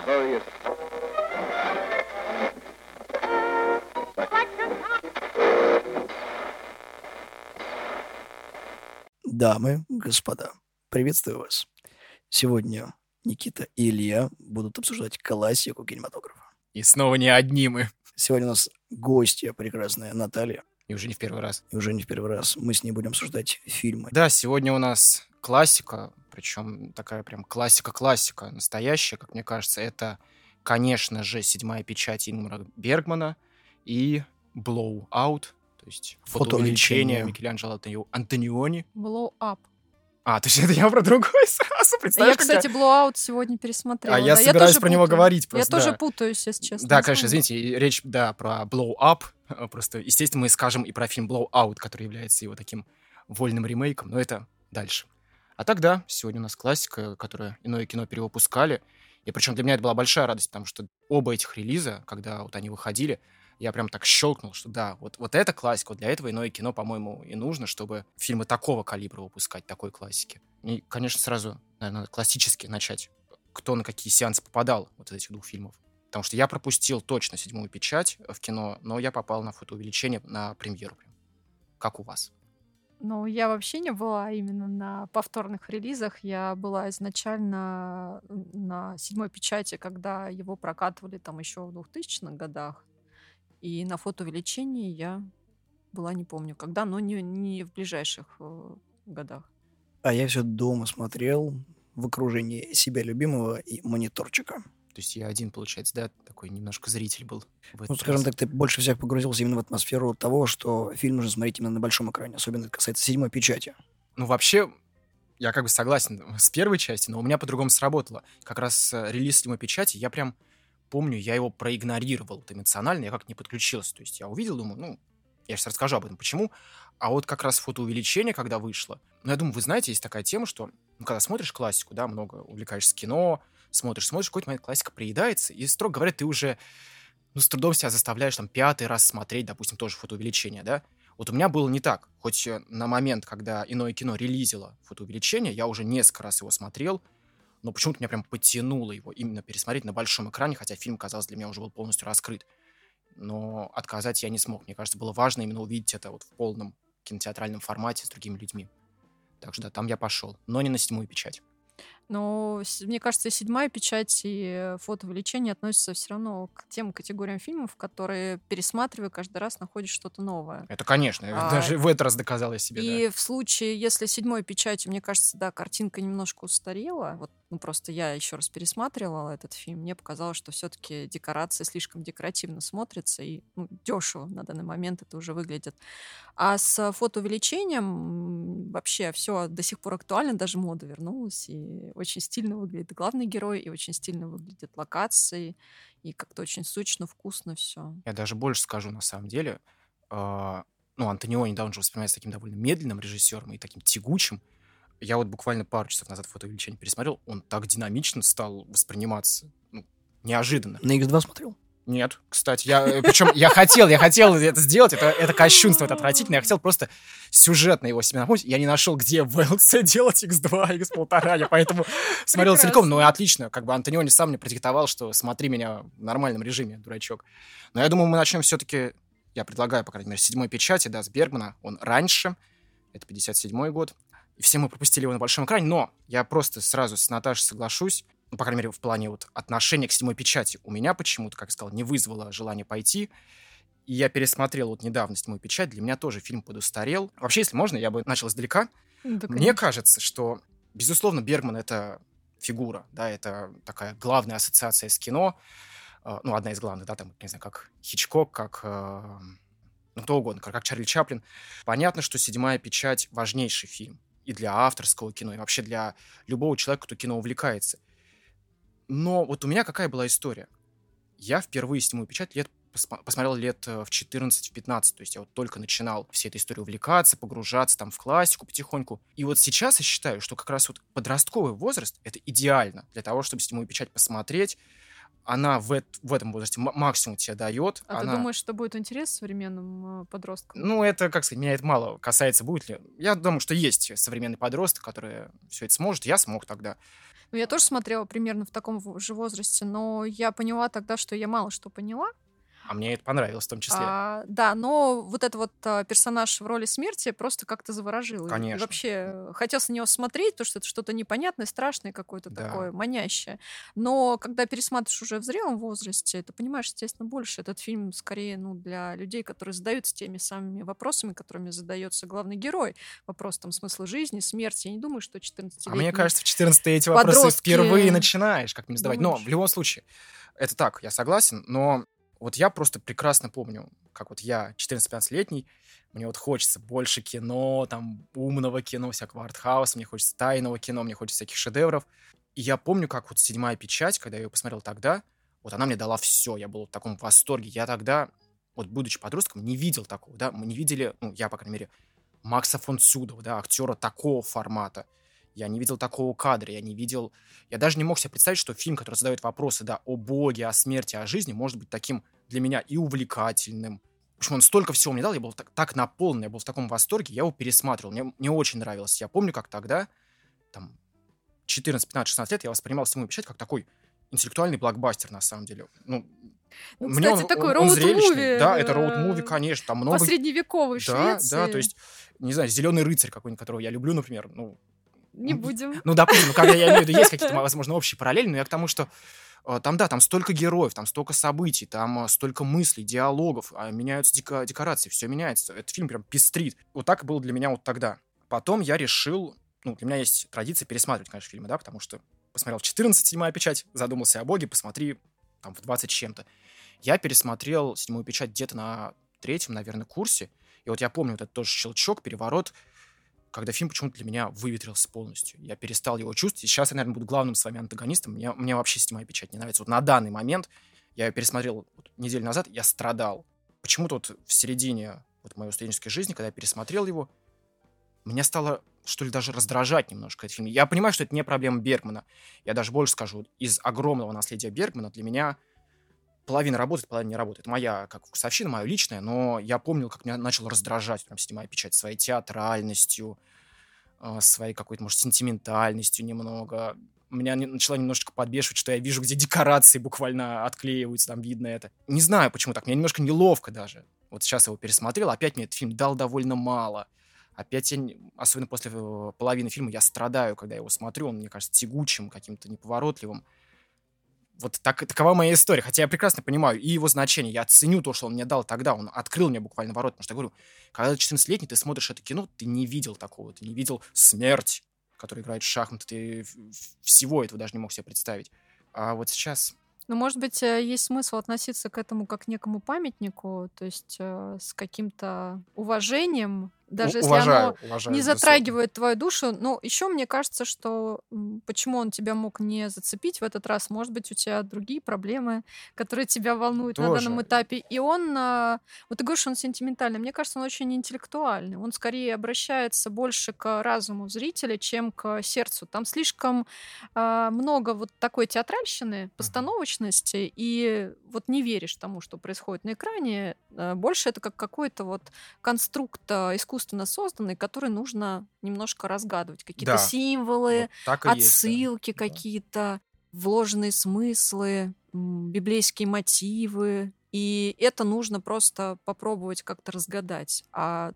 Glorious. Дамы, господа, приветствую вас. Сегодня Никита и Илья будут обсуждать классику кинематографа. И снова не одни мы. Сегодня у нас гостья прекрасная Наталья. И уже не в первый раз. Мы с ней будем обсуждать фильмы. Да, сегодня у нас классика, причем такая прям классика-классика, настоящая, как мне кажется. Это, конечно же, «Седьмая печать» Ингмара Бергмана и «Blow-Out», то есть «Фотоувеличение» Микеланджело Антониони. Blow Up. А, то есть это я про другой сразу, представляешь? Я, кстати, Blowout сегодня пересмотрела. А я собираюсь про него говорить просто. Я тоже путаюсь, если честно. Да, конечно, извините, речь, да, про Blow Up. Просто, естественно, мы скажем и про фильм Blow Out, который является его таким вольным ремейком, но это дальше. А тогда, сегодня у нас классика, которую иное кино перевыпускали. И причем для меня это была большая радость, потому что оба этих релиза, когда вот они выходили, я прям так щелкнул, что да, вот это классика, вот для этого иное кино, по-моему, и нужно, чтобы фильмы такого калибра выпускать, такой классики. И, конечно, сразу, наверное, надо классически начать. Кто на какие сеансы попадал вот из этих двух фильмов. Потому что я пропустил точно «Седьмую печать» в кино, но я попал на «Фотоувеличение» на премьеру. Как у вас? Ну, я вообще не была именно на повторных релизах. Я была изначально на «Седьмой печати», когда его прокатывали там еще в 2000-х годах. И на «Фотоувеличении» я была, не помню когда, но не в ближайших годах. А я все дома смотрел в окружении себя любимого и мониторчика. То есть я один, получается, да, такой немножко зритель был. Ну, скажем так, ты больше всех погрузился именно в атмосферу того, что фильм нужно смотреть именно на большом экране. Особенно это касается «Седьмой печати». Ну, вообще, я как бы согласен с первой части, но у меня по-другому сработало. Как раз релиз «Седьмой печати», я прям помню, я его проигнорировал вот эмоционально, я как-то не подключился. То есть я увидел, думаю, ну, я сейчас расскажу об этом, почему. А вот как раз «Фотоувеличение», когда вышло, ну, я думаю, вы знаете, есть такая тема, что, ну, когда смотришь классику, да, много увлекаешься кино, смотришь, в какой-то момент классика приедается, и, строго говоря, ты уже, ну, с трудом себя заставляешь там 5-й раз смотреть, допустим, тоже «Фотоувеличение», да. Вот у меня было не так. Хоть на момент, когда иное кино релизило «Фотоувеличение», я уже несколько раз его смотрел, но почему-то меня прям потянуло его именно пересмотреть на большом экране, хотя фильм, казалось, для меня уже был полностью раскрыт. Но отказать я не смог. Мне кажется, было важно именно увидеть это вот в полном кинотеатральном формате с другими людьми. Так что да, там я пошел, но не на «Седьмую печать». Но мне кажется, и «Седьмая печать», и «Фотоувеличение» относятся все равно к тем категориям фильмов, которые, пересматривая, каждый раз находишь что-то новое. Это, конечно, даже в этот раз доказал я себе. И в случае, если «Седьмой печатью», мне кажется, да, картинка немножко устарела. Вот, ну, просто я еще раз пересматривала этот фильм, мне показалось, что все-таки декорации слишком декоративно смотрятся, и дешево на данный момент это уже выглядит. А с «Фотоувеличением» вообще все до сих пор актуально, даже мода вернулась, и очень стильно выглядит главный герой, и очень стильно выглядят локации, и как-то очень сочно, вкусно все. Я даже больше скажу, на самом деле. Ну, Антониони, да, он же воспринимается таким довольно медленным режиссером и таким тягучим. Я вот буквально пару часов назад «Фотоувеличение» пересмотрел, он так динамично стал восприниматься, ну, неожиданно. На X2 смотрел? Нет, кстати, причем я хотел это сделать, это кощунство, это отвратительно, я хотел просто сюжетно его себе напомнить, я не нашел, где в VLC делать X2, X1,5, я поэтому смотрел целиком, ну и отлично, как бы Антониони сам мне продиктовал, что смотри меня в нормальном режиме, дурачок. Но я думаю, мы начнем все-таки, я предлагаю, по крайней мере, с «Седьмой печати», да, с Бергмана, он раньше, это 57-й год, и все мы пропустили его на большом экране, но я просто сразу с Наташей соглашусь, ну, по крайней мере, в плане вот отношения к «Седьмой печати» у меня почему-то, как я сказал, не вызвало желания пойти. И я пересмотрел вот недавно «Седьмую печать». Для меня тоже фильм подустарел. Вообще, если можно, я бы начал издалека. Да, мне кажется, что, безусловно, Бергман — это фигура, да, это такая главная ассоциация с кино. Ну, одна из главных, да, там, не знаю, как Хичкок, как... ну, кто угодно, как Чарли Чаплин. Понятно, что «Седьмая печать» — важнейший фильм. И для авторского кино, и вообще для любого человека, кто кино увлекается. Но вот у меня какая была история? Я впервые «Седьмую печать» посмотрел лет в 14-15, то есть я вот только начинал всей этой историей увлекаться, погружаться там в классику потихоньку. И вот сейчас я считаю, что как раз вот подростковый возраст — это идеально для того, чтобы «Седьмую печать» посмотреть. Она в этом возрасте максимум тебе дает. А ты думаешь, что будет интерес современным подросткам? Ну, это, как сказать, меня это мало касается, будет ли. Я думаю, что есть современный подросток, который все это сможет. Я смог тогда. Ну, я тоже смотрела примерно в таком же возрасте, но я поняла тогда, что я мало что поняла. А мне это понравилось в том числе. Да, но вот этот вот персонаж в роли смерти просто как-то заворожил. И Конечно. вообще хотелось на него смотреть, потому что это что-то непонятное, страшное какое-то Да. такое, манящее. Но когда пересматриваешь уже в зрелом возрасте, ты понимаешь, естественно, больше. Этот фильм скорее для людей, которые задаются теми самыми вопросами, которыми задается главный герой. Вопрос там смысла жизни, смерти. Я не думаю, что 14-летний... А мне кажется, в 14 эти вопросы подростки впервые начинаешь как-нибудь задавать. Но думаешь. в любом случае, это так, я согласен, но вот я просто прекрасно помню, как вот я 14-15-летний, мне вот хочется больше кино, там, умного кино, всякого артхауса, мне хочется тайного кино, мне хочется всяких шедевров. И я помню, как вот «Седьмая печать», когда я ее посмотрел тогда, вот она мне дала все, я был в таком восторге. Я тогда, вот будучи подростком, не видел такого, да, мы не видели, ну, я, по крайней мере, Макса фон Сюдова, да, актера такого формата. Я не видел такого кадра, я даже не мог себе представить, что фильм, который задает вопросы, да, о Боге, о смерти, о жизни, может быть таким для меня и увлекательным. В общем, он столько всего мне дал, я был так наполнен, я был в таком восторге, я его пересматривал, мне очень нравилось. Я помню, как тогда, там, 14, 15, 16 лет, я воспринимал «Седьмую печать» как такой интеллектуальный блокбастер, на самом деле. Ну, мне кстати, такой он зрелищный. роуд-муви, Да, это роуд-муви, конечно, там по много... средневековой Да, Швеции. то есть, не знаю, «Зеленый рыцарь» какой-нибудь, которого я люблю, например, Не будем. ну, допустим, когда я имею в виду, есть какие-то, возможно, общие параллели, но я к тому, что там, да, там столько героев, там столько событий, там столько мыслей, диалогов, меняются декорации, все меняется. Этот фильм прям пестрит. Вот так было для меня вот тогда. Потом я решил, ну, для меня есть традиция пересматривать, конечно, фильмы, да, потому что посмотрел в 14 «Седьмая печать», задумался о Боге, посмотри там в 20 с чем-то. Я пересмотрел «Седьмую печать» где-то на 3-м, наверное, курсе, и вот я помню вот этот тоже щелчок, переворот, когда фильм почему-то для меня выветрился полностью. Я перестал его чувствовать. И сейчас я, наверное, буду главным с вами антагонистом. Мне вообще «Седьмая печать» не нравится. Вот на данный момент, я ее пересмотрел неделю назад, я страдал. Почему-то вот в середине вот моей студенческой жизни, когда я пересмотрел его, меня стало, что ли, даже раздражать немножко этот фильм. Я понимаю, что это не проблема Бергмана. Я даже больше скажу, из огромного наследия Бергмана для меня половина работает, половина не работает. Моя, как вкусовщина, моя личная, но я помнил, как меня начал раздражать прям «Седьмая печать» своей театральностью, своей какой-то, может, сентиментальностью немного. Меня начала немножечко подбешивать, что я вижу, где декорации буквально отклеиваются, там видно это. Не знаю, почему так, мне немножко неловко даже. Вот сейчас я его пересмотрел, опять мне этот фильм дал довольно мало. Опять я, особенно после половины фильма, я страдаю, когда я его смотрю, он, мне кажется, тягучим, каким-то неповоротливым. Вот такова моя история. Хотя я прекрасно понимаю и его значение. Я ценю то, что он мне дал тогда. Он открыл мне буквально ворот. Потому что я говорю, когда ты 14-летний, ты смотришь это кино, ты не видел такого. Ты не видел смерть, которая играет в шахматы. Ты всего этого даже не мог себе представить. А вот сейчас... Ну, может быть, есть смысл относиться к этому как к некому памятнику, то есть с каким-то уважением, даже если оно не затрагивает твою душу. Но еще мне кажется, что почему он тебя мог не зацепить в этот раз, может быть, у тебя другие проблемы, которые тебя волнуют на данном этапе. И он, вот ты говоришь, он сентиментальный. Мне кажется, он очень интеллектуальный. Он скорее обращается больше к разуму зрителя, чем к сердцу. Там слишком много вот такой театральщины, постановочности, и вот не веришь тому, что происходит на экране. Больше это как какой-то вот конструкт искусственно созданный, который нужно немножко разгадывать. Какие-то символы, вот отсылки есть, какие-то, вложенные смыслы, библейские мотивы. И это нужно просто попробовать как-то разгадать. А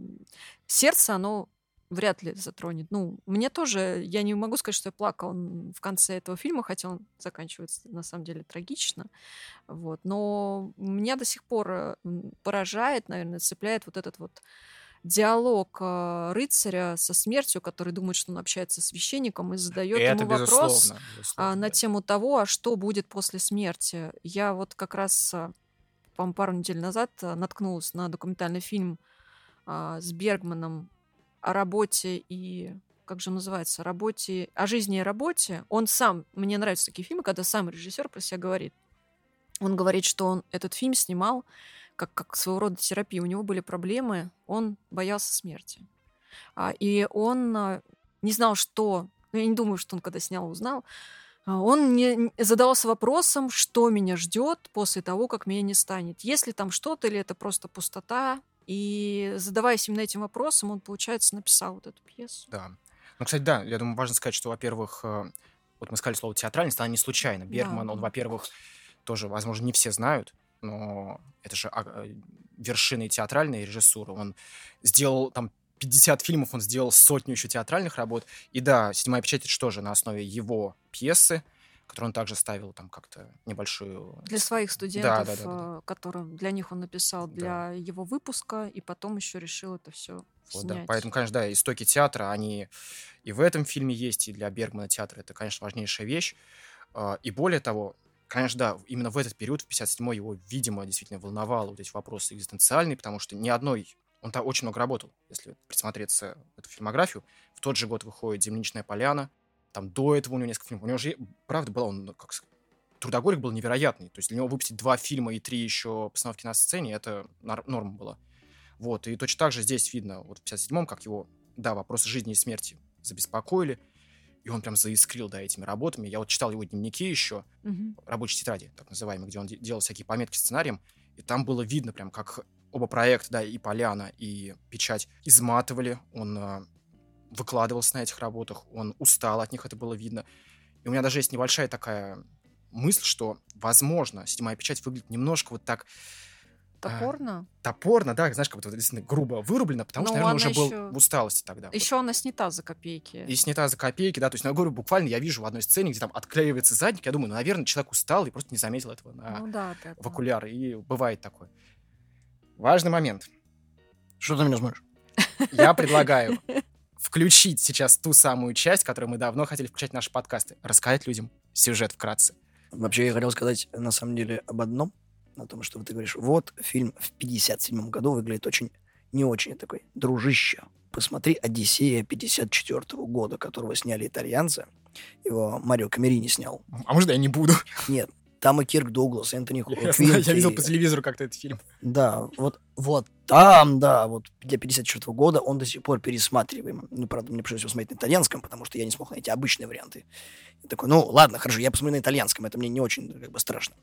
сердце, оно вряд ли затронет. Ну, мне тоже, я не могу сказать, что я плакала в конце этого фильма, хотя он заканчивается, на самом деле, трагично. Вот. Но меня до сих пор поражает, наверное, цепляет вот этот вот диалог рыцаря со смертью, который думает, что он общается с священником и задает ему вопрос на тему того, а что будет после смерти. Я вот как раз, по-моему, пару недель назад наткнулась на документальный фильм с Бергманом о работе и... Как же он называется? О жизни и работе. Он сам... Мне нравятся такие фильмы, когда сам режиссер про себя говорит. Он говорит, что он этот фильм снимал как своего рода терапия. У него были проблемы, он боялся смерти. И он не знал, что... Я не думаю, что он, когда снял, узнал. Он не задавался вопросом, что меня ждет после того, как меня не станет. Есть ли там что-то, или это просто пустота? И задаваясь именно этим вопросом, он, получается, написал вот эту пьесу. Да. Ну, кстати, да, я думаю, важно сказать, что, во-первых, вот мы сказали слово театральность, она не случайно. Бергман, он, во-первых, тоже, возможно, не все знают, но это же вершины театральной режиссуры. Он сделал там 50 фильмов, он сделал сотню еще театральных работ. И да, «Седьмая печать» — это что же на основе его пьесы, которую он также ставил там как-то небольшую... Для своих студентов, Да. которым для них он написал для его выпуска, и потом еще решил это все Вот, снять. да. Поэтому, конечно, да, истоки театра, они и в этом фильме есть, и для Бергмана театр — это, конечно, важнейшая вещь. И более того, конечно, да, именно в этот период, в 57-й, его, видимо, действительно волновало вот эти вопросы экзистенциальные, потому что ни одной... Он там очень много работал, если присмотреться в эту фильмографию. В тот же год выходит «Земляничная поляна», там до этого у него несколько фильмов. У него же, правда, была, он, как сказать, трудоголик был невероятный. То есть для него выпустить 2 фильма и 3 еще постановки на сцене — это норма была. Вот, и точно так же здесь видно, вот в 57-м, как его, да, вопросы жизни и смерти забеспокоили, и он прям заискрил, да, этими работами. Я вот читал его дневники еще, рабочие тетради, так называемые, где он делал всякие пометки сценарием, и там было видно прям, как оба проекта, да, и «Поляна», и «Печать» изматывали, он выкладывался на этих работах, он устал от них, это было видно. И у меня даже есть небольшая такая мысль, что, возможно, «Седьмая печать» выглядит немножко вот так... Топорно? Топорно, да, знаешь, как будто действительно грубо вырублено, потому что, наверное, уже был в усталости тогда. Еще она снята за копейки. И снята за копейки, да, то есть, я говорю, буквально я вижу в одной сцене, где там отклеивается задник, я думаю, ну, наверное, человек устал и просто не заметил этого в окуляр, и бывает такое. Важный момент. Что ты меня смотришь? Я предлагаю включить сейчас ту самую часть, которую мы давно хотели включать в наши подкасты. Рассказать людям сюжет вкратце. Вообще, я хотел сказать, на самом деле, об одном. О том, что ты говоришь, вот, фильм в 57-м году выглядит очень, не очень такой, дружище. Посмотри «Одиссея» 54-го года, которого сняли итальянцы. Его Марио Камерини снял. А может, я не буду? Нет. Там и Кирк Дуглас, Энтони Квинт. Я видел по телевизору как-то этот фильм. Да, вот там, да, вот для 54-го года он до сих пор пересматриваем. Ну, правда, мне пришлось его смотреть на итальянском, потому что я не смог найти обычные варианты. Я такой, ну, ладно, хорошо, я посмотрю на итальянском, это мне не очень, как бы, страшно.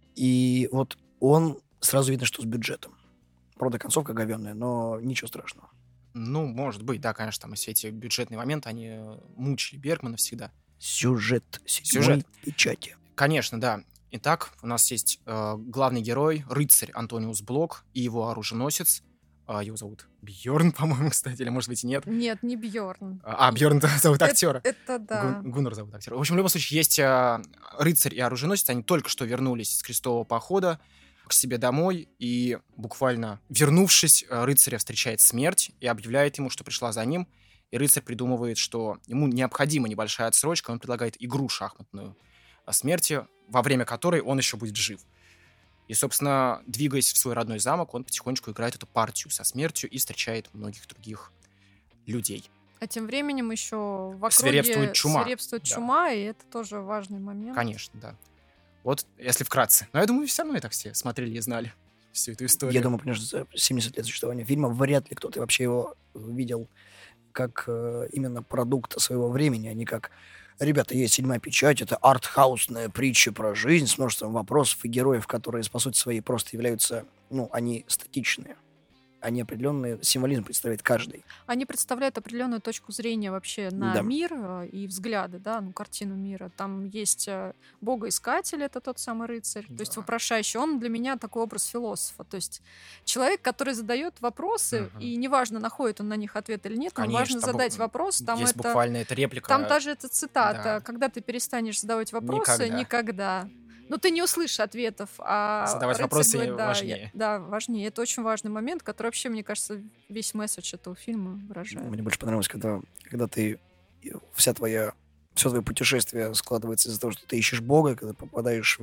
И вот он, сразу видно, что с бюджетом. Правда, концовка говёная, но ничего страшного. Ну, может быть, да, конечно, там все эти бюджетные моменты, они мучили Бергмана всегда. Сюжет «Седьмой печати». Конечно, да. Итак, у нас есть главный герой, рыцарь Антониус Блок и его оруженосец. Его зовут Бьорн, по-моему, кстати, или, может быть, и нет. Нет, не Бьорн. Бьорн зовут актера. Это да. Гуннар зовут актера. В общем, в любом случае, есть рыцарь и оруженосец. Они только что вернулись с крестового похода к себе домой, и буквально вернувшись, рыцаря встречает смерть и объявляет ему, что пришла за ним. И рыцарь придумывает, что ему необходима небольшая отсрочка. Он предлагает игру шахматную о смерти, во время которой он еще будет жив. И, собственно, двигаясь в свой родной замок, он потихонечку играет эту партию со смертью и встречает многих других людей. А тем временем еще в округе свирепствует чума, и это тоже важный момент. Конечно, да. Вот, если вкратце. Но я думаю, все равно и так все смотрели и знали всю эту историю. Я думаю, конечно, за 70 лет существования фильма вряд ли кто-то вообще его видел как именно продукт своего времени, а не как... Ребята, есть «Седьмая печать», это артхаусная притча про жизнь с множеством вопросов и героев, которые, по сути своей, просто являются, ну, они статичные. Они определенный символизм представляет каждый. Они представляют определенную точку зрения вообще на мир и взгляды, да, ну, картину мира. Там есть богоискатель, это тот самый рыцарь, то есть вопрошающий. Он для меня такой образ философа. То есть человек, который задает вопросы, и неважно, находит он на них ответ или нет, но важно задать вопрос. Там есть буквально эта реплика. Там даже эта цитата. Когда ты перестанешь задавать вопросы, никогда. Ну, ты не услышишь ответов, а задавать вопросы говорит, важнее. Важнее. Это очень важный момент, который вообще, мне кажется, весь месседж этого фильма выражает. Мне больше понравилось, когда ты все твое путешествие складывается из-за того, что ты ищешь Бога, когда попадаешь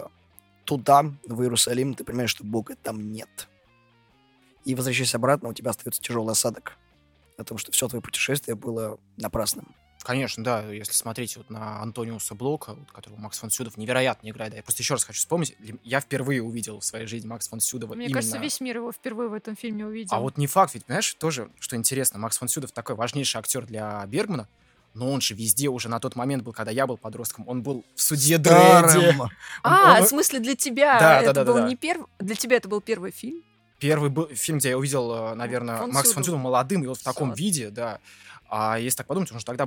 туда, в Иерусалим, ты понимаешь, что Бога там нет. И возвращаясь обратно, у тебя остается тяжелый осадок о том, что все твое путешествие было напрасным. Конечно, да, если смотреть вот на Антониуса Блока, которого Макс фон Сюдов невероятно играет, да, я просто еще раз хочу вспомнить, я впервые увидел в своей жизни Макса фон Сюдова. Мне кажется, весь мир его впервые в этом фильме увидел. А вот не факт, ведь, понимаешь, тоже, что интересно, Макс фон Сюдов такой важнейший актер для Бергмана, но он же везде уже на тот момент был, когда я был подростком, он был в «Судье Дредди». В смысле для тебя? Да, это был не первый? Для тебя это был первый фильм? Первый был фильм, где я увидел, наверное, Макса фон Сюдова молодым, и вот в таком виде, да. А если так подумать, он же тогда был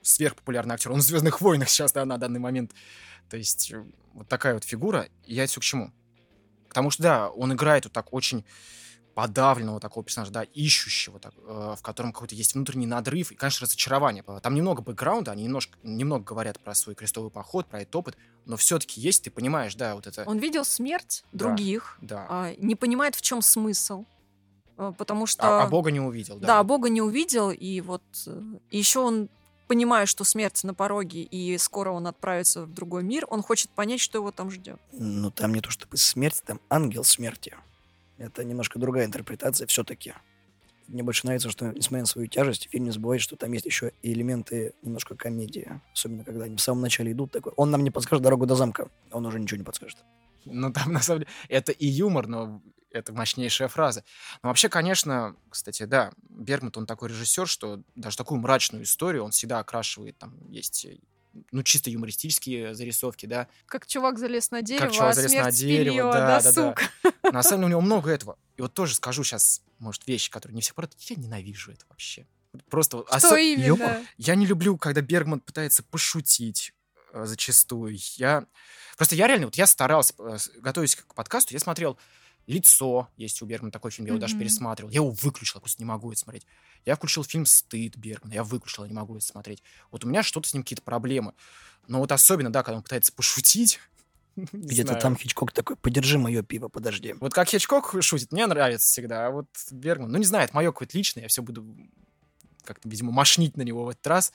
сверхпопулярный актер. Он в «Звездных войнах» сейчас, да, на данный момент. То есть вот такая вот фигура. И я это все к чему? Потому что, да, он играет вот так очень подавленного такого персонажа, да, ищущего, так, в котором какой-то есть внутренний надрыв и, конечно, разочарование. Там немного бэкграунда, они немного говорят про свой крестовый поход, про этот опыт, но все-таки есть, ты понимаешь, да, вот это... Он видел смерть других, Да. не понимает, в чем смысл, потому что... А Бога не увидел, да. Да, Бога не увидел, и вот еще он, понимая, что смерть на пороге, и скоро он отправится в другой мир, он хочет понять, что его там ждет. Ну, там не то чтобы смерть, там ангел смерти. Это немножко другая интерпретация все-таки. Мне больше нравится, что, несмотря на свою тяжесть, фильм не забывает, что там есть еще и элементы немножко комедии. Особенно, когда они в самом начале идут такой. Он нам не подскажет дорогу до замка. Он уже ничего не подскажет. Ну, там, на самом деле, это и юмор, но это мощнейшая фраза. Но вообще, конечно, кстати, да, Бергман, он такой режиссер, что даже такую мрачную историю он всегда окрашивает. Там есть, ну, чисто юмористические зарисовки, да. Как чувак залез на дерево, Как чувак а залез смерть на дерево, спилила, да. сука. На самом деле у него много этого. И вот тоже скажу сейчас, может, вещи, которые не все правда. Я ненавижу это вообще. Просто Что именно? юмор. Я не люблю, когда Бергман пытается пошутить зачастую. Я реально, вот я старался, готовясь к подкасту, я смотрел «Лицо», есть у Бергмана такой фильм, я его даже пересматривал. Я его выключил, я просто не могу это смотреть. Я включил фильм «Стыд» Бергмана, я выключил, я не могу это смотреть. Вот у меня что-то с ним какие-то проблемы. Но вот особенно, да, когда он пытается пошутить, Где-то там Хичкок такой: подержи мое пиво, подожди. Вот как Хичкок шутит, мне нравится всегда. А вот Бергман, ну не знаю, это мое какое-то личное, я все буду как-то, видимо, мошнить на него в этот раз.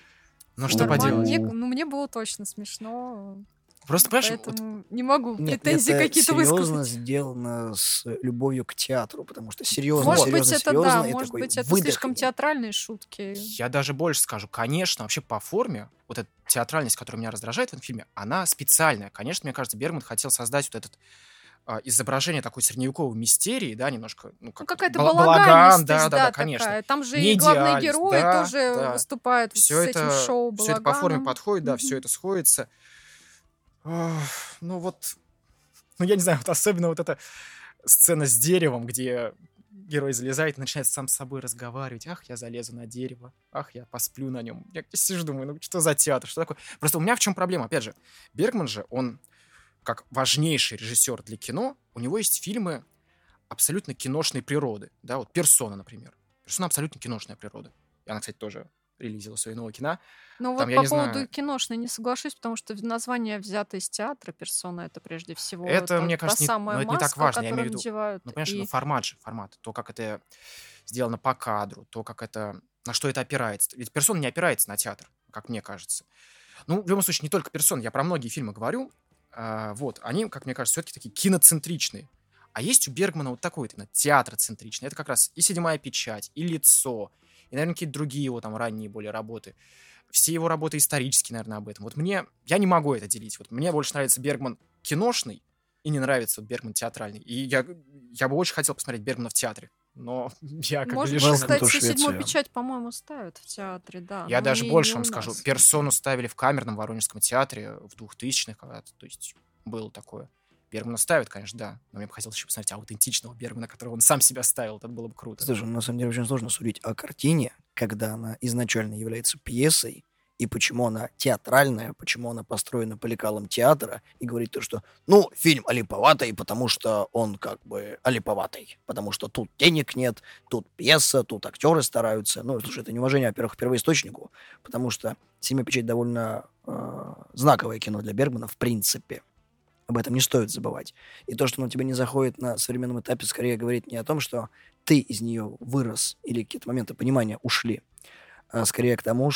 Но что поделать? Мне было точно смешно. Просто, понимаешь, поэтому не могу Нет, претензии это какие-то серьезно высказать. сделано с любовью к театру, потому что серьезно, Может быть, серьезно, это серьезно, да, и может такой быть, это выдох слишком идет. театральные шутки. Я даже больше скажу, конечно, вообще по форме, вот эта театральность, которая меня раздражает в этом фильме, она специальная. Конечно, мне кажется, Бергман хотел создать вот этот изображение такой средневековой мистерии, да, немножко, ну, как какая-то балаган, балаганность, да, конечно. такая. Там же Не и главные идеальность, герои да, тоже да. выступают вот Все с этим шоу все это по форме балаганом. подходит, да, все это сходится. Ну вот, ну я не знаю, вот особенно вот эта сцена с деревом, где герой залезает и начинает сам с собой разговаривать. Ах, я залезу на дерево. Ах, я посплю на нем. Я сижу, думаю, ну что за театр, что такое? Просто у меня в чем проблема? Опять же, Бергман же, он как важнейший режиссер для кино, у него есть фильмы абсолютно киношной природы. Да, вот «Персона», например. «Персона» абсолютно киношная природа. И она, кстати, тоже релизила свои новые кино. Ну Там, вот я по не поводу знаю, киношной не соглашусь, потому что название взято из театра, персона это прежде всего это, мне та кажется, самая ну, это не так маска, важно. Я которую имею в виду, надевают. ну, понимаешь, ну, И формат. То, как это сделано по кадру, то, как это, на что это опирается. Ведь «Персона» не опирается на театр, как мне кажется. Ну, в любом случае, не только «Персона», я про многие фильмы говорю. Вот, они, как мне кажется, все-таки такие киноцентричные. А есть у Бергмана вот такой вот именно театроцентричный. Это как раз и «Седьмая печать», и «Лицо», и, наверное, какие-то другие его там ранние более работы. Все его работы исторические, наверное, об этом. Вот я не могу это делить. Вот мне больше нравится Бергман киношный, и не нравится вот Бергман театральный. И я бы очень хотел посмотреть Бергмана в театре. Но я как бы может быть, Welcome лишен. to кстати, Швецию. «Седьмую печать», по-моему, ставят в театре, да. Я но даже не больше у вам нас. скажу. «Персону» ставили в камерном Воронежском театре в 2000-х когда-то. То есть было такое. Бергмана ставят, конечно, да. Но мне бы хотелось еще посмотреть аутентичного Бергмана, которого он сам себя ставил. Это было бы круто. Слушай, на самом деле очень сложно судить о картине, когда она изначально является пьесой, и почему она театральная, почему она построена по лекалам театра, и говорить то, что, ну, фильм олиповатый, потому что он как бы олиповатый, потому что тут денег нет, тут пьеса, тут актеры стараются. Ну, слушай, это неуважение, во-первых, к первоисточнику, потому что «Семя печать» довольно знаковое кино для Бергмана в принципе. Об этом не стоит забывать. И то, что оно тебе не заходит на современном этапе, скорее говорит не о том, что ты из нее вырос или какие-то моменты понимания ушли, а скорее к тому,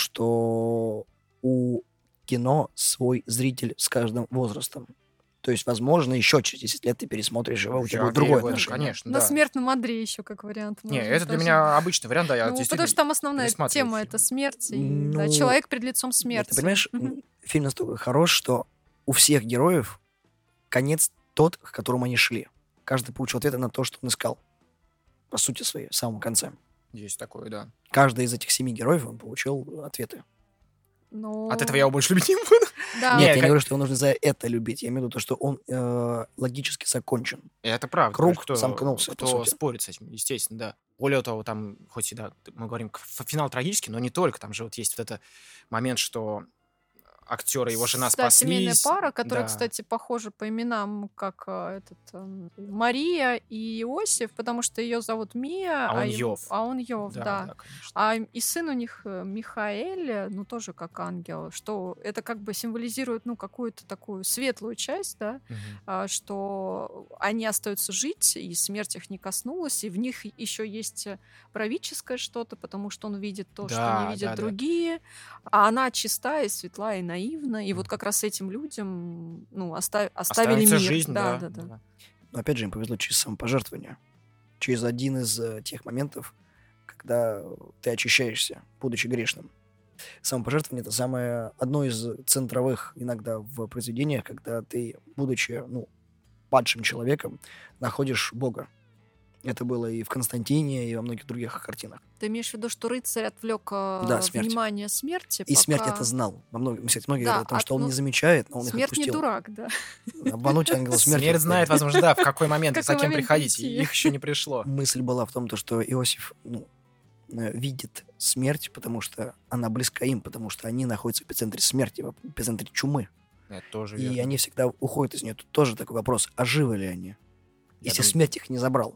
что у кино свой зритель с каждым возрастом. То есть, возможно, еще через 10 лет ты пересмотришь его, у тебя Я будет другое верю в это, отношение. конечно, На да. «Смертном одре» еще как вариант. Не, можно это для даже. меня обычный вариант, да, я Ну, потому действительно что там основная пересматриваю тема фильм. это смерть, и да, Ну, человек перед лицом Нет, смерти. ты понимаешь, Мгм. фильм настолько хорош, что у всех героев конец тот, к которому они шли. Каждый получил ответы на то, что он искал. По сути своей, в самом конце. Есть такое, да. Каждый из этих 7 героев, он получил ответы. Ну, От этого я его больше любить не буду. да. Нет, я как- не говорю, что его нужно за это любить. Я имею в виду то, что он логически закончен. Это правда. Круг кто, замкнулся, по кто сути. спорит с этим, естественно, да. Более того, там, хоть и да, мы говорим, финал трагический, но не только. Там же вот есть вот этот момент, что актер и его жена Да, семейная спаслись. пара, которая, Да. кстати, похожа по именам, как Мария и Иосиф, потому что ее зовут Мия, А он его- Йов. а он Йов, да. Да, конечно. А и сын у них Михаэль, ну тоже как ангел, что это как бы символизирует, ну, какую-то такую светлую часть, да, Мгм. что они остаются жить, и смерть их не коснулась, и в них еще есть правительское что-то, потому что он видит то, что Да, не видят да, да. другие, а она чистая, светлая и наивна, и вот Мгм. как раз этим людям, ну, оставили Останется мир. жизнь, Да, да. да, да. Но опять же, им повезло через самопожертвование. Через один из тех моментов, когда ты очищаешься, будучи грешным. Самопожертвование — это одно из центровых иногда в произведениях, когда ты, будучи падшим человеком, находишь Бога. Это было и в «Константине», и во многих других картинах. Ты имеешь в виду, что рыцарь отвлек Да, смерть. внимание смерти? И смерть пока- это знал. Кстати, многие Да, говорят о том, что он ну, не замечает, но он их Смерть не отпустил. дурак, да. Обмануть ангела смерти. Смерть знает, возможно, да, в какой момент, В за какой кем момент приходить. прийти. Их еще не пришло. Мысль была в том, что Иосиф видит смерть, потому что она близка им, потому что они находятся в эпицентре смерти, в эпицентре чумы. Это тоже И верно. они всегда уходят из нее. Тут тоже такой вопрос, а живы ли они? Я Если думаю- смерть их не забрал.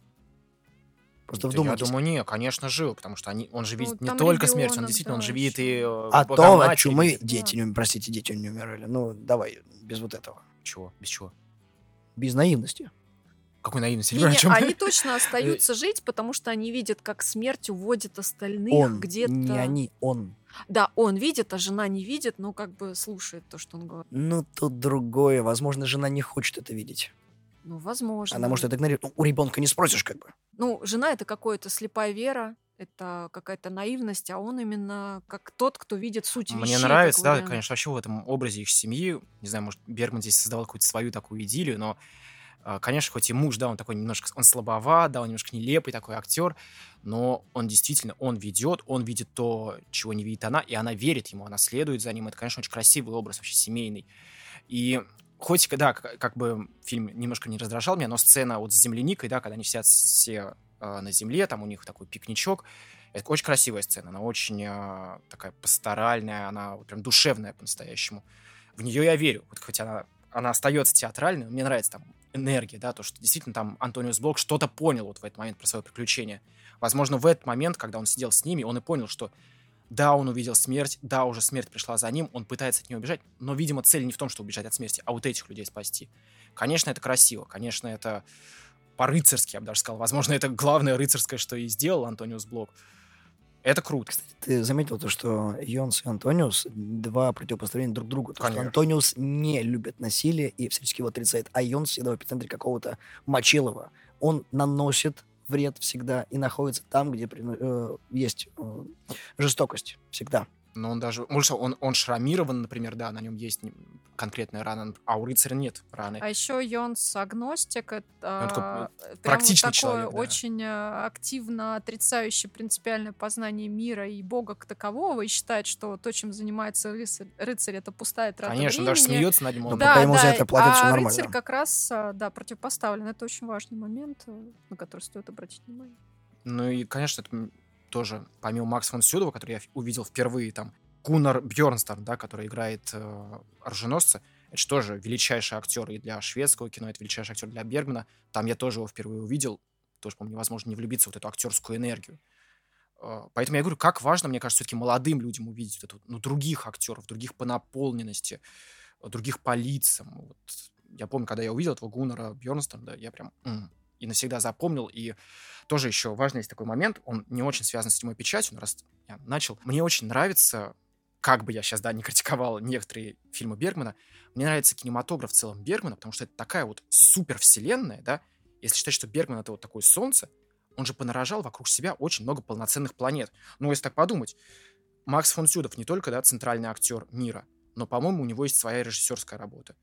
Просто Да, я вдумайтесь. думаю, не, конечно, жил, потому что он же Ну, видит не там только смерть, он ребенок, действительно, он да, же видит ещё. и А то от Богоматерь чумы видит. дети не умирали. Ну, давай, без вот этого. Чего? Без чего? Без наивности. Какой наивности? Не-не, О чем? они точно остаются жить, потому что они видят, как смерть уводит остальных Он, где-то. не они, он. Да, он видит, а жена не видит, но как бы слушает то, что он говорит. Ну, тут другое. Возможно, жена не хочет это видеть. Ну, возможно. Она может это игнорировать. Ну, у ребенка не спросишь, как бы. Ну, жена — это какая-то слепая вера, это какая-то наивность, а он именно как тот, кто видит суть вещей. Мне как нравится, да, вариант. конечно, вообще в этом образе их семьи. Не знаю, может, Бергман здесь создавал какую-то свою такую идиллию, но, конечно, хоть и муж, да, он такой немножко, он слабоват, да, он немножко нелепый такой актер, но он действительно, он видит то, чего не видит она, и она верит ему, она следует за ним. Это, конечно, очень красивый образ вообще семейный. И хоть, да, как бы фильм немножко не раздражал меня, но сцена вот с земляникой, да, когда они сидят все на земле, там у них такой пикничок, это очень красивая сцена, она очень такая пасторальная, она вот прям душевная по-настоящему. В нее я верю, вот хоть она остается театральной, но мне нравится там энергия, да, то, что действительно там Антониус Блок что-то понял вот в этот момент про свое приключение. Возможно, в этот момент, когда он сидел с ними, он и понял, что да, он увидел смерть, да, уже смерть пришла за ним, он пытается от нее убежать, но, видимо, цель не в том, чтобы убежать от смерти, а вот этих людей спасти. Конечно, это красиво, конечно, это по-рыцарски, я бы даже сказал. Возможно, это главное рыцарское, что и сделал Антониус Блок. Это круто. Ты заметил то, что Йонс и Антониус два противопоставления друг другу. То, что Конечно. Антониус не любит насилие и всячески его отрицает, а Йонс всегда в эпицентре какого-то мочилова. Он наносит вред всегда и находится там, где есть жестокость. Всегда. Но он даже... Может, он шрамирован, например, да, на нем есть конкретная рана, а у рыцаря нет раны. А еще Йонс агностик, это такой, прям практичный вот такое человек, да. очень активно отрицающий принципиальное познание мира и Бога как такового, и считает, что то, чем занимается рыцарь, это пустая трата Конечно, он времени. даже смеется над ним. Но Он пока ему за это платят, всё а нормально. рыцарь как раз, да, противопоставлен. Это очень важный момент, на который стоит обратить внимание. Ну и, конечно, это тоже, помимо Макса фон Сюдова, который я увидел впервые, там, Гуннар Бьернстарн, да, который играет оруженосца, это же тоже величайший актер и для шведского кино, это величайший актер для Бергмана. Там я тоже его впервые увидел. Тоже, по-моему, невозможно не влюбиться в вот эту актерскую энергию. Поэтому я говорю, как важно, мне кажется, все-таки молодым людям увидеть вот эту, других актеров, других по наполненности, других по лицам. Вот. Я помню, когда я увидел этого Гуннара Бьернстарна, да, я прям... и навсегда запомнил. И тоже еще важный есть такой момент, он не очень связан с седьмой печатью, но раз я начал. Мне очень нравится, как бы я сейчас, да, не критиковал некоторые фильмы Бергмана, мне нравится кинематограф в целом Бергмана, потому что это такая вот супервселенная, да, если считать, что Бергман — это вот такое солнце, он же понарожал вокруг себя очень много полноценных планет. Ну, если так подумать, Макс фон Сюдов не только, да, центральный актер мира, но, по-моему, у него есть своя режиссерская работа.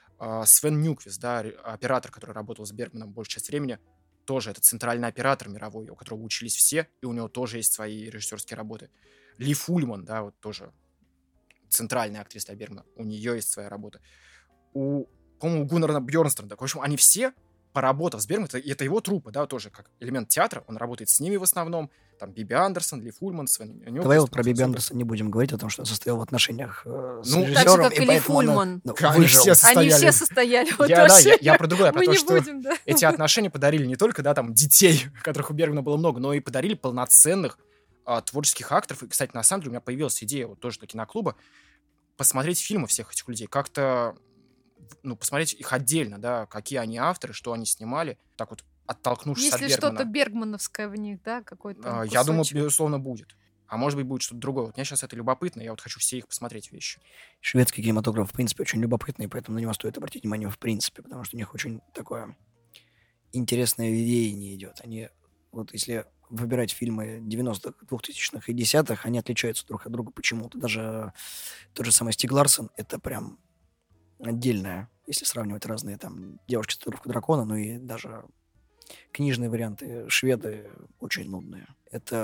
Свен Нюквист, да, оператор, который работал с Бергманом большую часть времени, тоже это центральный оператор мировой, у которого учились все, и у него тоже есть свои режиссерские работы. Ли Фульман, да, вот тоже центральная актриса для Бергмана, у нее есть своя работа. По-моему, у Гуннара Бьернстранда. В общем, они все, поработав с Бергманом, это его труппа, да, тоже как элемент театра, он работает с ними в основном, там Биби Андерсон, Лив Ульманс. Давай вот про Биби Андерсон не будем говорить, о том, что он состоял в отношениях с Ну, Так же, режиссером, как и Лив поэтому она, Ульман. Они выжил. все Они состояли. все состояли. Вот Я тоже. про другое, про Мы то, не что будем, да. эти отношения подарили не только, да, там, детей, которых у Бергмана было много, но и подарили полноценных творческих акторов. И, кстати, на самом деле у меня появилась идея вот тоже до киноклуба посмотреть фильмы всех этих людей, как-то, ну, посмотреть их отдельно, да, какие они авторы, что они снимали, так вот оттолкнувшись от Если Бергмана. что-то бергмановское в них, да, какой-то Я думаю, кусочек. безусловно, будет. А может быть, будет что-то другое. Вот мне сейчас это любопытно, я вот хочу все их посмотреть вещи. Шведский кинематограф, в принципе, очень любопытный, поэтому на него стоит обратить внимание в принципе, потому что у них очень такое интересное веяние идет. Они, вот если выбирать фильмы 90-х, 2000-х и 10-х, они отличаются друг от друга почему-то. Даже тот же самый Стиг Ларсон, это прям отдельное, если сравнивать разные там «Девушки с татуировкой дракона», ну и даже книжные варианты «Шведы» очень нудные. Это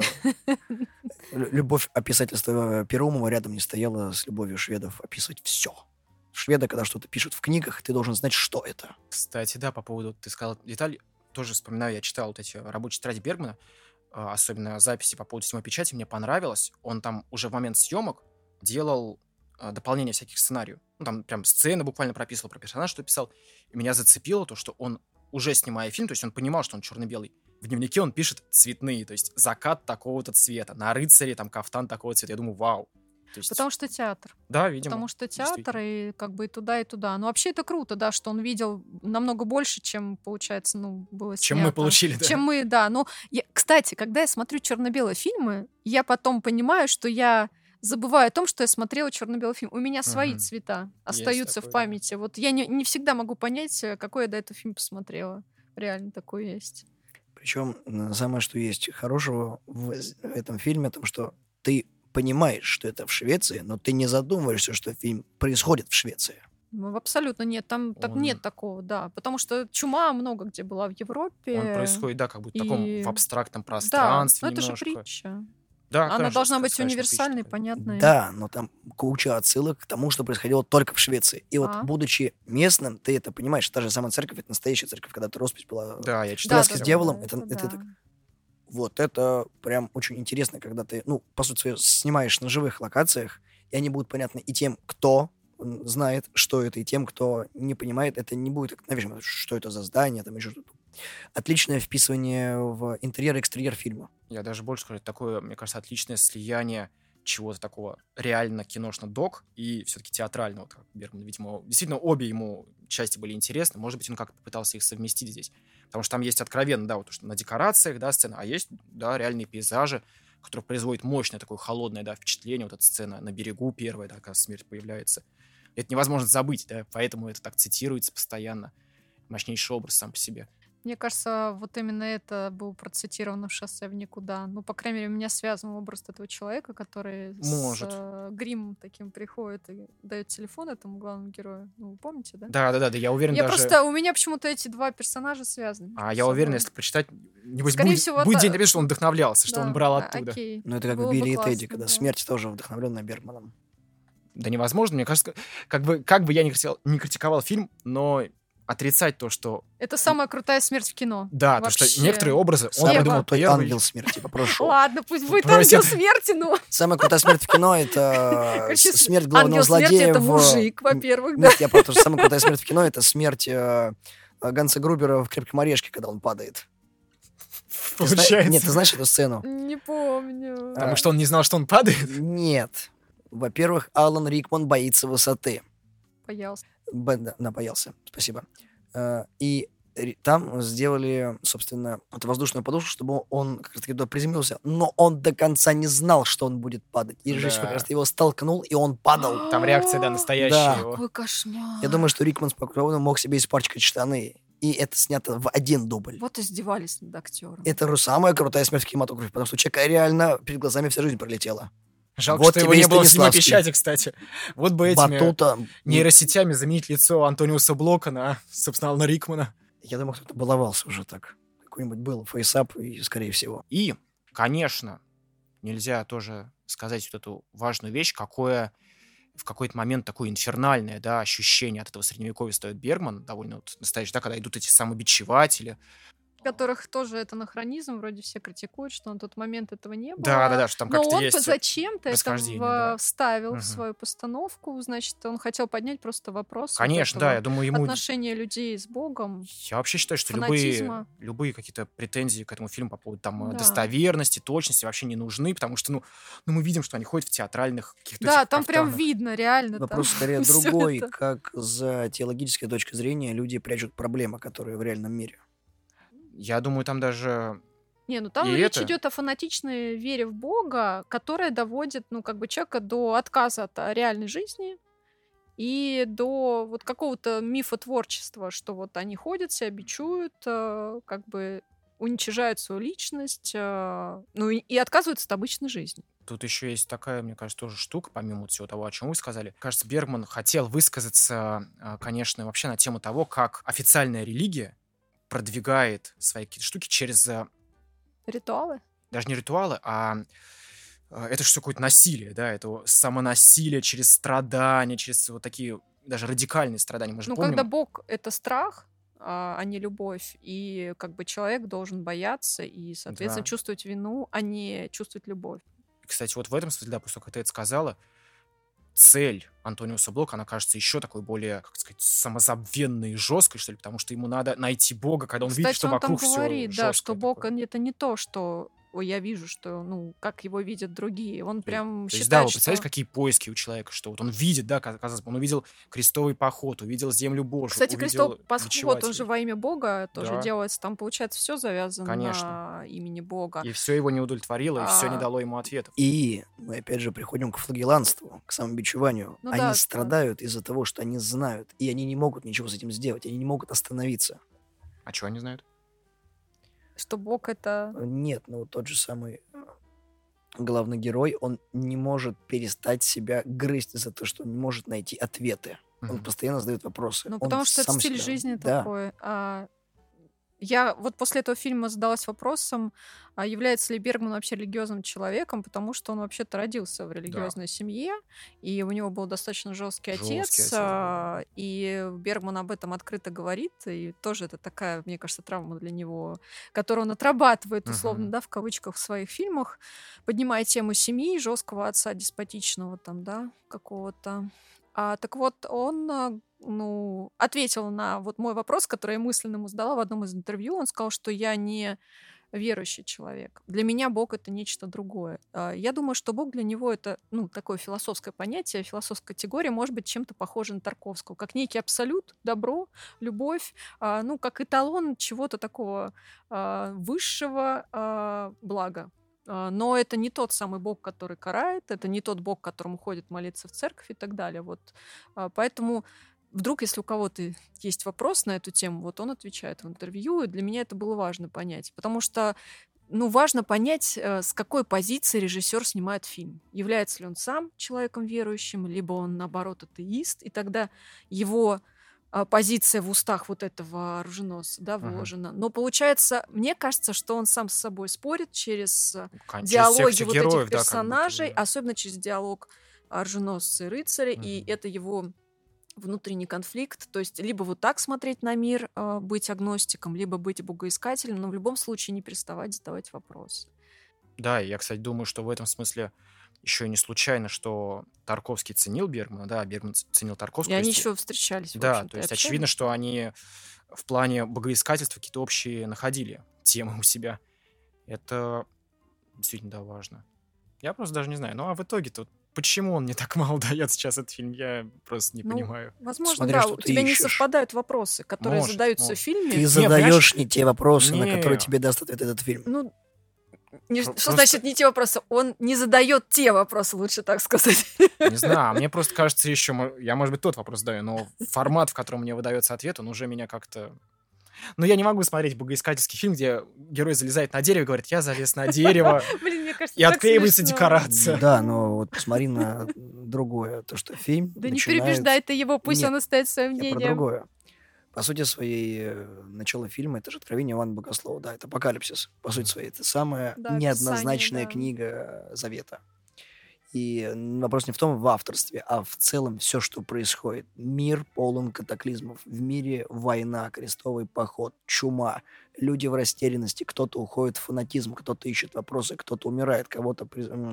любовь описательства Перумова рядом не стояла с любовью шведов описывать все. Шведы, когда что-то пишут в книгах, ты должен знать, что это. Кстати, да, по поводу, ты сказал деталь, тоже вспоминаю, я читал вот эти рабочие тетради Бергмана, особенно записи по поводу седьмой печати, мне понравилось. Он там уже в момент съемок делал дополнение всяких сценарию. Ну, там прям сцены буквально прописывал, про персонажа что писал. И меня зацепило то, что он, уже снимая фильм, то есть он понимал, что он черно-белый, в дневнике он пишет цветные, то есть закат такого-то цвета, на рыцаре там кафтан такого цвета. Я думаю, вау. То есть, Потому что театр. да, видимо. Потому что театр действительно. и как бы и туда, и туда. Но вообще это круто, да, что он видел намного больше, чем, получается, ну, было снято. Чем мы получили, да. Чем мы, да. Ну, кстати, когда я смотрю черно-белые фильмы, я потом понимаю, что я забываю о том, что я смотрела черно-белый фильм. У меня свои Мгм. цвета Есть остаются в такое, да. памяти. Вот я не всегда могу понять, какой я до этого фильм посмотрела. Реально такое есть. Причем самое, что есть хорошего в этом фильме, о том, что ты понимаешь, что это в Швеции, но ты не задумываешься, что фильм происходит в Швеции. Ну, абсолютно нет. Там так Он- нет такого, да. Потому что чума много где была в Европе. Он происходит, да, как бы в таком и- в абстрактном Да, пространстве но это же немножко. притча. Да, Она конечно, должна быть конечно, притча универсальной, такая. понятной. Да, но там куча отсылок к тому, что происходило только в Швеции. И вот, А. будучи местным, ты это понимаешь. Та же самая церковь, это настоящая церковь, когда роспись была. Да, я читал. Пляски с дьяволом, это да. так. Вот это прям очень интересно, когда ты, ну, по сути своей, снимаешь на живых локациях, и они будут понятны и тем, кто знает, что это, и тем, кто не понимает, это не будет, навечно, что это за здание, там еще что-то. Отличное вписывание в интерьер и экстерьер фильма. Я даже больше скажу, это такое, мне кажется, отличное слияние чего-то такого реально киношно-док и все-таки театрального, вот как Бергман. Видимо, действительно, обе ему части были интересны. Может быть, он как-то попытался их совместить здесь. Потому что там есть откровенно, да, вот то, что на декорациях, да, сцена, а есть, да, реальные пейзажи, которые производят мощное такое холодное, да, впечатление. Вот эта сцена на берегу первая, да, когда смерть появляется. Это невозможно забыть, да, поэтому это так цитируется постоянно. Мощнейший образ сам по себе. Мне кажется, вот именно это был процитировано в «Шоссе в никуда». Ну, по крайней мере, у меня связан образ этого человека, который Может. с гримом таким приходит и дает телефон этому главному герою. Ну, вы помните, да? Да, я уверен Я даже... просто... У меня почему-то эти два персонажа связаны. А между я уверен, собой. если прочитать, небось, Скорее будет, всего, будет та- день написано, что он вдохновлялся, что Да, он брал оттуда. окей. Ну, это как Было в бы Билли и классно, Тедди, когда да. смерть тоже вдохновленная Бергманом. Да невозможно, мне кажется, как бы я не критиковал фильм, но отрицать то, что... Это самая крутая смерть в кино. Да, то, Вообще. что некоторые образы он Слева. придумал Крутой первый. ангел смерти, попрошу. Ладно, пусть будет Просит. ангел смерти, но... Самая крутая смерть в кино — это Короче, смерть главного ангел смерти злодея — это в... мужик, во-первых, да. Нет, я про то, что самая крутая смерть в кино — это смерть Ганса Грубера в «Крепком орешке», когда он падает. Ты Получается. Нет, ты знаешь эту сцену? Не помню. Потому что он не знал, что он падает. Нет. Во-первых, Алан Рикман боится высоты. Боялся. Да, боялся. Спасибо. И там сделали, собственно, эту воздушную подушку, чтобы он как раз таки туда приземлился. Но он до конца не знал, что он будет падать. И режиссер Да. как раз его столкнул, и он падал. Там реакция, да, настоящая Да. его. Какой кошмар. Я думаю, что Рикман спокойно мог себе испачкать штаны. И это снято в один дубль. Вот издевались над актером. Это самая крутая смерть в кинематографе, потому что у человека реально перед глазами вся жизнь пролетела. Жалко, Вот что его тебе и не было в седьмой Станиславский. печати, кстати. Вот бы этими Батута. нейросетями заменить лицо Антониуса Блока на, собственно, Алана Рикмана. Я думаю, кто-то баловался уже так. Какой-нибудь был фейсап, и скорее всего. И, конечно, нельзя тоже сказать вот эту важную вещь, какое в какой-то момент такое инфернальное, да, ощущение от этого средневековья стоит Бергман, довольно вот настоящий, да, когда идут эти самобичеватели. Которых тоже это анахронизм, вроде все критикуют, что на тот момент этого не Да, было. что там Но как-то он есть зачем-то это расхождение, да. вставил в Мгм. свою постановку. Значит, он хотел поднять просто вопрос вот Конечно, да, я этого думаю, ему... отношения людей с Богом, Я вообще считаю, что любые, фанатизма. любые какие-то претензии к этому фильму по поводу там Да. достоверности, точности вообще не нужны, потому что, ну, мы видим, что они ходят в театральных каких-то Да, этих там прям кафтанах. видно, реально там Вопрос скорее всё другой, это. как за теологической точки зрения люди прячут проблемы, которые в реальном мире. Я думаю, там даже Не, ну там и речь это... идет о фанатичной вере в Бога, которая доводит, ну, как бы человека до отказа от реальной жизни и до вот какого-то мифотворчества, что вот они ходят, себя бичуют, как бы уничижают свою личность, ну и отказываются от обычной жизни. Тут еще есть такая, мне кажется, тоже штука, помимо всего того, о чем вы сказали. Кажется, Бергман хотел высказаться, конечно, вообще на тему того, как официальная религия продвигает свои какие-то штуки через Ритуалы? даже не ритуалы, а это же все какое-то насилие, да, это самонасилие через страдания, через вот такие даже радикальные страдания. Мы же Ну, когда помним, Бог — это страх, а не любовь, и как бы человек должен бояться и, соответственно, да. чувствовать вину, а не чувствовать любовь. Кстати, вот в этом смысле, да, после того, как ты это сказала, цель Антониуса Блока, она кажется еще такой более, как сказать, самозабвенной и жесткой, что ли, потому что ему надо найти Бога, когда он видит, Кстати, что он там вокруг все говорит, да, что жесткое Бог такое. это не то, что ой, я вижу, что, ну, как его видят другие. Он прям То есть, да, считает, вы представляете, что... какие поиски у человека, что вот он видит, да, казалось бы, он увидел крестовый поход, увидел землю Божию, Кстати, крестовый увидел поход, он же бичевателей. во имя Бога тоже Да, делается. Там, получается, все завязано конечно. на имени Бога. И все его не удовлетворило, и все не А, дало ему ответов. И мы опять же приходим к флагеланству, к самобичеванию. ну Они да, страдают из-за того, что они знают, и они не могут ничего с этим сделать, они не могут остановиться. А что они знают? что Бог это... Нет, ну вот тот же самый главный герой, он не может перестать себя грызть за то, что он не может найти ответы. Он Мгм. постоянно задает вопросы. Ну, Он потому что это сам стиль себя... жизни Да, такой. Я вот после этого фильма задалась вопросом, является ли Бергман вообще религиозным человеком, потому что он вообще-то родился в Да, религиозной семье, и у него был достаточно жесткий жесткий отец, отец был, да. и Бергман об этом открыто говорит, и тоже это такая, мне кажется, травма для него, которую он отрабатывает, условно, Мгм. да, в кавычках, в своих фильмах, поднимая тему семьи, жесткого отца, деспотичного там, да, какого-то. Так вот, он ответил на вот мой вопрос, который я мысленно ему задала в одном из интервью. Он сказал, что я не верующий человек. Для меня Бог — это нечто другое. Я думаю, что Бог для него — это, такое философское понятие, философская категория, может быть, чем-то похожа на Тарковского, как некий абсолют, добро, любовь, как эталон чего-то такого высшего блага. Но это не тот самый Бог, который карает, это не тот Бог, к которому ходит молиться в церковь и так далее. Вот. Поэтому вдруг, если у кого-то есть вопрос на эту тему, вот он отвечает в интервью, и для меня это было важно понять. Потому что важно понять, с какой позиции режиссер снимает фильм. Является ли он сам человеком верующим, либо он, наоборот, атеист, и тогда его позиция в устах вот этого оруженосца, да, Мгм. вложена. Но получается, мне кажется, что он сам с собой спорит через Через всех диалоги этих вот героев, этих да, как будто персонажей, бы. особенно через диалог оруженосца и рыцаря, и Мгм. это его внутренний конфликт. То есть либо вот так смотреть на мир, быть агностиком, либо быть богоискателем, но в любом случае не переставать задавать вопросы. Да, и я, кстати, думаю, что в этом смысле еще и не случайно, что Тарковский ценил Бергмана, да, а Бергман ценил И Тарковского. они То есть, еще встречались, в да, общем-то, то и есть общались. очевидно, что они в плане богоискательства какие-то общие находили темы у себя. Это действительно, да, важно. Я просто даже не знаю. Ну, а в итоге-то почему он мне так мало дает сейчас этот фильм, я просто не понимаю. Возможно, смотря да, что у ты тебя не ищешь. совпадают вопросы, которые Может, задаются в может. фильме. Ты Не, задаешь понимаешь, не те вопросы, на которые не, тебе даст ответ этот фильм. Ну, что просто, значит не те вопросы? Он не задает те вопросы, лучше так сказать. не знаю, мне просто кажется еще, я, может быть, тот вопрос задаю, но формат, в котором мне выдается ответ, он уже меня как-то... Ну, я не могу смотреть богоискательский фильм, где герой залезает на дерево и говорит, я залез на дерево, Блин, мне кажется, и так отклеивается смешно. декорация. Да, но вот посмотри на другое. То, что фильм Да не начинает... переубеждай ты его, пусть Нет, он оставит свое я про мнение. другое. По сути своей, начало фильма — это же «Откровение Иоанна Богослова». Да, это апокалипсис. По сути своей, это самая Да, неоднозначная Писание, да. книга Завета. И вопрос не в том в авторстве, а в целом все, что происходит. Мир полон катаклизмов. В мире война, крестовый поход, чума. Люди в растерянности. Кто-то уходит в фанатизм, кто-то ищет вопросы, кто-то умирает, кого-то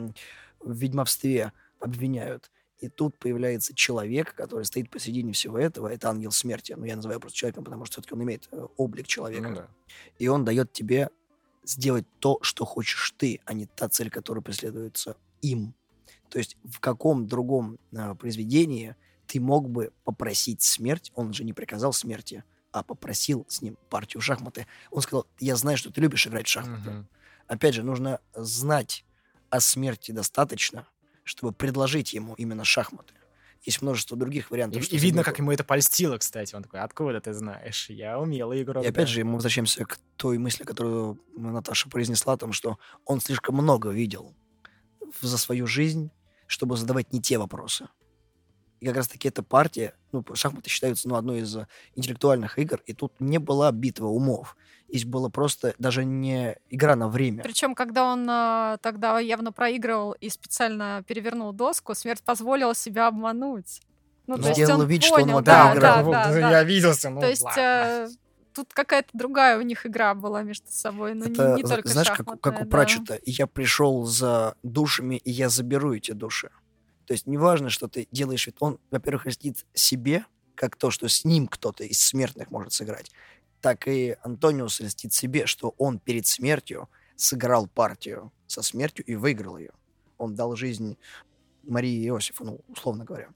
в ведьмовстве обвиняют. И тут появляется человек, который стоит посредине всего этого. Это ангел смерти. Ну, я называю просто человеком, потому что все-таки он имеет облик человека. Ну да. И он дает тебе сделать то, что хочешь ты, а не та цель, которая преследуется им. То есть в каком другом произведении ты мог бы попросить смерть, он же не приказал смерти, а попросил с ним партию в шахматы. Он сказал, я знаю, что ты любишь играть в шахматы. Мгм. Опять же, нужно знать о смерти достаточно, чтобы предложить ему именно шахматы. Есть множество других И, вариантов. и что видно, за как него. ему это польстило, кстати. Он такой, откуда ты знаешь? Я умелый игрок. И опять же, мы возвращаемся к той мысли, которую Наташа произнесла, о том, что он слишком много видел за свою жизнь, чтобы задавать не те вопросы. И как раз-таки эта партия, шахматы считаются одной из интеллектуальных игр, и тут не была битва умов. Здесь было просто даже не игра на время. Причем, когда он тогда явно проигрывал и специально перевернул доску, смерть позволила себя обмануть. Ну, то есть Сделала он вид, что он понял, в это да, играл. да, да, я да. обиделся. Ну, То есть ладно. тут какая-то другая у них игра была между собой, но Это, не только знаешь, как шахматная, у да. Пратчета. Я пришел за душами, и я заберу эти души. То есть неважно, что ты делаешь вид. Он, во-первых, льстит себе, как то, что с ним кто-то из смертных может сыграть, так и Антониус льстит себе, что он перед смертью сыграл партию со смертью и выиграл ее. Он дал жизнь Марии и Иосифу, условно говоря.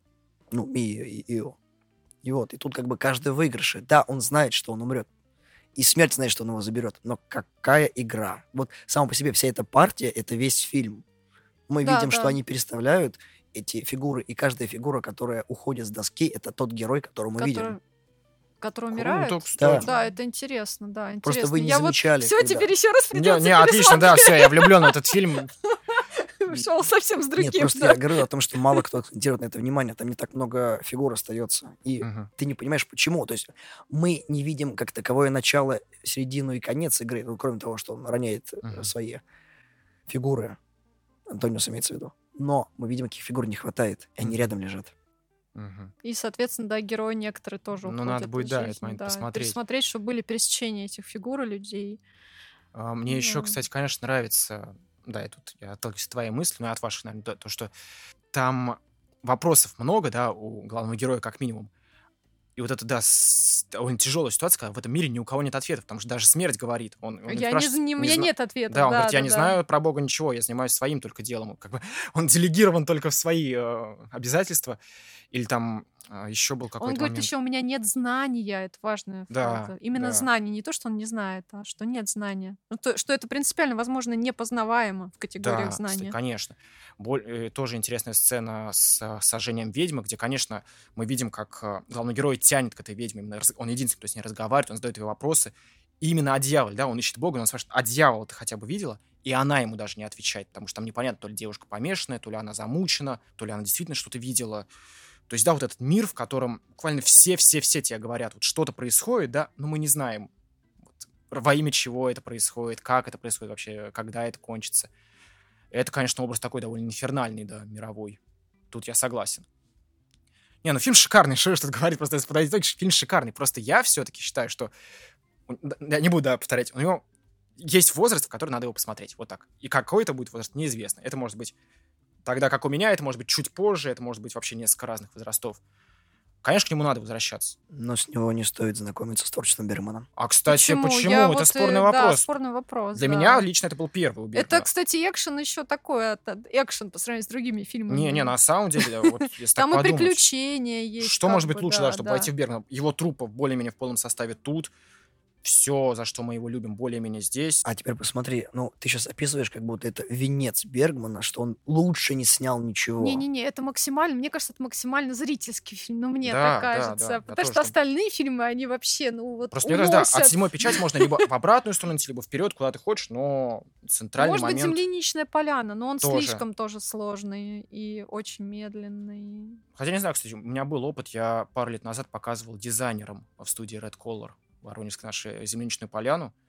Мии и Ио. И вот, и тут как бы каждый выигрыш. Да, он знает, что он умрет. И смерть знает, что он его заберет. Но какая игра? Вот сама по себе вся эта партия — это весь фильм. Мы Да, видим, что да. они переставляют эти фигуры, и каждая фигура, которая уходит с доски, это тот герой, которого мы видим. Который умирает. Круто, кстати. Да, это интересно, да, интересно. Просто вы не Я замечали, все, когда- теперь еще раз придется Отлично, да, все, я влюблен в этот фильм. Ушел совсем с другим. Нет, просто да. я говорю о том, что мало кто акцентирует на это внимание. Там не так много фигур остается. И Мгм. ты не понимаешь, почему. То есть мы не видим как таковое начало, середину и конец игры, кроме того, что он роняет Мгм. свои фигуры. Антониус имеется в виду. Но мы видим, каких фигур не хватает, и они Мгм. рядом лежат. Мгм. И, соответственно, да, герои некоторые тоже Ну, уходят надо будет, из да, это жизни, момент да. посмотреть. Пересмотреть, чтобы были пересечения этих фигур и людей. Мне еще, Да. кстати, конечно, нравится, да, я отталкиваюсь от твоей мысли, но и от ваших, наверное, то, что там вопросов много, да, у главного героя как минимум. И вот это, да, довольно тяжелая ситуация, когда в этом мире ни у кого нет ответов, потому что даже смерть говорит. Он У спрашивает, меня нет ответа. Да, он говорит, я да, не да. знаю про Бога ничего, я занимаюсь своим только делом. Как бы он делегирован только в свои обязательства. Или там еще был Он какой-то говорит момент. еще, у меня нет знания, это важная Да, фраза. Именно да. знание, не то, что он не знает, а что нет знания. Что это принципиально, возможно, непознаваемо в категориях Да, знания. кстати, конечно. Тоже интересная сцена с сожжением ведьмы, где, конечно, мы видим, как главный герой тянет к этой ведьме. Именно он единственный, кто с ней разговаривает, он задает ей вопросы. И именно о дьяволе, да, он ищет Бога, но он спрашивает, а дьявола ты хотя бы видела? И она ему даже не отвечает, потому что там непонятно, то ли девушка помешанная, то ли она замучена, то ли она действительно что-то видела. То есть, да, вот этот мир, в котором буквально все тебе говорят, вот что-то происходит, да, но мы не знаем, вот, во имя чего это происходит, как это происходит вообще, когда это кончится. Это, конечно, образ такой довольно инфернальный, да, мировой. Тут я согласен. Не, фильм шикарный, что тут говорить, просто если подойти итоги, фильм шикарный. Просто я все-таки считаю, что... Я не буду, повторять. У него есть возраст, в который надо его посмотреть. Вот так. И какой это будет возраст, неизвестно. Это может быть тогда, как у меня, это может быть чуть позже, это может быть вообще несколько разных возрастов. Конечно, к нему надо возвращаться. Но с него не стоит знакомиться с творчеством Бергмана. А, кстати, почему? Я Это вот, спорный да, вопрос. спорный вопрос. Для да. меня лично это был первый у Бергмана. Это, кстати, экшен еще такой, экшен по сравнению с другими фильмами. Не, на самом деле, вот если так Там и подумать, приключения есть. что как может быть бы, лучше, да, чтобы да. войти в Бергмана? Его труппа более-менее в полном составе тут. Все, за что мы его любим, более-менее здесь. А теперь посмотри, ты сейчас описываешь, как будто это венец Бергмана, что он лучше не снял ничего. Не-не-не, это максимально, мне кажется, это максимально зрительский фильм, мне Да, так да, кажется. да, я Потому тоже что так. остальные фильмы, они вообще, Просто мне кажется, да, от уносят. седьмой печати можно либо в обратную сторону идти, либо вперед, куда ты хочешь, но центральный Может быть, момент... земляничная поляна, но он тоже. слишком тоже сложный и очень медленный. Хотя не знаю, кстати, у меня был опыт, я пару лет назад показывал дизайнерам в студии Red Color Воронежской нашей земляничную поляну.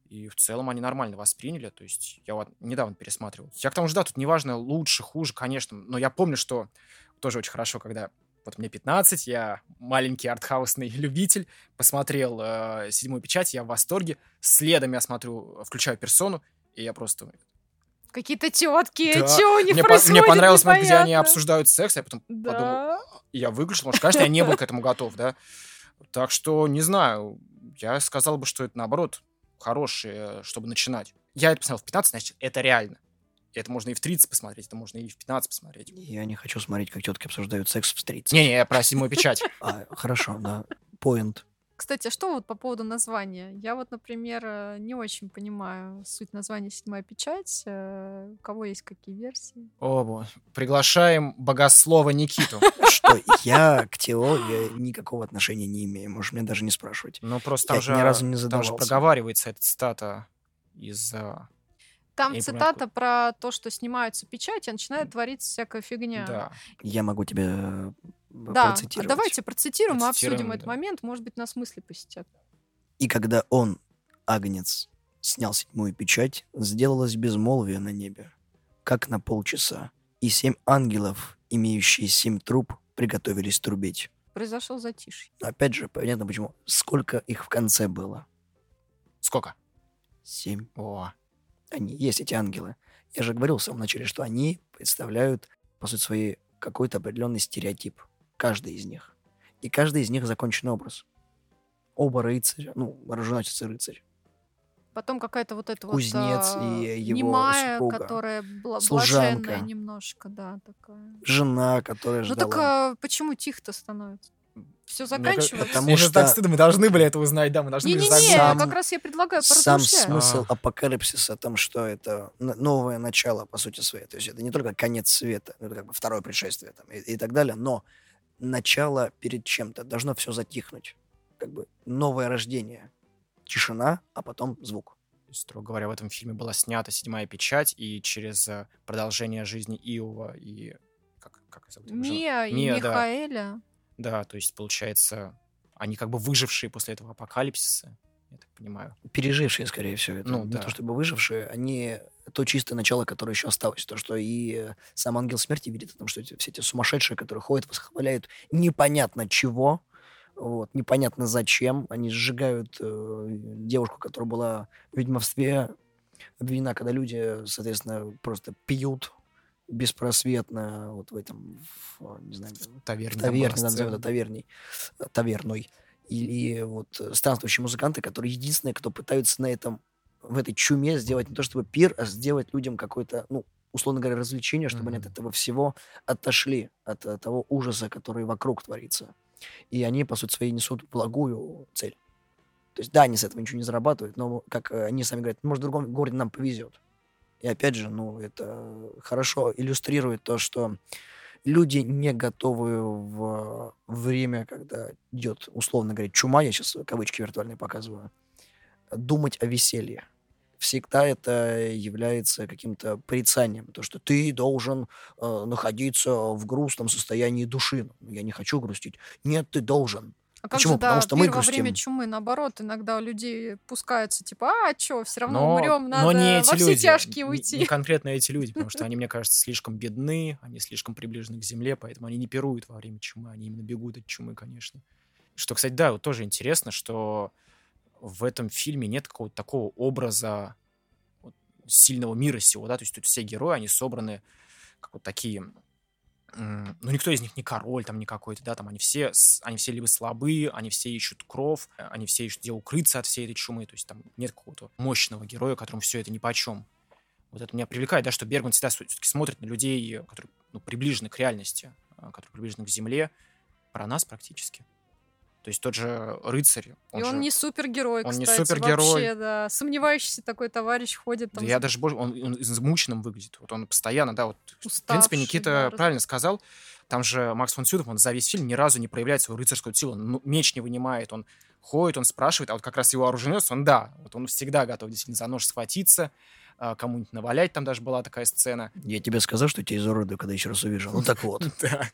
И в целом они нормально восприняли. То есть я вот недавно пересматривал. Я к тому же, да, тут неважно, лучше, хуже, конечно. Но я помню, что тоже очень хорошо, когда вот мне 15, я маленький артхаусный любитель, посмотрел «Седьмую печать», я в восторге. Следом я смотрю, включаю «Персону», и я просто... Какие-то тетки, Да. что у них Мне происходит, понравилось смотреть, где они непонятно. обсуждают секс, я потом подумал, Да. я выключил, потому что, конечно, я не был к этому готов, да. Так что, не знаю, я сказал бы, что это, наоборот, хорошее, чтобы начинать. Я это посмотрел в 15, значит, это реально. Это можно и в 30 посмотреть, это можно и в 15 посмотреть. Я не хочу смотреть, как тетки обсуждают секс в 30. Не-не, я про «Седьмую печать». Хорошо, да. Поинт. Кстати, а что вот по поводу названия? Я вот, например, не очень понимаю суть названия «Седьмая печать». У кого есть какие версии? О, приглашаем богослова Никиту. Что я к теории никакого отношения не имею. Можешь меня даже не спрашивать. Ну, просто Я ни разу не там же задавался. проговаривается эта цитата из... Там Я не помню, цитата про то, что снимаются печати, а начинает твориться всякая фигня. Да. Я могу тебе Да, процитировать. давайте процитируем и Процитируем, обсудим этот да. момент. Может быть, нас мысли посетят. И когда он, Агнец, снял 7-ю печать, сделалось безмолвие на небе, как на полчаса, и 7 ангелов, имеющие 7 труб, приготовились трубить. Произошел затишье. Опять же, понятно почему. Сколько их в конце было? Сколько? 7. О, Они есть, эти ангелы. Я же говорил в самом начале, что они представляют, по сути своей, какой-то определенный стереотип. Каждый из них. И каждый из них законченный образ. Оба рыцаря, оруженосец и рыцарь. Потом какая-то вот эта Кузнец вот и его немая, супруга. которая Служанка. блаженная немножко, да, такая. Жена, которая Ну ждала. так почему тихо-то становится? Все заканчивается? Потому Мне же что- так стыдно, мы должны были это узнать, да, мы должны были Не-не-не, Сам- как раз я предлагаю Сам поразмышлять. смысл А. апокалипсиса о том, что это новое начало, по сути своей. То есть это не только конец света, это как бы второе пришествие там, и так далее, но начало перед чем-то. Должно все затихнуть. Как бы новое рождение. Тишина, а потом звук. То есть, строго говоря, в этом фильме была снята «Седьмая печать», и через продолжение жизни Иова и... Как ее зовут? Мия и Мия, да. Михаэля. Да, то есть, получается, они как бы выжившие после этого апокалипсиса, я так понимаю. Пережившие, скорее всего, это Ну, не да. то чтобы выжившие, они то чистое начало, которое еще осталось. То, что и сам ангел смерти видит, потому что все эти сумасшедшие, которые ходят, восхваляют непонятно чего, вот, непонятно зачем. Они сжигают девушку, которая была в ведьмовстве обвинена, когда люди, соответственно, просто пьют беспросветно вот в этом, не знаю, Таверне. в там была таверне, назовем сцена. это таверной. И вот странствующие музыканты, которые единственные, кто пытаются в этой чуме сделать не то чтобы пир, а сделать людям какое-то, условно говоря, развлечение, чтобы они от Мгм. этого всего отошли, от того ужаса, который вокруг творится. И они, по сути своей, несут благую цель. То есть, да, они с этого ничего не зарабатывают, но, как они сами говорят, может, в другом городе нам повезет. И опять же, это хорошо иллюстрирует то, что люди не готовы в время, когда идет, условно говоря, чума, я сейчас кавычки виртуальные показываю, думать о веселье. Всегда это является каким-то порицанием. То, что ты должен находиться в грустном состоянии души. Я не хочу грустить. Нет, ты должен. А как Почему? же, Потому да, что мы пир во время грустим. чумы, наоборот, иногда у людей пускаются, типа, что, все равно Но умрем, но не надо эти во все люди, тяжкие не уйти. конкретно эти люди, потому что они, мне кажется, слишком бедны, они слишком приближены к земле, поэтому они не пируют во время чумы, они именно бегут от чумы, конечно. Что, кстати, да, вот тоже интересно, что в этом фильме нет какого-то такого образа вот сильного мира сего, да, то есть тут все герои, они собраны как вот такие... никто из них не король там не какой-то, да, там они все либо слабые, они все ищут кров, они все ищут где укрыться от всей этой чумы, то есть там нет какого-то мощного героя, которому все это нипочем. Вот это меня привлекает, да, что Бергман всегда все-таки смотрит на людей, которые приближены к реальности, которые приближены к земле, про нас практически. То есть тот же рыцарь, И он не супергерой, он не кстати, супергерой. вообще, да. Сомневающийся такой товарищ ходит там. Я даже больше, он измученным выглядит. Вот он постоянно, да, вот. В принципе, Уставший, Никита да, правильно сказал. Там же Макс фон Сюдов, он за весь фильм ни разу не проявляет свою рыцарскую силу. Он меч не вынимает, он ходит, он спрашивает, а вот как раз его оруженосец, он всегда готов действительно за нож схватиться, кому-нибудь навалять, там даже была такая сцена. Я тебе сказал, что тебя изуродую, когда еще раз увижу. Ну так вот. Да.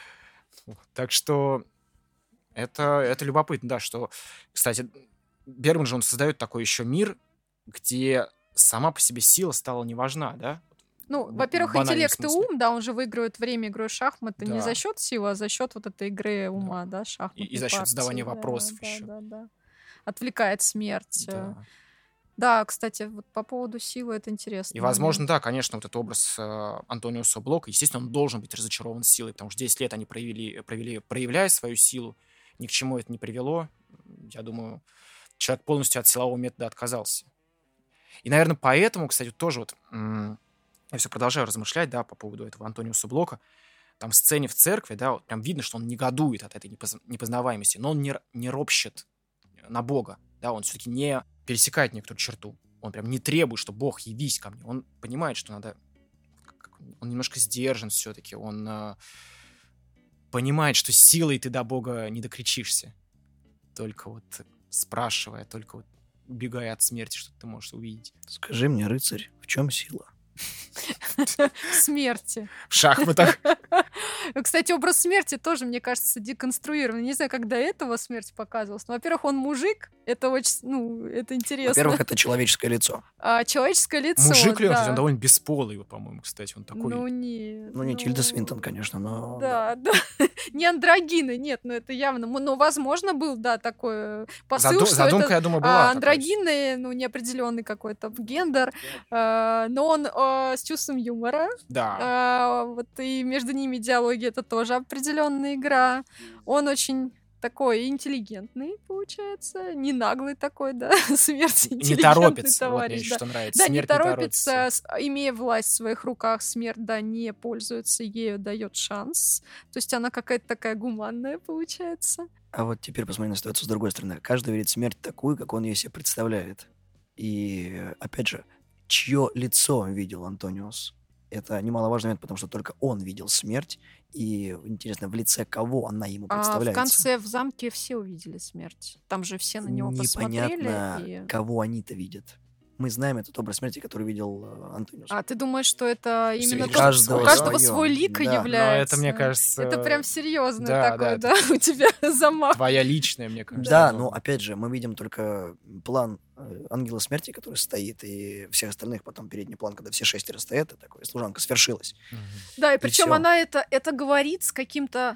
Так что это любопытно, да, что, кстати, Бергман же он создает такой еще мир, где сама по себе сила стала не важна, да? Ну, В во-первых, банальном интеллект и смысле. ум, да, он же выигрывает время игрой в шахматы не Да. за счет силы, а за счет вот этой игры ума, да, шахматной И за счет партии, задавания да, вопросов да, еще. да. Отвлекает смерть. Да. Да, кстати, вот по поводу силы это интересно. И, возможно, да, конечно, вот этот образ Антониуса Блока, естественно, он должен быть разочарован силой, потому что 10 лет они проявляя свою силу, ни к чему это не привело. Я думаю, человек полностью от силового метода отказался. И, наверное, поэтому, кстати, тоже вот я все продолжаю размышлять, да, по поводу этого Антониуса Блока. Там в сцене в церкви, да, вот прям видно, что он негодует от этой непознаваемости, но он не ропщет на Бога, да, он все-таки не пересекает некоторую черту. Он прям не требует, что Бог, явись ко мне. Он понимает, что надо... Он немножко сдержан все-таки. Он понимает, что силой ты до Бога не докричишься. Только вот спрашивая, только вот убегая от смерти, что ты можешь увидеть. Скажи мне, рыцарь, в чем сила? Смерти. В шахматах. Кстати, образ смерти тоже, мне кажется, деконструированный. Не знаю, как до этого смерть показывалась. Но, во-первых, он мужик. Это очень, это интересно. Во-первых, это человеческое лицо. Человеческое лицо, Мужик ли он? да. Кстати, он довольно бесполый, по-моему, кстати. Он такой... Ну, нет. Ну, не Тильда Свинтон, конечно, но... Да. Не андрогины, нет, но это явно... Ну, возможно, был, да, такой посыл, что Задумка, это я думаю, была. андрогинный, неопределенный какой-то гендер, но он с чувством юмора. Да. Вот и между ними диалоги — это тоже определенная игра. Он очень такой интеллигентный, получается, не наглый такой, да, смерть интеллигентный Не торопится, вот мне товарищ. еще Да. что нравится. Да, Смерть не торопится, имея власть в своих руках, смерть, да, не пользуется, ею дает шанс. То есть она какая-то такая гуманная, получается. А вот теперь посмотри на ситуацию с другой стороны. Каждый видит смерть такую, как он ее себе представляет. И, опять же, чье лицо видел Антониус? Это немаловажный момент, потому что только он видел смерть, и интересно, в лице кого она ему А в представляется. конце в замке все увидели смерть. Там же все на него посмотрели. Непонятно, кого они-то видят. Мы знаем этот образ смерти, который видел Антониус. А ты думаешь, что это Все именно видели, то, что у свое. каждого Своё. свой лик Да. является? Но это, мне кажется... Это прям серьезный да, такой, да, да, у тебя замах. Твоя личная, мне кажется. Да, но опять же, мы видим только план Ангела Смерти, который стоит, и всех остальных потом передний план, когда все 6 стоят, и такой, служанка свершилась. Да, и причем всё. она это говорит с каким-то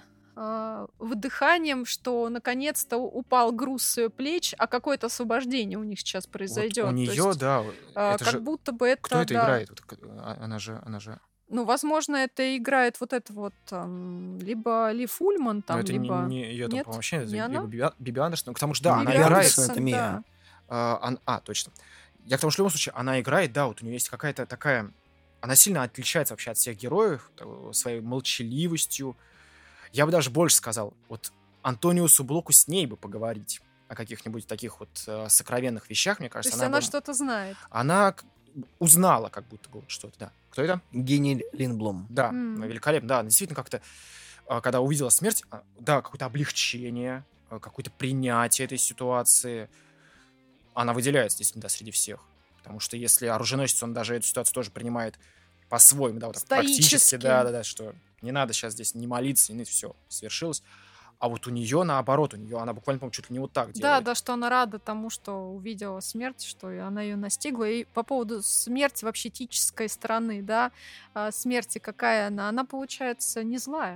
выдыханием, что наконец-то упал груз с ее плеч, а какое-то освобождение у них сейчас произойдет. Вот у нее, да, это как же... будто бы это... Кто это да. играет? Вот, она же... Ну, возможно, это играет вот это вот либо Ли Фульман, там, Но это либо... не ее, там, Нет? по-моему, вообще, Не это она? либо Биби Андерсон, потому что, да, Биби она играет... Андерсон, это Мия. Точно. Я к тому, что в любом случае, она играет, да, вот у нее есть какая-то такая... Она сильно отличается вообще от всех героев своей молчаливостью. Я бы даже больше сказал, вот Антониусу Блоку с ней бы поговорить о каких-нибудь таких вот сокровенных вещах, мне То кажется. есть она что-то знает. Она узнала как будто бы вот что-то, да. Кто это? Гений Линдблом. Да, М. великолепно, да. Действительно как-то, когда увидела смерть, да, какое-то облегчение, какое-то принятие этой ситуации. Она выделяется, действительно, да, среди всех. Потому что если оруженосец, он даже эту ситуацию тоже принимает по-своему, да, вот так практически, Стоически. да, что не надо сейчас здесь не молиться, не все, свершилось. А вот у нее наоборот, она буквально, по-моему, чуть ли не вот так Да, делает. да, что она рада тому, что увидела смерть, что она ее настигла. И по поводу смерти вообще этической стороны, да, смерти какая она? Она, получается, не злая.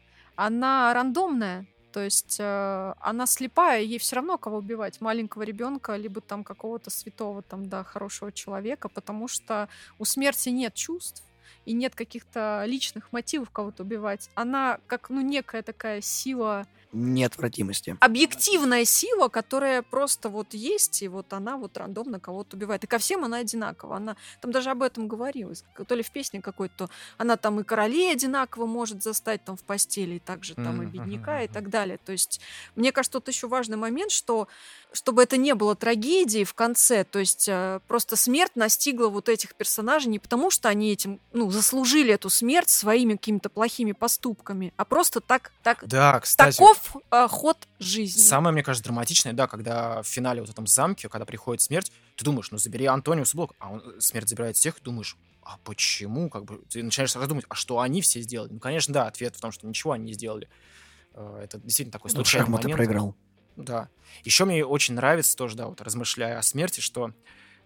Она рандомная. То есть она слепая, ей все равно кого убивать, маленького ребенка, либо там какого-то святого, там, да, хорошего человека, потому что у смерти нет чувств и нет каких-то личных мотивов кого-то убивать. Она как, некая такая сила, Неотвратимости. объективная сила, которая просто вот есть, и вот она вот рандомно кого-то убивает. И ко всем она одинакова. Она там даже об этом говорилось. То ли в песне какой-то, то она там и королей одинаково может застать там в постели, и также там и бедняка, и так далее. То есть, мне кажется, тут еще важный момент, что чтобы это не было трагедией в конце, то есть просто смерть настигла вот этих персонажей не потому, что они этим, заслужили эту смерть своими какими-то плохими поступками, а просто так Да, кстати, таков ход жизни. самое, мне кажется, драматичное, да, когда в финале вот этом замке, когда приходит смерть, ты думаешь, забери Антониуса Блока, а смерть забирает всех, думаешь, а почему? Как бы ты начинаешь сразу думать, а что они все сделали? Ну, конечно, да, ответ в том, что ничего они не сделали. Это действительно такой В случайный шахматы момент. проиграл. Да. Еще мне очень нравится тоже, да, вот размышляя о смерти, что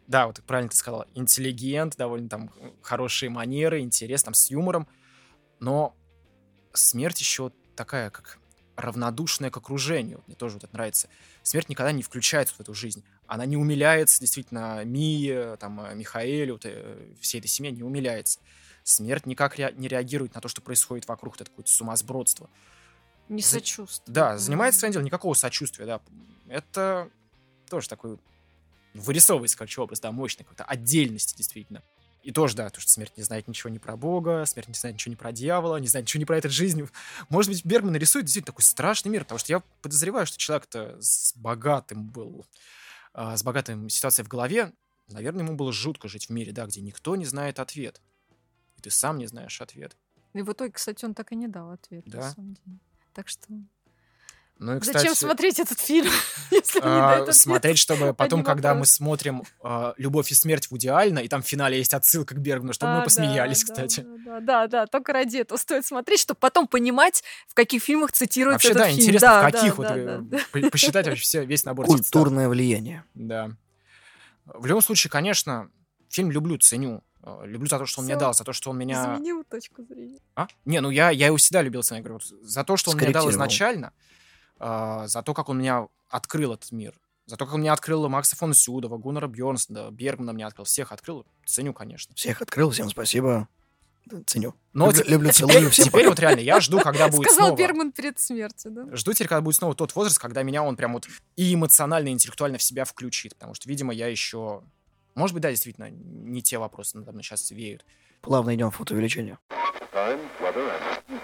да, вот правильно ты сказала, интеллигент, довольно там хорошие манеры, интерес, там с юмором, но смерть еще такая, как равнодушная к окружению. Мне тоже вот это нравится. Смерть никогда не включается в эту жизнь. Она не умиляется, действительно, Мие, там, Михаэлю, всей этой семье не умиляется. Смерть никак не реагирует на то, что происходит вокруг, это какое-то сумасбродство. Не сочувствую. Да, занимается своим делом, никакого сочувствия, да. Это тоже такой вырисовывается, короче, образ, да, мощный, какой-то отдельности, действительно. И тоже, да, то, что смерть не знает ничего ни про Бога, смерть не знает ничего ни про дьявола, не знает ничего ни про эту жизнь. Может быть, Бергман рисует действительно такой страшный мир, потому что я подозреваю, что человек-то с богатым был, с богатой ситуацией в голове, наверное, ему было жутко жить в мире, да, где никто не знает ответ. И ты сам не знаешь ответ. И в итоге, кстати, он так и не дал ответ, Да. на самом деле. Так что... Ну и, Зачем кстати, смотреть этот фильм, если он не дает ответ? смотреть, чтобы потом, Один когда мы вопрос. смотрим «Любовь и смерть» Вуди Аллена, и там в финале есть отсылка к Бергману, чтобы мы Да, посмеялись, да, кстати. Да, только ради этого стоит смотреть, чтобы потом понимать, в каких фильмах цитируется Вообще, этот да, фильм. интересно, Да, в каких вот да. посчитать вообще весь набор этих цитат. Культурное влияние. Да. В любом случае, конечно, фильм люблю, ценю. Люблю за то, что он мне Всё. дал, за то, что он меня... Изменил точку зрения. Не, ну я его всегда любил, ценю. Я говорю, вот за то, что он мне дал Скорректировал. изначально, за то, как он меня открыл этот мир, за то, как он мне открыл Макса фон Сюдова, Гуннара Бьернсона, Бергмана мне открыл, всех открыл, ценю, конечно. Всех открыл, всем спасибо. Да, ценю. Но Люблю, целую, всем теперь пока. вот реально, я жду, когда будет Сказал снова... Бергман перед смертью, да? Жду теперь, когда будет снова тот возраст, когда меня он прям вот и эмоционально, и интеллектуально в себя включит. Потому что, видимо, я еще... Может быть, да, действительно, не те вопросы надо мной сейчас веют. Плавно идем в фотоувеличение. Time, weather, and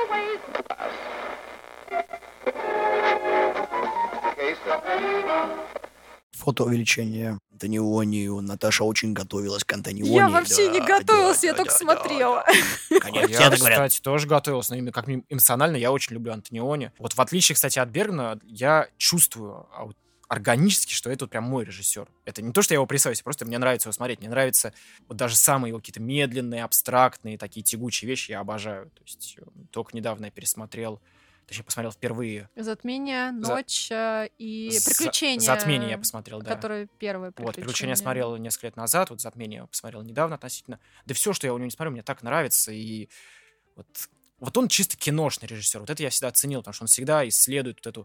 case. Фотоувеличение Антонионию. Наташа очень готовилась к Антонионии. Я вообще не Да, готовилась, да, я да, только да, смотрела. да. Конечно, все Я, так говорят. кстати, тоже готовился, но именно как эмоционально я очень люблю Антониони. Вот в отличие, кстати, от Бергмана, я чувствую вот органически, что это вот прям мой режиссер. Это не то, что я его присваиваюсь, просто мне нравится его смотреть. Мне нравятся вот даже самые его какие-то медленные, абстрактные, такие тягучие вещи я обожаю. То есть только недавно я пересмотрел, точнее, посмотрел впервые. Затмение, ночь и приключения. Затмение я посмотрел, да. Которое первое Вот, приключение. «Приключения» я смотрел несколько лет назад, вот «Затмение» я посмотрел недавно относительно. Да все, что я у него не смотрю, мне так нравится, и вот он чисто киношный режиссер. Вот это я всегда оценил, потому что он всегда исследует вот эту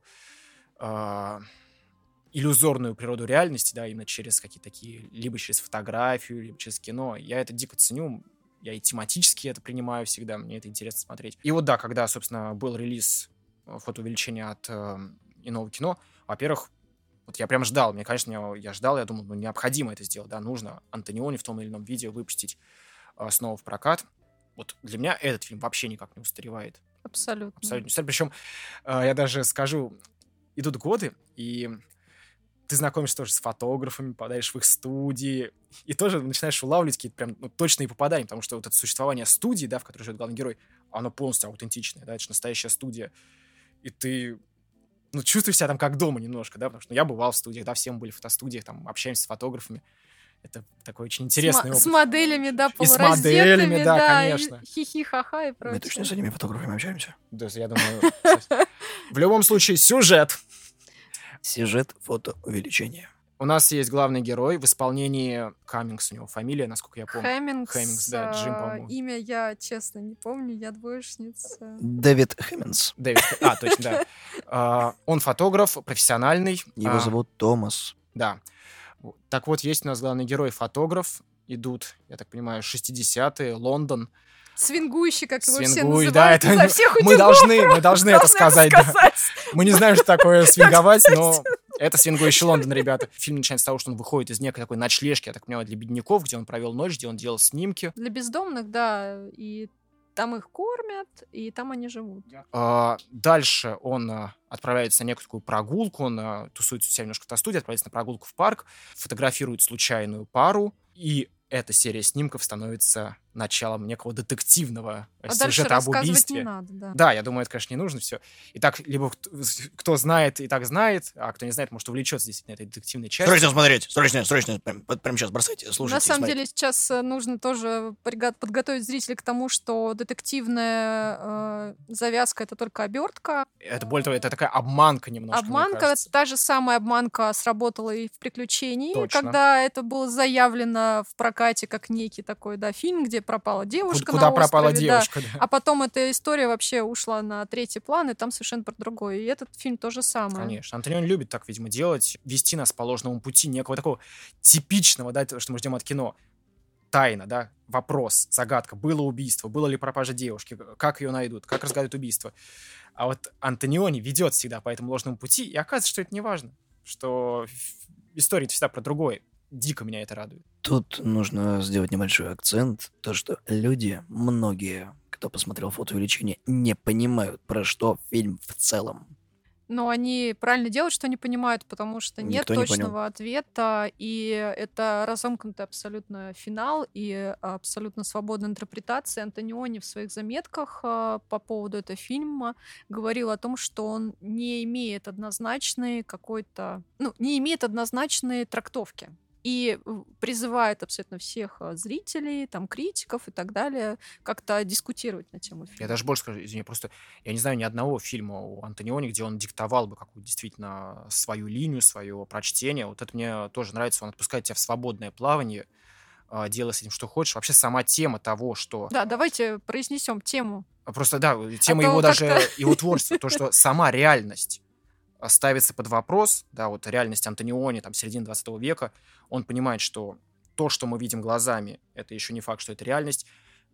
иллюзорную природу реальности, да, именно через какие-то такие, либо через фотографию, либо через кино. Я это дико ценю, я и тематически это принимаю всегда, мне это интересно смотреть. И вот да, когда, собственно, был релиз фотоувеличения от иного кино, во-первых, вот я прям ждал, мне, конечно, я ждал, я думал, ну, необходимо это сделать, да, нужно Антониони в том или ином виде выпустить снова в прокат. Вот для меня этот фильм вообще никак не устаревает. Абсолютно. Абсолютно. Причем я даже скажу, идут годы, и ты знакомишься тоже с фотографами, попадаешь в их студии, и тоже начинаешь улавливать какие-то прям точные попадания, потому что вот это существование студии, да, в которой живет главный герой, оно полностью аутентичное, да, это же настоящая студия. И ты, чувствуешь себя там как дома немножко, да, потому что я бывал в студиях, да, все мы были в фотостудиях, там, общаемся с фотографами. Это такой очень интересный опыт. С моделями, да, И с полураздетыми, моделями, да, конечно. и хихи-ха-ха и Мы прочее. точно с этими фотографами общаемся. Да, я думаю, в любом случае, сюжет. Сюжет фотоувеличения. У нас есть главный герой в исполнении Каммингс, у него фамилия, насколько я помню. Хэммингс, да, Джим, по-моему. имя я, честно, не помню, я двоечница. Дэвид Хэмминс. Дэвид, точно, да. Он фотограф, профессиональный. Его зовут Томас. Да. Так вот, есть у нас главный герой фотограф. Идут, я так понимаю, 60-е, Лондон. Свингующий, как его все Свингуй, называют, да, это изо всех мы утюгов. должны это сказать. Да. Мы не знаем, что такое свинговать, но это свингующий Лондон, ребята. Фильм начинается с того, что он выходит из некой такой ночлежки, я так понимаю, для бедняков, где он провел ночь, где он делал снимки. Для бездомных, да, и там их кормят, и там они живут. Дальше он отправляется на некую такую прогулку, он тусуется у себя немножко в фотостудии, отправляется на прогулку в парк, фотографирует случайную пару, и эта серия снимков становится началом некого детективного А дальше сюжета об рассказывать убийстве. не надо, да. Да, я думаю, это, конечно, не нужно все. И так, либо кто знает, и так знает, а кто не знает, может увлечется действительно этой детективной частью. Срочно смотреть, срочно, прям сейчас бросайте, слушайте. На самом смотрите. деле сейчас нужно тоже подготовить зрителей к тому, что детективная завязка — это только обертка. Это, более того, это такая обманка немножко, мне Обманка, кажется. та же самая обманка сработала и в «Приключении», Точно. когда это было заявлено в прокате как некий такой, да, фильм, где пропала девушка Куда на пропала острове, да. девушка, да. А потом эта история вообще ушла на третий план, и там совершенно про другое. И этот фильм то же самое. Конечно. Антониони любит так, видимо, делать, вести нас по ложному пути, некого такого типичного, да, что мы ждем от кино. Тайна, да, вопрос, загадка, было убийство, было ли пропажа девушки, как ее найдут, как разгадают убийство. А вот Антониони ведет всегда по этому ложному пути, и оказывается, что это не важно, что история всегда про другое. Дико меня это радует. Тут нужно сделать небольшой акцент, то что люди, многие, кто посмотрел «Фотоувеличение», не понимают, про что фильм в целом. Но они правильно делают, что не понимают, потому что нет Никто не понял. точного ответа, и это разомкнутый абсолютно финал и абсолютно свободная интерпретация. Антониони в своих заметках по поводу этого фильма говорил о том, что он не имеет однозначной какой-то, не имеет однозначной трактовки. И призывает абсолютно всех зрителей, там, критиков и так далее как-то дискутировать на тему фильма. Я даже больше скажу, извини, просто я не знаю ни одного фильма у Антониони, где он диктовал бы какую-то действительно свою линию, свое прочтение. Вот это мне тоже нравится. Он отпускает тебя в свободное плавание, делай с этим что хочешь. Вообще сама тема того, что... Да, давайте произнесем тему. Просто, да, тема то его даже, как-то- его творчества, то, что сама реальность ставится под вопрос, да, вот реальность Антониони, там, середины 20 века, он понимает, что то, что мы видим глазами, это еще не факт, что это реальность.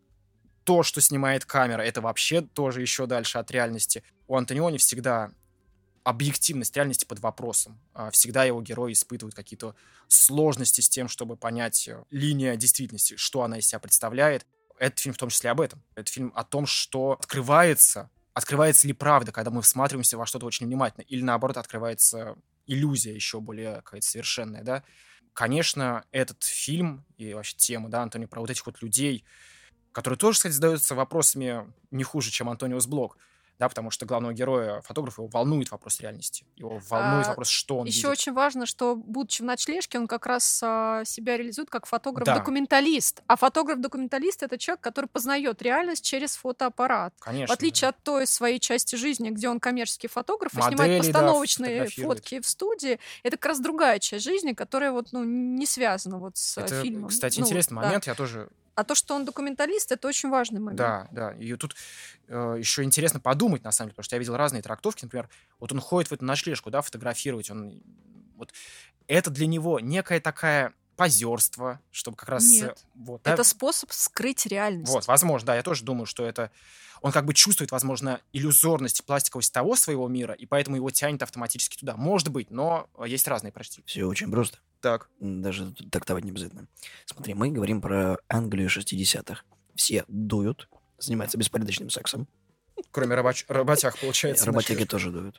То, что снимает камера, это вообще тоже еще дальше от реальности. У Антониони всегда объективность реальности под вопросом. Всегда его герои испытывают какие-то сложности с тем, чтобы понять линию действительности, что она из себя представляет. Этот фильм в том числе об этом. Это фильм о том, что открывается ли правда, когда мы всматриваемся во что-то очень внимательно, или наоборот открывается иллюзия еще более какая-то совершенная, да. Конечно, этот фильм и вообще тема, да, Антонио, про вот этих вот людей, которые тоже, кстати, задаются вопросами не хуже, чем Антониус Блок, да, потому что главного героя, фотографа, его волнует вопрос реальности, его волнует вопрос, что он Еще видит. очень важно, что, будучи в ночлежке, он как раз себя реализует как Да. фотограф-документалист. А фотограф-документалист — это человек, который познает реальность через фотоаппарат. Конечно. В отличие от той своей части жизни, где он коммерческий фотограф и Модели, снимает да, постановочные фотографирует. фотки в студии, это как раз другая часть жизни, которая вот, не связана вот с Это, фильмом. кстати, Ну, интересный да. момент, я тоже... А то, что он документалист, это очень важный момент. Да. И тут еще интересно подумать, на самом деле, потому что я видел разные трактовки. Например, вот он ходит в эту ночлежку, да, фотографировать. Вот, это для него некое такое позерство, чтобы как раз... Нет. Вот, да, Это способ скрыть реальность. вот, возможно, да, я тоже думаю, что это... Он как бы чувствует, возможно, иллюзорность и пластиковость того своего мира, и поэтому его тянет автоматически туда. Может быть, но есть разные прочтения. Все очень просто. Так. Даже тут трактовать не обязательно. Смотри, мы говорим про Англию 60-х. Все дуют, занимаются беспорядочным сексом. Кроме работяг, получается. Работяги тоже дуют.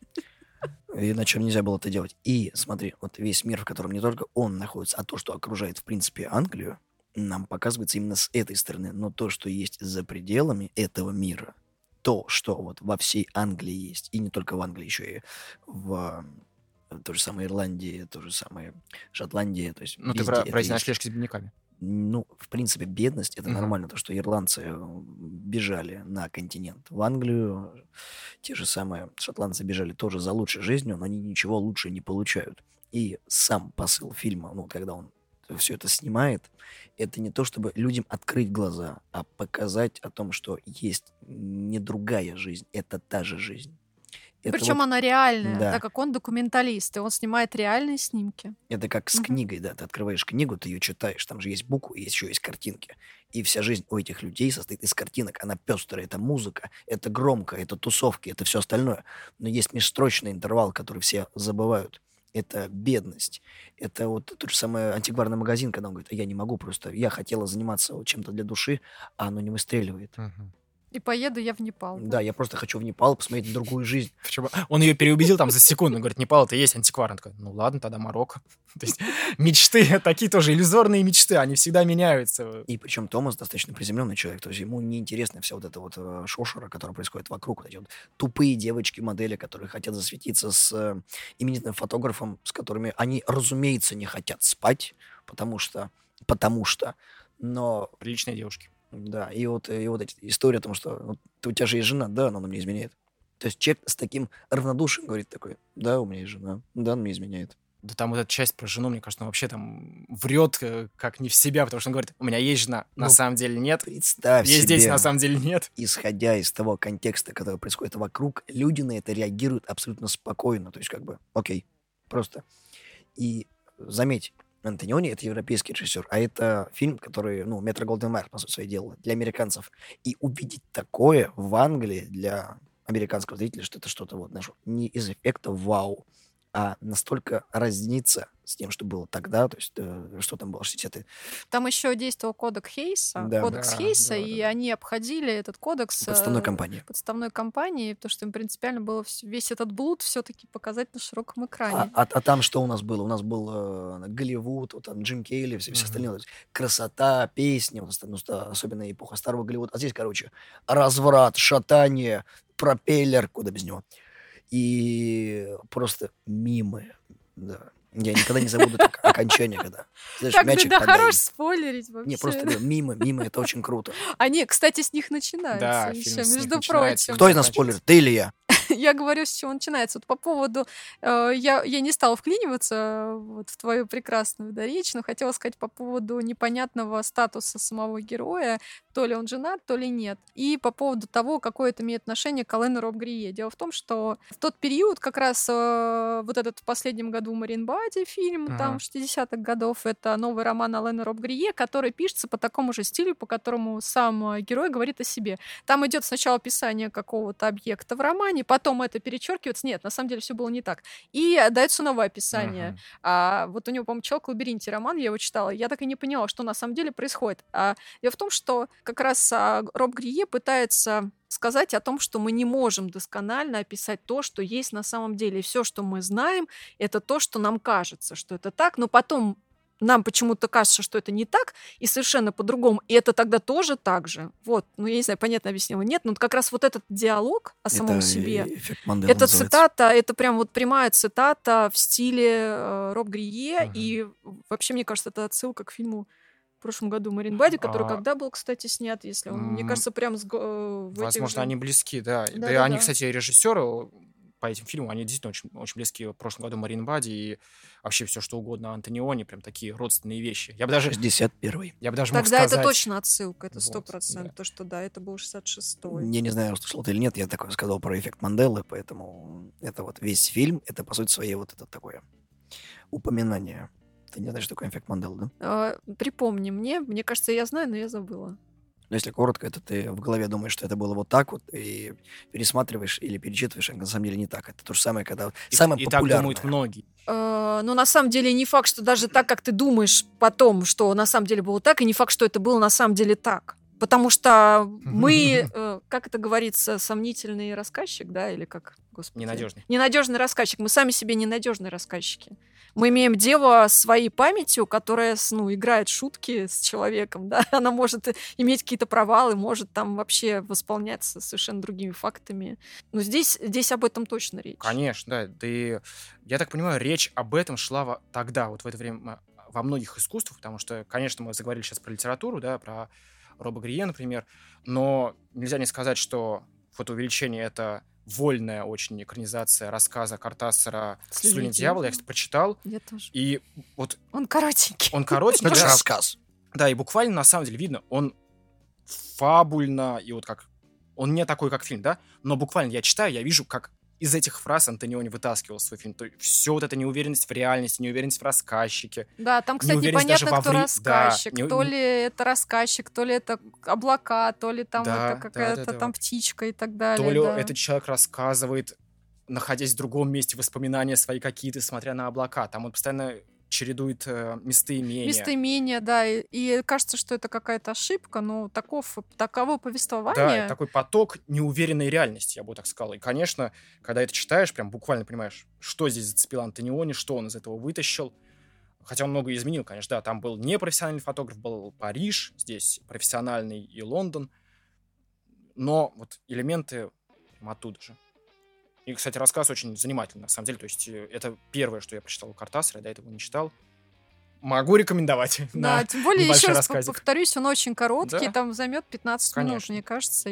Иначе нельзя было это делать. И смотри, вот весь мир, в котором не только он находится, а то, что окружает, в принципе, Англию, нам показывается именно с этой стороны. Но то, что есть за пределами этого мира, то, что вот во всей Англии есть, и не только в Англии, еще и в той же самой Ирландии, то же самое Шотландии. То есть Ну, ты везде про это эти есть. ночлежки с бедняками. Ну, в принципе, бедность — это Мгм. нормально, то, что ирландцы бежали на континент в Англию, те же самые шотландцы бежали тоже за лучшей жизнью, но они ничего лучше не получают. И сам посыл фильма, ну, когда он все это снимает, это не то, чтобы людям открыть глаза, а показать о том, что есть не другая жизнь, это та же жизнь. Это Причем вот- она реальная, да. так как он документалист, и он снимает реальные снимки. Это как с Мгм. книгой, да. Ты открываешь книгу, ты ее читаешь, там же есть буквы, еще есть картинки. И вся жизнь у этих людей состоит из картинок. Она пестрая, это музыка, это громко, это тусовки, это все остальное. Но есть межстрочный интервал, который все забывают. Это бедность. Это вот тот же самый антикварный магазин, когда он говорит, я не могу просто, я хотела заниматься вот чем-то для души, а оно не выстреливает. Мгм. И поеду я в Непал. Да, я просто хочу в Непал посмотреть на другую жизнь. Почему? Он ее переубедил там за секунду. Он говорит, Непал, это и есть антиквар. Он такой, ну ладно, тогда Марокко. То есть мечты, такие тоже иллюзорные мечты, они всегда меняются. И причем Томас достаточно приземленный человек, то есть ему неинтересна вся вот эта вот шошера, которая происходит вокруг, вот эти вот тупые девочки-модели, которые хотят засветиться с именитым фотографом, с которыми они, разумеется, не хотят спать, потому что, но, Приличные девушки. да, и вот эта история о том, что ну, у тебя же есть жена, да, но она мне изменяет. То есть человек с таким равнодушием говорит такой, да, у меня есть жена, да, она мне изменяет. Да там вот эта часть про жену, мне кажется, он вообще там врет как не в себя, потому что он говорит, у меня есть жена, на Ну, самом деле нет. Представь Есть себе, дети, на самом деле нет. исходя из того контекста, который происходит вокруг, люди на это реагируют абсолютно спокойно. То есть, как бы, окей, просто. И заметь, Антониони — это европейский режиссер, а это фильм, который, ну, Метро Голдвин Майер, по сути, своей делал для американцев. И увидеть такое в Англии для американского зрителя, что это что-то вот, знаешь, не из эффекта вау, а настолько разнится с тем, что было тогда, то есть, что там было, 60-е. Там еще действовал кодекс Хейса, Да. Да, Хейса, да, и да. они обходили этот кодекс Подставной компании. подставной компании, потому что им принципиально было весь этот блуд все-таки показать на широком экране. А там что у нас было? У нас был Голливуд, вот там Джим Кейли, все Мгм. остальные. То есть красота, песни, вот, особенно эпоха старого Голливуда. А здесь, короче, разврат, шатание, пропеллер, куда без него. И просто мимы. Да. Я никогда не забуду так окончание, когда, знаешь, Так, мячик да, поддай. хорош спойлерить вообще. Не, просто говорю, мимы, это очень круто. Они, кстати, с них начинаются Да, еще, фильм с них между начинается. прочим. Кто из нас спойлер, ты или я? Я говорю, с чего начинается. Вот по поводу... я не стала вклиниваться вот в твою прекрасную речь, но хотела сказать по поводу непонятного статуса самого героя. То ли он женат, то ли нет. И по поводу того, какое это имеет отношение к Алену Роб-Грие. Дело в том, что в тот период, как раз вот этот в последнем году Маринбади фильм, там, Ага. 60-х годов, это новый роман Алена Роб-Грие, который пишется по такому же стилю, по которому сам герой говорит о себе. Там идет сначала описание какого-то объекта в романе, потом это перечеркивается. Нет, на самом деле все было не так. И дается новое описание. Мгм. А вот у него, по-моему, «Человек в лабиринте» роман, я его читала. Я так и не поняла, что на самом деле происходит. Дело в том, что как раз Роб Грие пытается сказать о том, что мы не можем досконально описать то, что есть на самом деле. И все, что мы знаем, это то, что нам кажется, что это так, но потом нам почему-то кажется, что это не так, и совершенно по-другому. И это тогда тоже так же. Вот, ну, я не знаю, понятно объяснила. Нет, но как раз вот этот диалог о самом Это себе, эффект Манделы это называется. цитата, это прям вот прямая цитата в стиле Роб Грие, Мгм. и вообще, мне кажется, это отсылка к фильму в прошлом году Маринбади, который А, когда был, кстати, снят, если он, мне м, кажется, прям в этих Возможно, же... они близки, да. Да и Да-да-да. они, кстати, режиссеры по этим фильмам, они действительно очень, очень близки. В прошлом году Марин Бади и вообще все что угодно Антониони, прям такие родственные вещи. Я бы даже 61-й. мог Тогда сказать... это точно отсылка, это Вот, 100%, да. то, что да, это был 66-й. Я не знаю, услышал ты или нет, я такое сказал про эффект Манделы, поэтому это вот весь фильм, это, по сути своей, вот это такое упоминание. Ты не знаешь, что такое эффект Манделы, да? Припомни мне кажется, я знаю, но я забыла. Но если коротко, это ты в голове думаешь, что это было вот так вот, и пересматриваешь или перечитываешь, а на самом деле не так. Это то же самое, когда самое И так популярное. думают многие. Но на самом деле не факт, что даже так, как ты думаешь потом, что на самом деле было так, и не факт, что это было на самом деле так. Потому что мы, как это говорится, сомнительный рассказчик, да, или как, господи? Ненадежный. Ненадежный рассказчик. Мы сами себе ненадежные рассказчики. Мы имеем дело с своей памятью, которая, играет шутки с человеком, да. Она может иметь какие-то провалы, может там вообще восполняться совершенно другими фактами. Но здесь об этом точно речь. Конечно, да. Да и, я так понимаю, речь об этом шла тогда, вот в это время, во многих искусствах, потому что, конечно, мы заговорили сейчас про литературу, да, про Роба Грие, например, но нельзя не сказать, что «Фотоувеличение» — это вольная очень экранизация рассказа Кортасара «Слюни дьявола». Я, кстати, прочитал. Я тоже. И вот Он коротенький. он коротенький. Это же да. рассказ. Да, и буквально, на самом деле, видно, он фабульно, и вот как... Он не такой, как фильм, да? Но буквально я читаю, я вижу, как из этих фраз Антониони вытаскивал свой фильм. То есть все вот эта неуверенность в реальности, неуверенность в рассказчике. Да, там, кстати, Неуверенность непонятно, даже во кто вре- рассказчик. да, То ли это рассказчик, то ли это облака, то ли там Да, это какая-то да. там птичка и так далее. То ли да. этот человек рассказывает, находясь в другом месте, воспоминания свои какие-то, смотря на облака. Там он постоянно чередует местоимения. Местоимения, да, и кажется, что это какая-то ошибка, но таково Да, повествование. и такой поток неуверенной реальности, я бы так сказал. И, конечно, когда это читаешь, прям буквально понимаешь, что здесь зацепило Антониони, что он из этого вытащил. Хотя он многое изменил, конечно, да. Там был непрофессиональный фотограф, был Париж, здесь профессиональный и Лондон. Но вот элементы прям оттуда же. И, кстати, рассказ очень занимательный, на самом деле. То есть это первое, что я прочитал у Кортасера, я до этого не читал. Могу рекомендовать. Да, на тем более, еще небольшой раз рассказик. повторюсь, он очень короткий, Да. там займет 15 минут, Конечно. мне кажется.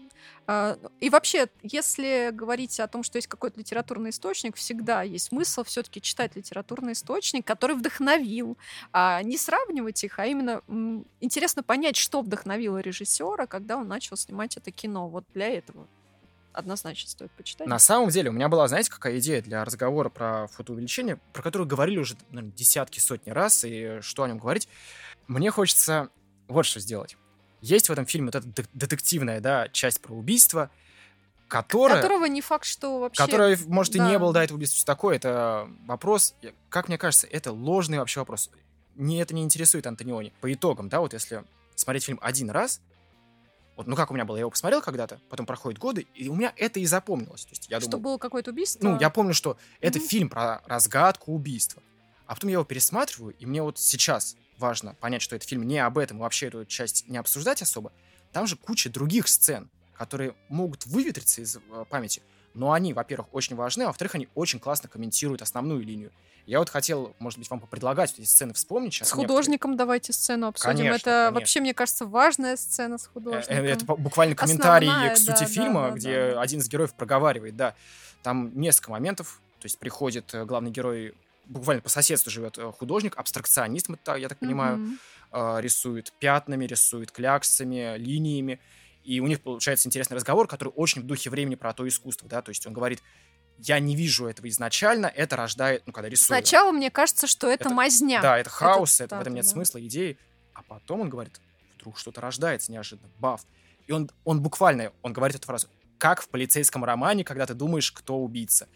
И вообще, если говорить о том, что есть какой-то литературный источник, всегда есть смысл все-таки читать литературный источник, который вдохновил. Не сравнивать их, а именно интересно понять, что вдохновило режиссера, когда он начал снимать это кино. Вот для этого однозначно стоит почитать. На самом деле, у меня была, знаете, какая идея для разговора про фотоувеличение, про которую говорили уже, наверное, десятки, сотни раз, и что о нем говорить. Мне хочется вот что сделать. Есть в этом фильме вот эта детективная, да, часть про убийство, Которого не факт, что вообще... которая, может, и не Да. было до этого убийства, все такое. Это вопрос, как мне кажется, это ложный вообще вопрос. Это не интересует Антониони. По итогам, да, вот если смотреть фильм один раз, вот, ну как у меня было, я его посмотрел когда-то, потом проходят годы, и у меня это и запомнилось. То есть я Что думал, было какое-то убийство? ну, я помню, что это Мгм. фильм про разгадку убийства. А потом я его пересматриваю, и мне вот сейчас важно понять, что это фильм не об этом, и вообще эту часть не обсуждать особо. Там же куча других сцен, которые могут выветриться из памяти, но они, во-первых, очень важны, а во-вторых, они очень классно комментируют основную линию. Я вот хотел, может быть, вам попредлагать эти сцены вспомнить сейчас. С художником давайте сцену обсудим. Конечно, Это конечно. вообще, мне кажется, важная сцена с художником. Это буквально комментарий Основная, к сути да, фильма, да, где да. один из героев проговаривает, да. Там несколько моментов, то есть приходит главный герой, буквально по соседству живет художник, абстракционист, я так понимаю, Мгм. рисует пятнами, рисует кляксами, линиями, и у них получается интересный разговор, который очень в духе времени про то искусство, да, то есть он говорит, я не вижу этого изначально, это рождает, ну, когда рисую. Сначала мне кажется, что это мазня. Да, это хаос, в да, этом нет да. смысла, идеи. А потом он говорит, вдруг что-то рождается неожиданно, баф. И он буквально, он говорит эту фразу, как в полицейском романе, когда ты думаешь, кто убийца.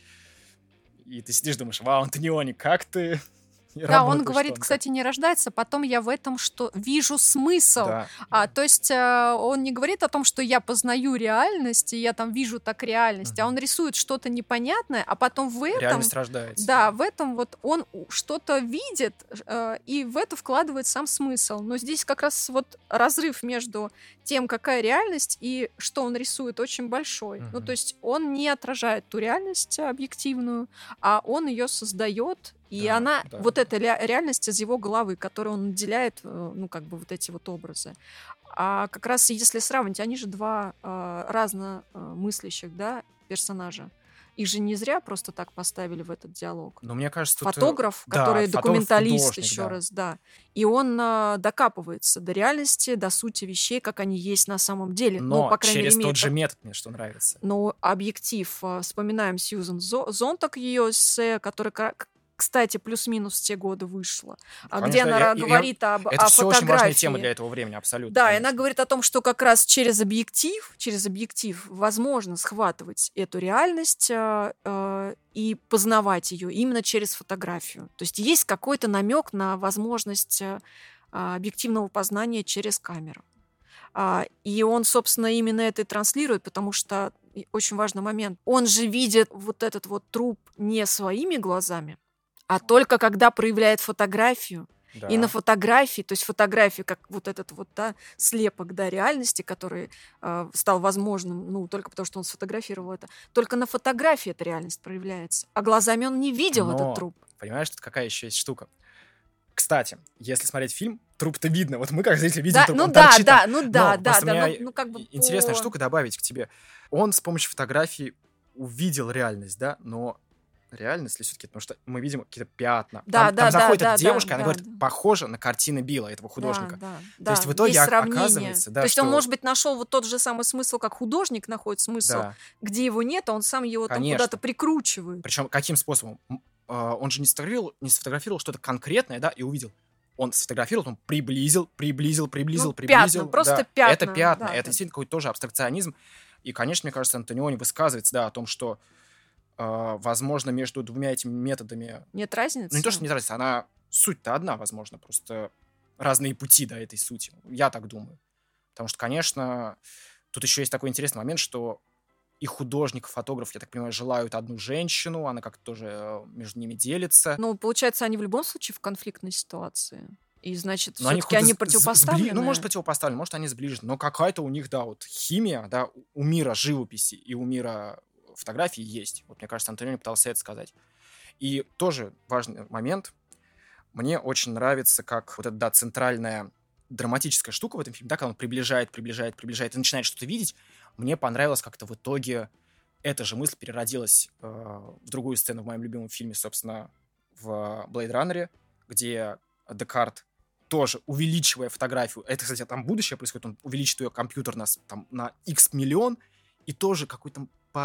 И ты сидишь, думаешь, вау, Антониони, как ты Да, он работаешь говорит, тонко». кстати, не рождается, потом я в этом что вижу смысл. Да. То есть он не говорит о том, что я познаю реальность, и я там вижу так реальность, а Мгм. он рисует что-то непонятное, а потом в этом... Реальность рождается. Да, в этом вот он что-то видит, и в это вкладывает сам смысл. Но здесь как раз вот разрыв между тем, какая реальность, и что он рисует, очень большой. Ну, Мгм. то есть он не отражает ту реальность объективную, а он ее создает, и Да, она, да. вот эта реальность из его головы, которую он наделяет, ну, как бы вот эти вот образы. А как раз если сравнить, они же два разномыслящих, да, персонажа. Их же не зря просто так поставили в этот диалог. Но мне кажется, тут... Фотограф, да, который фотограф, документалист, художник, еще да. раз, да. И он докапывается до реальности, до сути вещей, как они есть на самом деле. Но Ну, по крайней через мере, тот же имеет метод мне что нравится. но объектив, вспоминаем Сьюзан Зонтак, ее эссе, которое, кстати, плюс-минус в те годы вышло, где Конечно, она говорит это о все очень важная тема фотографии. для этого времени, абсолютно. Да, и конечно. она говорит о том, что как раз через объектив возможно схватывать эту реальность и познавать ее именно через фотографию. То есть есть какой-то намек на возможность объективного познания через камеру. И он, собственно, именно это и транслирует, потому что очень важный момент. Он же видит вот этот вот труп не своими глазами, а только когда проявляет фотографию. Да. И на фотографии, то есть фотографии, как вот этот вот, да, слепок, да, реальности, который стал возможным, ну, только потому, что он сфотографировал это. Только на фотографии эта реальность проявляется. А глазами он не видел Но, этот труп. понимаешь, тут какая еще есть штука? Кстати, если смотреть фильм, труп-то видно. Вот мы, как зрители, видим Да, труп, ну он да, торчит да, там. ну да, Но да, просто да. у меня Ну, как бы интересная по- штука добавить к тебе. Он с помощью фотографий увидел реальность, да, но реальность ли все-таки? Потому что мы видим какие-то пятна. Да, Там да, да, заходит да, эта девушка, да, она да, говорит, да. похоже на картины Билла, этого художника. Да, есть в итоге сравнение. оказывается, да, То есть что- он, может быть, нашел вот тот же самый смысл, как художник находит смысл, Да. где его нет, а он сам его там Конечно. куда-то прикручивает. Причем каким способом? Он же не сфотографировал что-то конкретное, да, и увидел. Он сфотографировал, он приблизил, Ну, приблизил. пятна, просто да. пятна, Это пятна, да, это да. действительно какой-то тоже абстракционизм. И, конечно, мне кажется, Антониони высказывается, да, о том, что, возможно, между двумя этими методами... Нет разницы? Ну, не то, что не разница, она суть-то одна, возможно, просто разные пути до этой сути. Я так думаю. Потому что, конечно, тут еще есть такой интересный момент, что и художник, и фотограф, я так понимаю, желают одну женщину, она как-то тоже между ними делится. Ну, получается, они в любом случае в конфликтной ситуации. И, значит, Но все-таки они хоть противопоставлены. Ну, может, противопоставлены, может, они сближены. Но какая-то у них, да, вот химия, да, у мира живописи и у мира фотографии есть. Вот, мне кажется, Антониони пытался это сказать. И тоже важный момент. Мне очень нравится, как вот эта, да, центральная драматическая штука в этом фильме, да, когда он приближает и начинает что-то видеть. Мне понравилось как-то в итоге эта же мысль переродилась в другую сцену в моем любимом фильме, собственно, в Blade Runner, где Декарт, тоже увеличивая фотографию, это, кстати, там будущее происходит, он увеличит ее компьютер на X миллион, и тоже какой-то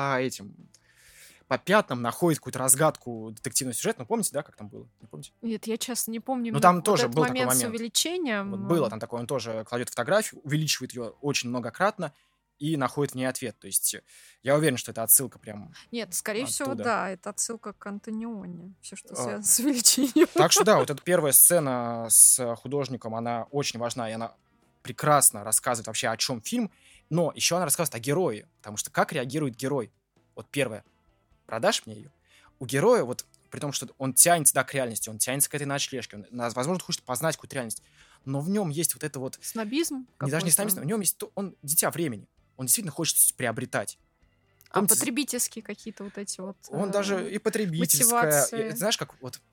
по пятнам находит какую-то разгадку детективного сюжета. Ну, помните, да, как там было? Не помните? Нет, я честно не помню. Ну, там вот тоже этот был такой момент с момент. увеличением. Вот было там такое, он тоже кладет фотографию, увеличивает ее очень многократно и находит в ней ответ. То есть я уверен, что это отсылка прям Нет, скорее всего, оттуда. да, это отсылка к Антониони. Все, что связано с увеличением. Так что да, вот эта первая сцена с художником, она очень важна, и она прекрасно рассказывает вообще, о чем фильм, но еще она рассказывает о герое, потому что как реагирует герой. Вот первое. Продашь мне ее? У героя, вот при том, что он тянется, да, к реальности, он тянется к этой ночлежке, он, возможно, хочет познать какую-то реальность, но в нем есть вот это вот... Снобизм? Даже не какой-то. снобизм, в нем есть... Он дитя времени. Он действительно хочет приобретать. А Помните, потребительские какие-то вот эти вот... он даже и потребительская. мотивации. И, знаешь, как вот...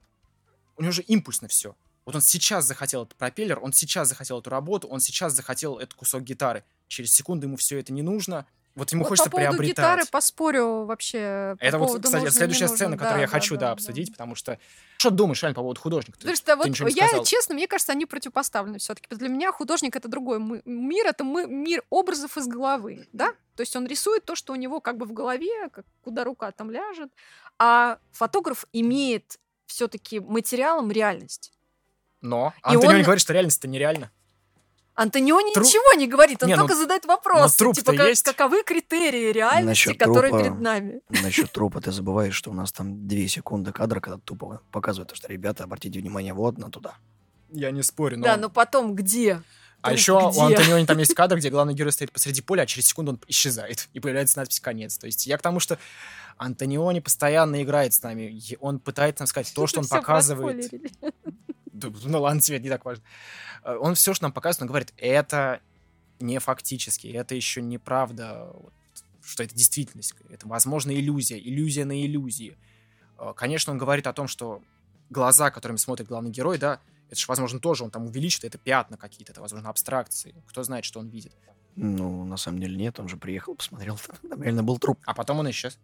У него же импульсно все. Вот он сейчас захотел этот пропеллер, он сейчас захотел эту работу, он сейчас захотел этот кусок гитары. Через секунду ему все это не нужно. Вот ему Вот хочется по поводу приобретать. гитары поспорю вообще. Это по вот, поводу кстати, нужно, следующая не сцена, нужно. которую я хочу, да, обсудить, потому что... Что ты думаешь, реально, по поводу художника? Потому что вот ничего не я, сказал. честно, мне кажется, они противопоставлены все-таки. Для меня художник — это другой мир, это мир образов из головы, да? То есть он рисует то, что у него как бы в голове, куда рука там ляжет, а фотограф имеет все-таки материалом реальность. Но И Антониони он- говорит, что реальность это нереально. Антониони Тру- ничего не говорит, он Не, ну, только задает вопрос. труп-то Типа, есть? каковы критерии реальности, Насчет которые трупа- перед нами? Насчет трупа ты забываешь, что у нас там 2 секунды кадра, когда тупо показывают, что, ребята, обратите внимание вот на туда. Я не спорю, но... Да, но потом где? А Труп еще где? у Антониони там есть кадр, где главный герой стоит посреди поля, а через секунду он исчезает, и появляется надпись «Конец». То есть я к тому, что Антониони постоянно играет с нами, он пытается нам сказать то, что он Всё показывает. проспойлерили. Да, ну ладно, тебе это не так важно. Он все, что нам показывает, он говорит, это не фактически, это еще неправда, вот, что это действительность, это, возможно, иллюзия на иллюзии. Конечно, он говорит о том, что глаза, которыми смотрит главный герой, да, это же, возможно, тоже он там увеличит, это пятна какие-то, это, возможно, абстракции. Кто знает, что он видит. Ну, на самом деле нет, он же приехал, посмотрел, там реально был труп. А потом он исчез.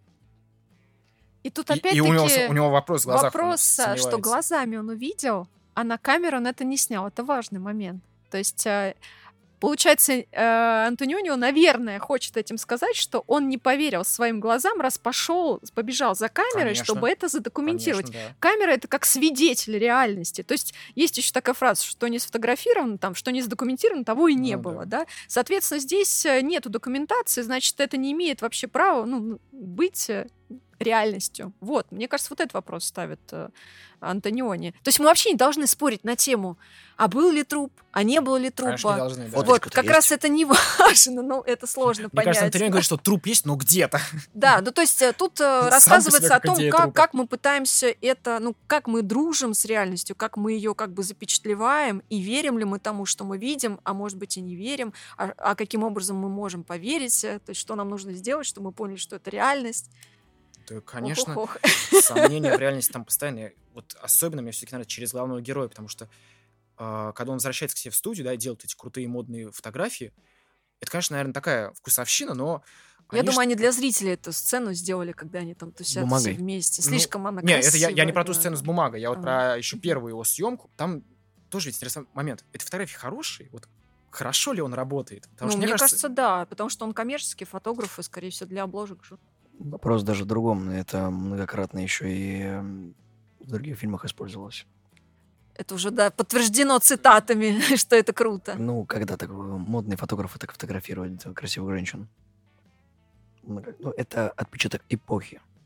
И тут И опять-таки у него вопрос в глазах. он вопрос, что сомневается. глазами он увидел, а на камеру он это не снял. Это важный момент. То есть, получается, Антонионио, наверное, хочет этим сказать, что он не поверил своим глазам, раз побежал за камерой, Конечно. чтобы это задокументировать. Конечно, да. Камера — это как свидетель реальности. То есть есть еще такая фраза, что не сфотографировано, там, что не задокументировано, того и не Ну было. Да. Соответственно, здесь нету документации, значит, это не имеет вообще права быть реальностью. Вот, мне кажется, вот этот вопрос ставит Антониони. То есть мы вообще не должны спорить на тему, а был ли труп, а не было ли трупа. Конечно, не должны, да. Вот. Вот, Фоточка-то как есть? раз это не важно, но это сложно Мне понять. кажется, Антониони говорит, что труп есть, но где-то. Да, ну то есть тут по рассказывается себе о как том, идея трупа. как мы пытаемся это, как мы дружим с реальностью, как мы ее как бы запечатлеваем, и верим ли мы тому, что мы видим, а может быть и не верим, а каким образом мы можем поверить, то есть что нам нужно сделать, чтобы мы поняли, что это реальность. Да, конечно, Ох-ох-ох. сомнения в реальности там постоянные. Вот особенно мне все-таки нравится через главного героя, потому что когда он возвращается к себе в студию, да, и делает эти крутые модные фотографии, это, конечно, наверное, такая вкусовщина, но... Я думаю, они для зрителей эту сцену сделали, когда они там тусят бумагой. все вместе. Ну, Слишком она Не, красивая. это я не про ту да, сцену да. с бумагой, я вот А. про еще первую его съемку. Там тоже ведь интересный момент. Эти фотографии хорошие, вот хорошо ли он работает? Потому Ну, что, мне кажется, да, потому что он коммерческий фотограф и, скорее всего, для обложек. Вопрос даже в другом, это многократно еще и в других фильмах использовалось. Это уже, да, подтверждено цитатами, что это круто. Ну, когда так модные фотографы так фотографируют красивых женщин. Ну, это отпечаток эпохи.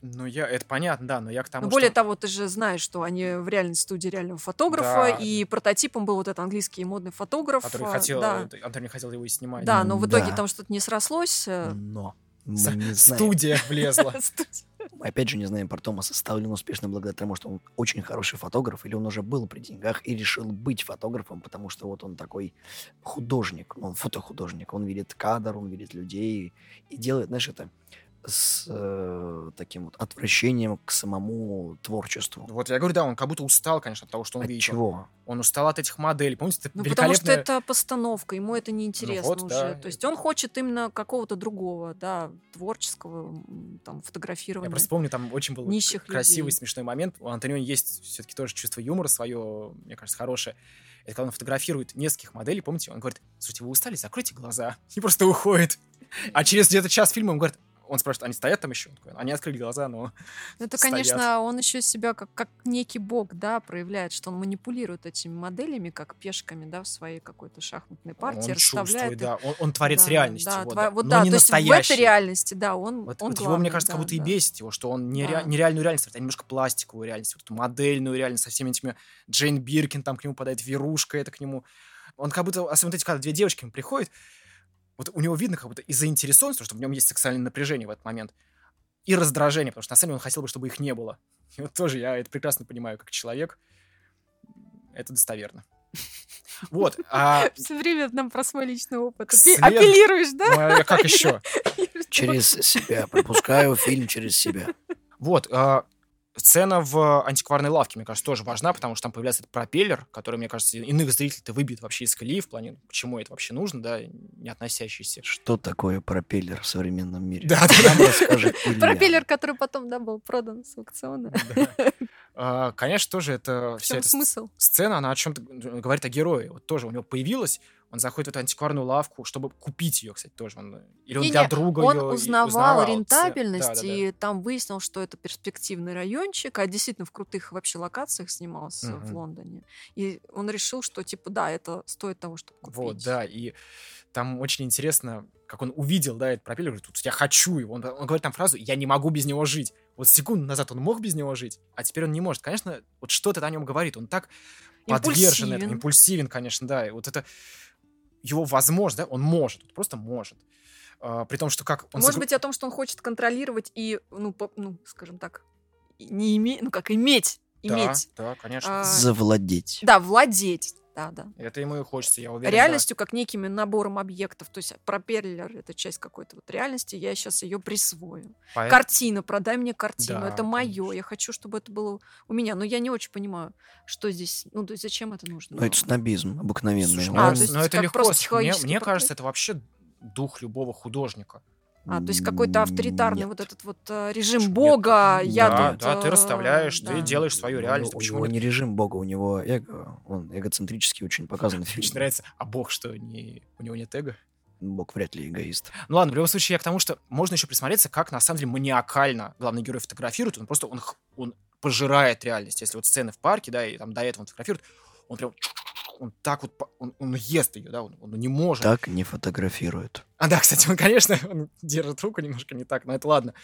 Ну, это понятно, да, но я к тому, Но более что... того, ты же знаешь, что они в реальной студии реального фотографа, Да. и прототипом был вот этот английский модный фотограф. Который хотел, Да, Антони хотел его и снимать. да, но в итоге Да. там что-то не срослось. Но мы не знаем. Студия влезла. Мы опять же не знаем про Томаса, стал ли он успешным благодаря тому, что он очень хороший фотограф, или он уже был при деньгах и решил быть фотографом, потому что вот он такой художник, он фотохудожник, он видит кадр, он видит людей и делает, знаешь, это с таким вот отвращением к самому творчеству. Вот я говорю, да, он как будто устал, конечно, от того, что он От видел. чего? Он устал от этих моделей. Помните, это Ну, потому что великолепная... это постановка, ему это неинтересно вот, уже. да. То есть он хочет именно какого-то другого, да, творческого, там, Я фотографирования. просто помню, там очень был Нищих красивый, людей. смешной момент. У Антониони есть все-таки тоже чувство юмора свое, мне кажется, хорошее. Это когда он фотографирует нескольких моделей, помните, он говорит: слушайте, вы устали, закройте глаза. И просто уходит. А через где-то час фильма он говорит, он спрашивает, они стоят там еще? Он такой, они открыли глаза, но Это, стоят. конечно, он еще себя как некий бог, да, проявляет, что он манипулирует этими моделями, как пешками, да, в своей какой-то шахматной партии, Он расставляет чувствует, их. да. Он творец Да, реальности. да, вот, вот но да, не то есть в настоящий. этой реальности, да, он Вот главный, его, мне кажется, как да, будто и да. бесит его, что он Да. нереальную реальность, а немножко пластиковую реальность, вот эту модельную реальность со всеми этими Джейн Биркин, там к нему подает Верушка, это к нему. Он как будто, особенно вот эти, когда две девочки ему приходят, вот у него видно как будто и заинтересованность, потому что в нем есть сексуальное напряжение в этот момент, и раздражение, потому что на самом деле он хотел бы, чтобы их не было. И вот тоже я это прекрасно понимаю как человек. Это достоверно. Вот. Все время нам про свой личный опыт След- апеллируешь, да? Ну, а как еще? Через себя. Пропускаю фильм через себя. Вот, сцена в антикварной лавке, мне кажется, тоже важна, потому что там появляется этот пропеллер, который, мне кажется, иных зрителей-то выбьет вообще из колеи в плане, почему это вообще нужно, да, не относящийся. Что такое пропеллер в современном мире? Да, Нам расскажет Илья. Пропеллер, который потом, да, был продан с аукциона. Конечно, тоже это В вся чем эта смысл? сцена, она о чем-то говорит о герое. Вот тоже у него появилась, он заходит в эту антикварную лавку, чтобы купить ее, кстати, тоже. Или он для Не-не, друга он ее узнавал рентабельность, Да-да-да. и там выяснил, что это перспективный райончик, а действительно в крутых вообще локациях снимался в Мгм. Лондоне. И он решил, что, типа, да, это стоит того, чтобы купить. Вот, да, и там очень интересно, как он увидел, да, этот пропеллер, говорит, я хочу его. Он говорит там фразу «я не могу без него жить». Вот секунду назад он мог без него жить, а теперь он не может. Конечно, вот что-то о нем говорит, он так подвержен этому, Импульсивен. импульсивен, конечно, да, и вот это его возможность, да, он может, вот просто может. При том, что как он... Может быть, о том, что он хочет контролировать и, скажем так, не иметь, иметь. Да, конечно. А, Завладеть. Да, владеть. Да. Это ему и хочется, я уверен. Реальностью как неким набором объектов. То есть пропеллер — это часть какой-то вот реальности, я сейчас ее присвою. Да. Картина, продай мне картину, Да, это мое, конечно. я хочу, чтобы это было у меня. Но я не очень понимаю, что здесь, то есть зачем это нужно. Ну, это снобизм обыкновенный. Слушай, А, Он- то есть но это как легко. просто Мне психологический кажется, портрет? это вообще дух любого художника. То есть какой-то авторитарный Нет. вот этот вот режим Нет. бога, я Да, тут... да, ты расставляешь, да. ты делаешь свою реальность. У Почему него нет? не режим бога, у него эго. Он эгоцентрически очень показан в Мне очень фильме. нравится. А бог что, у него нет эго? Бог вряд ли эгоист. Ну ладно, в любом случае, я к тому, что можно еще присмотреться, как на самом деле маниакально главный герой фотографирует. Он просто, он пожирает реальность. Если вот сцены в парке, да, и там до этого он фотографирует, он прям, он так вот, он ест ее, да, он не может. Так не фотографируют. Да, кстати, он, конечно, он держит руку немножко не так, но это ладно.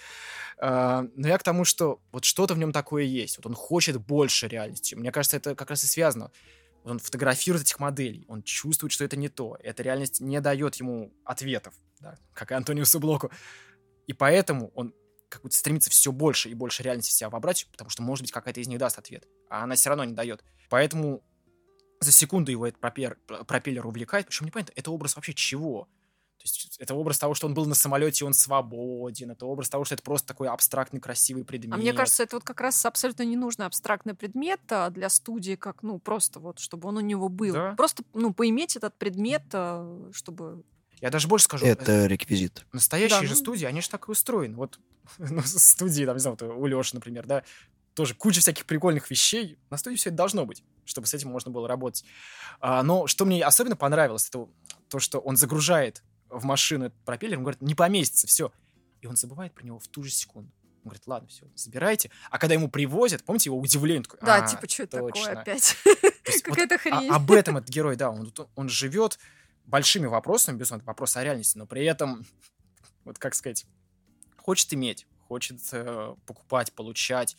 Но я к тому, что вот что-то в нем такое есть. Вот он хочет больше реальности. Мне кажется, это как раз и связано. Вот он фотографирует этих моделей, он чувствует, что это не то. Эта реальность не дает ему ответов, да, как и Антониусу Блоку. И поэтому он как будто стремится все больше и больше реальности в себя вобрать, потому что, может быть, какая-то из них даст ответ, а она все равно не дает. Поэтому за секунду его этот пропеллер увлекает. Причем непонятно, это образ вообще чего? То есть это образ того, что он был на самолете, и он свободен. Это образ того, что это просто такой абстрактный, красивый предмет. А мне кажется, это вот как раз абсолютно ненужный абстрактный предмет для студии, как, просто вот, чтобы он у него был. Да. Просто, поиметь этот предмет, чтобы... Я даже больше скажу. Это реквизит. Настоящие Да, же ну. студии, они же так и устроены. Вот студии, там, не знаю, вот у Лёши, например, да, тоже куча всяких прикольных вещей. На студии все это должно быть, чтобы с этим можно было работать. Но что мне особенно понравилось, это то, что он загружает в машину этот пропеллер, он говорит, не поместится, все. И он забывает про него в ту же секунду. Он говорит, ладно, все, забирайте. А когда ему привозят, помните его удивление? Такой, Да, типа, что это такое точно. опять? То есть вот Какая-то хрень. об этом этот герой, да, он живет большими вопросами, безусловно, это вопрос о реальности, но при этом, вот как сказать, хочет иметь, хочет покупать, получать,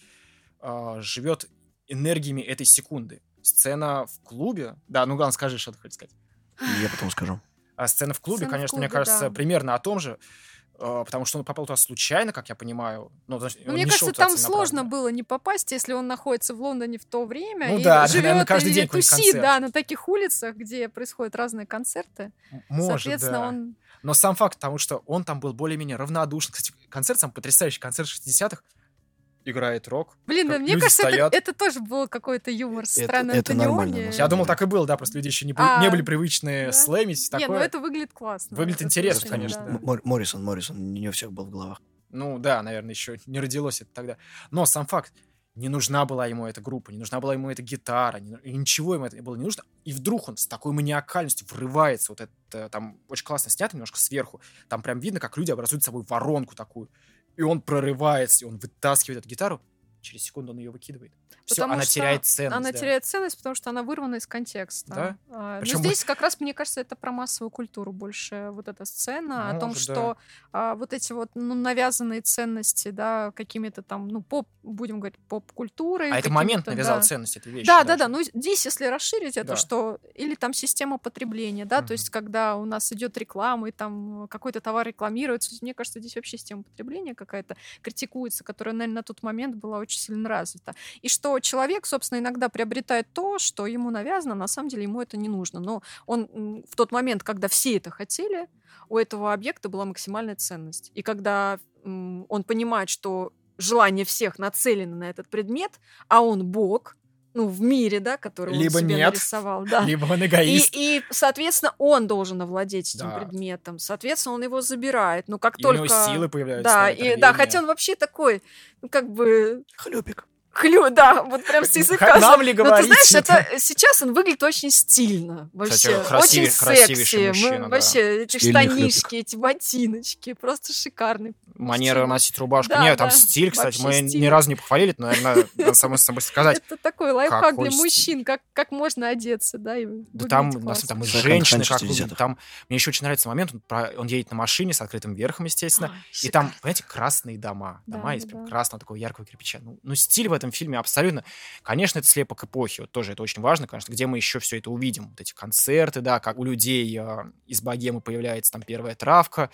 живет энергиями этой секунды. Сцена в клубе... Да, ну, главное, скажи, что ты хочешь сказать. Я потом скажу. А сцена в клубе, Сцена в конечно, клубе, мне кажется, да. примерно о том же, потому что он попал туда случайно, как я понимаю. Ну, значит, Ну, он мне не шел кажется, туда там сложно целенаправленно. было не попасть, если он находится в Лондоне в то время Ну и да, живет наверное, каждый или день какой-нибудь тусит, концерт. да, на таких улицах, где происходят разные концерты. Может, Соответственно, да. он... Но сам факт, потому что он там был более-менее равнодушен. Кстати, концерт сам потрясающий. Концерт 60-х. Играет рок. Блин, да, мне Люди кажется, стоят. это тоже был какой-то юмор со Это- стороны это нормально, Антониони. на Я самом думал, деле. так и было, да, просто люди еще не А, были привычны да? слэмить, Не, ну такое. это выглядит классно. Выглядит Это интересно, очень, конечно, да. да. Моррисон, не у всех был в головах. Ну да, наверное, еще не родилось это тогда. Но сам факт, не нужна была ему эта группа, не нужна была ему эта гитара, ничего ему это было не нужно. И вдруг он с такой маниакальностью врывается, вот это там очень классно снято немножко сверху, там прям видно, как люди образуют собой воронку такую. И он прорывается, и он вытаскивает эту гитару, через секунду он ее выкидывает. Все, Потому она что теряет ценность. Она да. теряет ценность, потому что она вырвана из контекста. Да? Но Причем здесь как раз, мне кажется, это про массовую культуру больше. Вот эта сцена о том, Может, что вот эти вот навязанные ценности, да, какими-то там, ну, будем говорить, поп-культурой. А это какими-то, момент навязал да. ценность этой вещи. Да. даже. Ну, здесь, если расширить это, Да. что... Или там система потребления, да, то Мгм. есть когда у нас идет реклама, и там какой-то товар рекламируется, мне кажется, здесь вообще система потребления какая-то критикуется, которая, наверное, на тот момент была очень сильно развита. И что человек, собственно, иногда приобретает то, что ему навязано, на самом деле ему это не нужно. Но он в тот момент, когда все это хотели, у этого объекта была максимальная ценность. И когда он понимает, что желание всех нацелено на этот предмет, а он бог, ну, в мире, да, который Либо он себе нет, нарисовал. Да. Либо он эгоист. И, соответственно, он должен овладеть этим Да. предметом. Соответственно, он его забирает. Но как И у только... него силы появляются. Да, на и, это да, рвение. хотя он вообще такой, ну, как бы... Хлюпик. Да, вот прям с языка. Нам ли Но ты говорить знаешь, это? это сейчас он выглядит очень стильно. Вообще. Кстати, Очень красивейший секси. мужчина, да. Вообще, эти Стильный штанишки, эти ботиночки. Просто шикарный. Манера мужчина. носить рубашку. Да, Нет, там да. стиль, кстати, Вообще мы стиль. ни разу не похвалили, но, наверное, надо самой собой сказать. Это такой лайфхак какой для мужчин, как можно одеться, да, и Да там, выглядеть на самом деле, там и Секонд-хенд женщины, как 60-х. выглядят. Там мне еще очень нравится момент, он едет на машине с открытым верхом, естественно, классно. и там, понимаете, красные дома. Да, Дома из да, прям да. красного такого яркого кирпича. Ну, стиль в этом фильме абсолютно... Конечно, это слепок эпохи, вот тоже это очень важно, конечно, где мы еще все это увидим. Вот эти концерты, да, как у людей из богемы появляется там первая травка.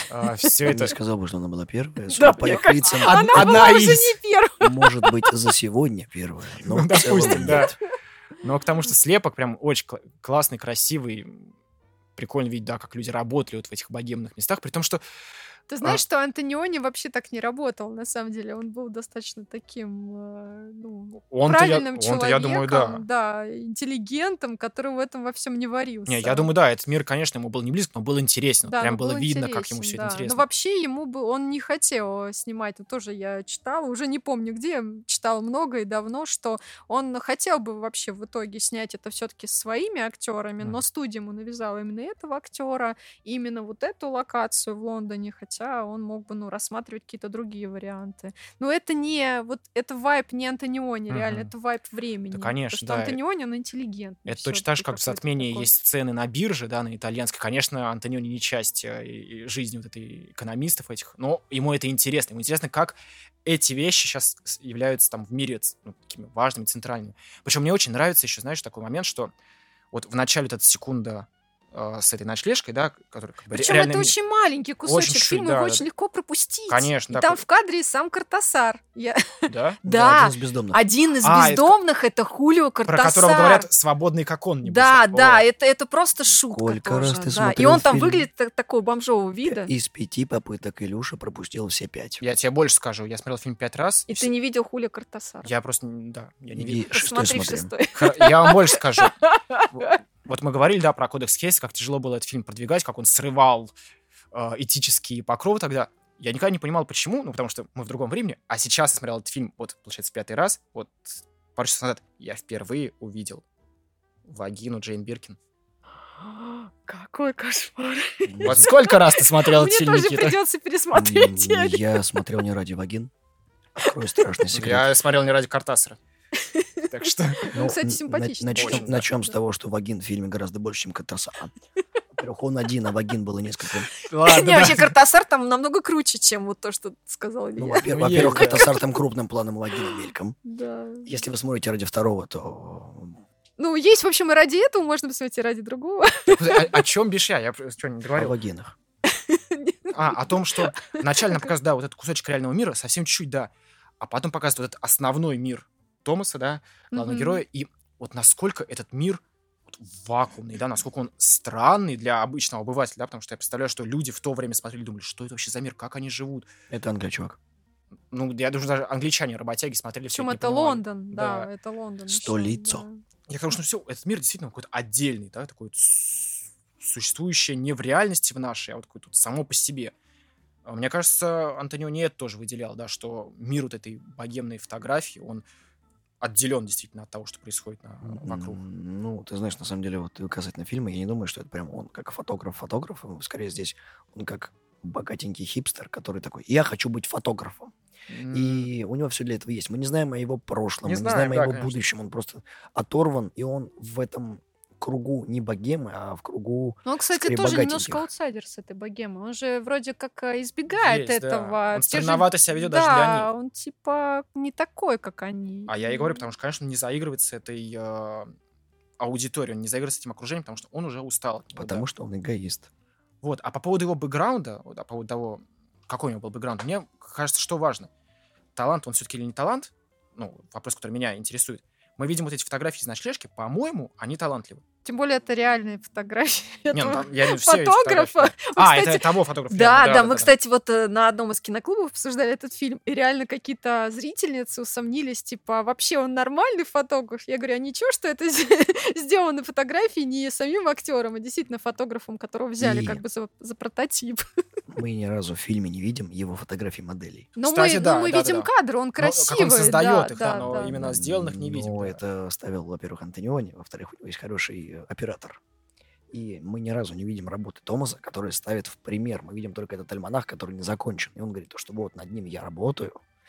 Все Я это... не сказал бы, что она была первая. Да, Судя по мне их кажется, лицам, Она одна была уже из. не первая. может быть, за сегодня первая, но Ну, в целом допустим, да. нет. Но к тому, что слепок прям очень классный, красивый, прикольно видеть, да, как люди работали вот в этих богемных местах, при том, что Ты знаешь, что Антониони вообще так не работал, на самом деле. Он был достаточно таким, ну, правильным человеком, я думаю, да. да, интеллигентом, который в этом во всем не варился. Не, я думаю, да, этот мир, конечно, ему был не близок, но был интересен. Да, Вот прям но было был видно, как ему интересен, все да. это интересно. Но вообще ему бы он не хотел снимать. Вот тоже я читала, уже не помню где, читала много и давно, что он хотел бы вообще в итоге снять это все-таки с своими актерами, но студия ему навязала именно этого актера, именно вот эту локацию в Лондоне, хотя он мог бы, ну, рассматривать какие-то другие варианты. Но это не, вот это вайб не Антониони, реально, Мгм. это вайб времени. Да, конечно, Потому что да. Антониони, он интеллигентный. Это точно так же, как в всё-таки «Затмении» какой-то есть сцены на бирже, да, на итальянской. Конечно, Антониони не часть и жизни вот этой экономистов этих, но ему это интересно. Ему интересно, как эти вещи сейчас являются там в мире такими важными, центральными. Причем мне очень нравится еще, знаешь, такой момент, что вот в начале вот эта секунда с этой ночлежкой, да, которая как бы Причем реально... это очень маленький кусочек чуть-чуть, фильма, да, его да. очень легко пропустить. Конечно, И да. там в кадре сам Кортасар. Да? Да, Один из бездомных. один из А, это бездомных это Хулио Про Кортасар. которого говорят «свободный как он». Да, да, это просто шутка Сколько тоже, раз ты да. И смотрел он там фильм? выглядит такого бомжового вида. Из 5 попыток Илюша пропустил все 5. Я тебе больше скажу. Я смотрел фильм 5 раз. И ты не видел Хулио Кортасара. Я просто, да, я не Иди видел. шестой Посмотри смотрим. шестой. Я вам больше скажу. Вот мы говорили, да, про кодекс Хейса, как тяжело было этот фильм продвигать, как он срывал этические покровы тогда. Я никогда не понимал, почему, ну, потому что мы в другом времени. А сейчас я смотрел этот фильм, вот, получается, 5-й раз. Вот пару часов назад я впервые увидел вагину Джейн Биркин. Какой кошмар. Вот сколько раз ты смотрел этот Мне фильм, тоже Никита? придется пересмотреть. Я смотрел не ради вагин. Открою страшный секрет. Я смотрел не ради Кортасара. Так что... Ну, кстати, симпатичный. Очень, Начнем да. с того, что вагин в фильме гораздо больше, чем Катасара. Во-первых, он один, а вагин было несколько. Ладно, Не, да. вообще Картасар там намного круче, чем вот то, что сказал Ну, Илья. во-первых, есть, да. это с артом крупным планом, вагина мельком. Да. Если вы смотрите ради второго, то... Ну, есть, в общем, и ради этого, можно посмотреть и ради другого. О чем бишь я? Я что, не О говорил? вагинах. О том, что вначале нам показывают, да, вот этот кусочек реального мира, совсем чуть-чуть, да. А потом показывают вот этот основной мир Томаса, да, главного Мгм. героя. И вот насколько этот мир вот вакуумный, да, насколько он странный для обычного обывателя, да, потому что я представляю, что люди в то время смотрели и думали, что это вообще за мир, как они живут. Это англичок. Ну, я думаю, даже англичане, работяги смотрели все Причем это Лондон, да, это Лондон. ещё, Столицо. да. Я потому что все, этот мир действительно какой-то отдельный, да, такой вот существующий не в реальности в нашей, а вот какой-то вот само по себе. Мне кажется, Антониони это тоже выделял, да, что мир вот этой богемной фотографии, он отделен действительно от того, что происходит вокруг. Ну, ты знаешь, на самом деле, вот касательно фильма, я не думаю, что это прям он как фотограф. Скорее здесь он как богатенький хипстер, который такой, я хочу быть фотографом. И у него все для этого есть. Мы не знаем о его прошлом, Не мы не знаем, знаем о да, его конечно. будущем. Он просто оторван, и он в этом кругу не богемы, а в кругу... Ну, он, кстати, скорее, тоже богатеньких. немножко аутсайдер с этой богемы. Он же вроде как избегает Есть, да. этого. Он Те же- странновато себя ведет даже для Да, них. он типа не такой, как они. А я и говорю, потому что, конечно, он не заигрывает с этой аудиторией, он не заигрывает с этим окружением, потому что он уже устал от него, Потому да. что он эгоист. Вот. А по поводу его бэкграунда, вот, по поводу того, какой у него был бэкграунд, мне кажется, что важно. Талант он все-таки или не талант? Ну, вопрос, который меня интересует. Мы видим вот эти фотографии из ночлежки, по-моему, они талантливы. Тем более это реальные фотографии Не, ну, этого там, я имею в виду все эти фотографа. фотографии. Мы, А, кстати, это того фотографа. Да, реально, да, мы, кстати, вот на одном из киноклубов обсуждали этот фильм, и реально какие-то зрительницы усомнились, типа, вообще он нормальный фотограф? Я говорю, а ничего, что это сделаны фотографии не самим актером, а действительно фотографом, которого взяли И- как бы за прототип. Мы ни разу в фильме не видим его фотографий моделей. Но Кстати, мы, да, но мы да, видим да. кадры, он Но красивый. как он создает их, да, да, но да, именно да. сделанных не видим. Ну, да. это ставил, во-первых, Антониони, во-вторых, у него есть хороший оператор. И мы ни разу не видим работы Томаса, который ставит в пример. Мы видим только этот альманах, который не закончен. И он говорит, что вот над ним я работаю,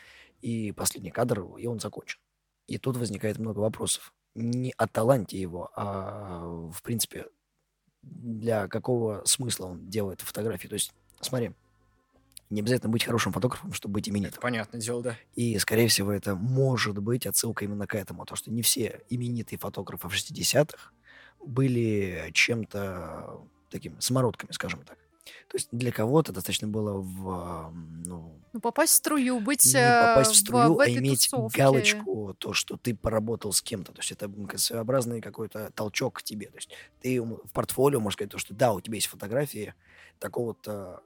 и последний кадр, и он закончен. И тут возникает много вопросов. Не о таланте его, а в принципе, для какого смысла он делает фотографии. То есть, смотри, не обязательно быть хорошим фотографом, чтобы быть именитым. Это понятное дело, да. И, скорее всего, это может быть отсылка именно к этому. То, что не все именитые фотографы в 60-х были чем-то такими самородками, скажем так. То есть для кого-то достаточно было Ну, попасть в струю, быть не попасть в струю, в а этой иметь тусовке. галочку, то, что ты поработал с кем-то. То есть это своеобразный какой-то толчок к тебе. То есть ты ему в портфолио можешь сказать, то, что да, у тебя есть фотографии такого-то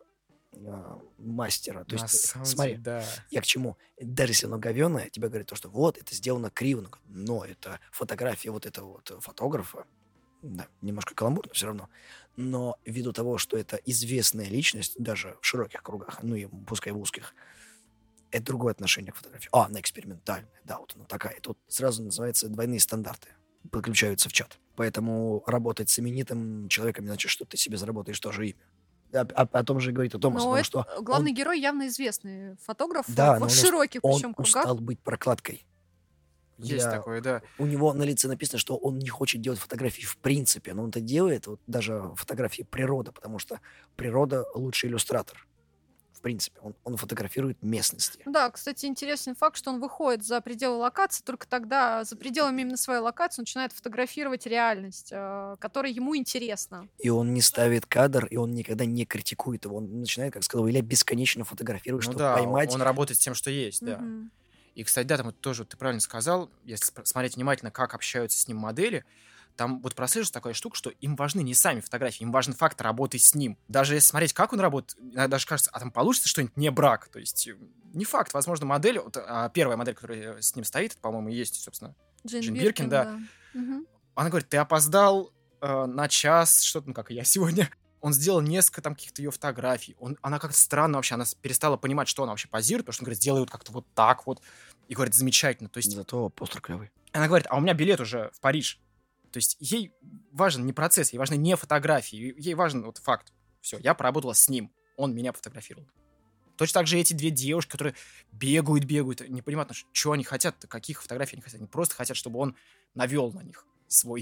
мастера. То На есть, самом смотри, деле, да. я к чему? Даже если оно говёное, тебе говорят то, что вот, это сделано криво, но это фотография вот этого вот фотографа, да, немножко каламбур, но все равно. Но ввиду того, что это известная личность, даже в широких кругах, ну и пускай в узких, это другое отношение к фотографии. Она экспериментальная, да, вот она такая. Тут сразу называется двойные стандарты. Подключаются в чат. Поэтому работать с именитым человеком, не значит, что ты себе заработаешь тоже имя. О том же говорит и Томас, Но потому это что главный герой явно известный фотограф Да, в но широких он причем кругах. устал быть прокладкой. Есть Я- такое, да. У него на лице написано, что он не хочет делать фотографии в принципе, но он это делает, вот даже фотографии природы, потому что природа лучший иллюстратор. В принципе, он фотографирует местности. Ну да, кстати, интересный факт, что он выходит за пределы локации, только тогда за пределами именно своей локации он начинает фотографировать реальность, которая ему интересна. И он не ставит кадр, и он никогда не критикует его. Он начинает, как сказал Илья, бесконечно фотографировать, Ну чтобы да, поймать. он работает с тем, что есть, да. Мгм. И, кстати, да, там вот тоже ты правильно сказал, если смотреть внимательно, как общаются с ним модели, там вот прослеживается такая штука, что им важны не сами фотографии, им важен факт работы с ним. Даже если смотреть, как он работает, иногда даже кажется, а там получится что-нибудь не брак. То есть не факт, возможно, модель, вот, первая модель, которая с ним стоит, это, по-моему, и есть, собственно, Джейн Биркин, да. Мгм. она говорит, ты опоздал на час, что-то, ну, как и я сегодня. Он сделал несколько там каких-то ее фотографий. Она как-то странно вообще, она перестала понимать, что она вообще позирует, потому что он говорит, сделай вот как-то вот так вот. И говорит, замечательно. То есть Зато постер клевый. она говорит, а у меня билет уже в Париж. То есть ей важен не процесс, ей важны не фотографии, ей важен вот факт. Все, я поработала с ним, он меня фотографировал. Точно так же эти две девушки, которые бегают, непонятно, что они хотят, каких фотографий они хотят. Они просто хотят, чтобы он навел на них свой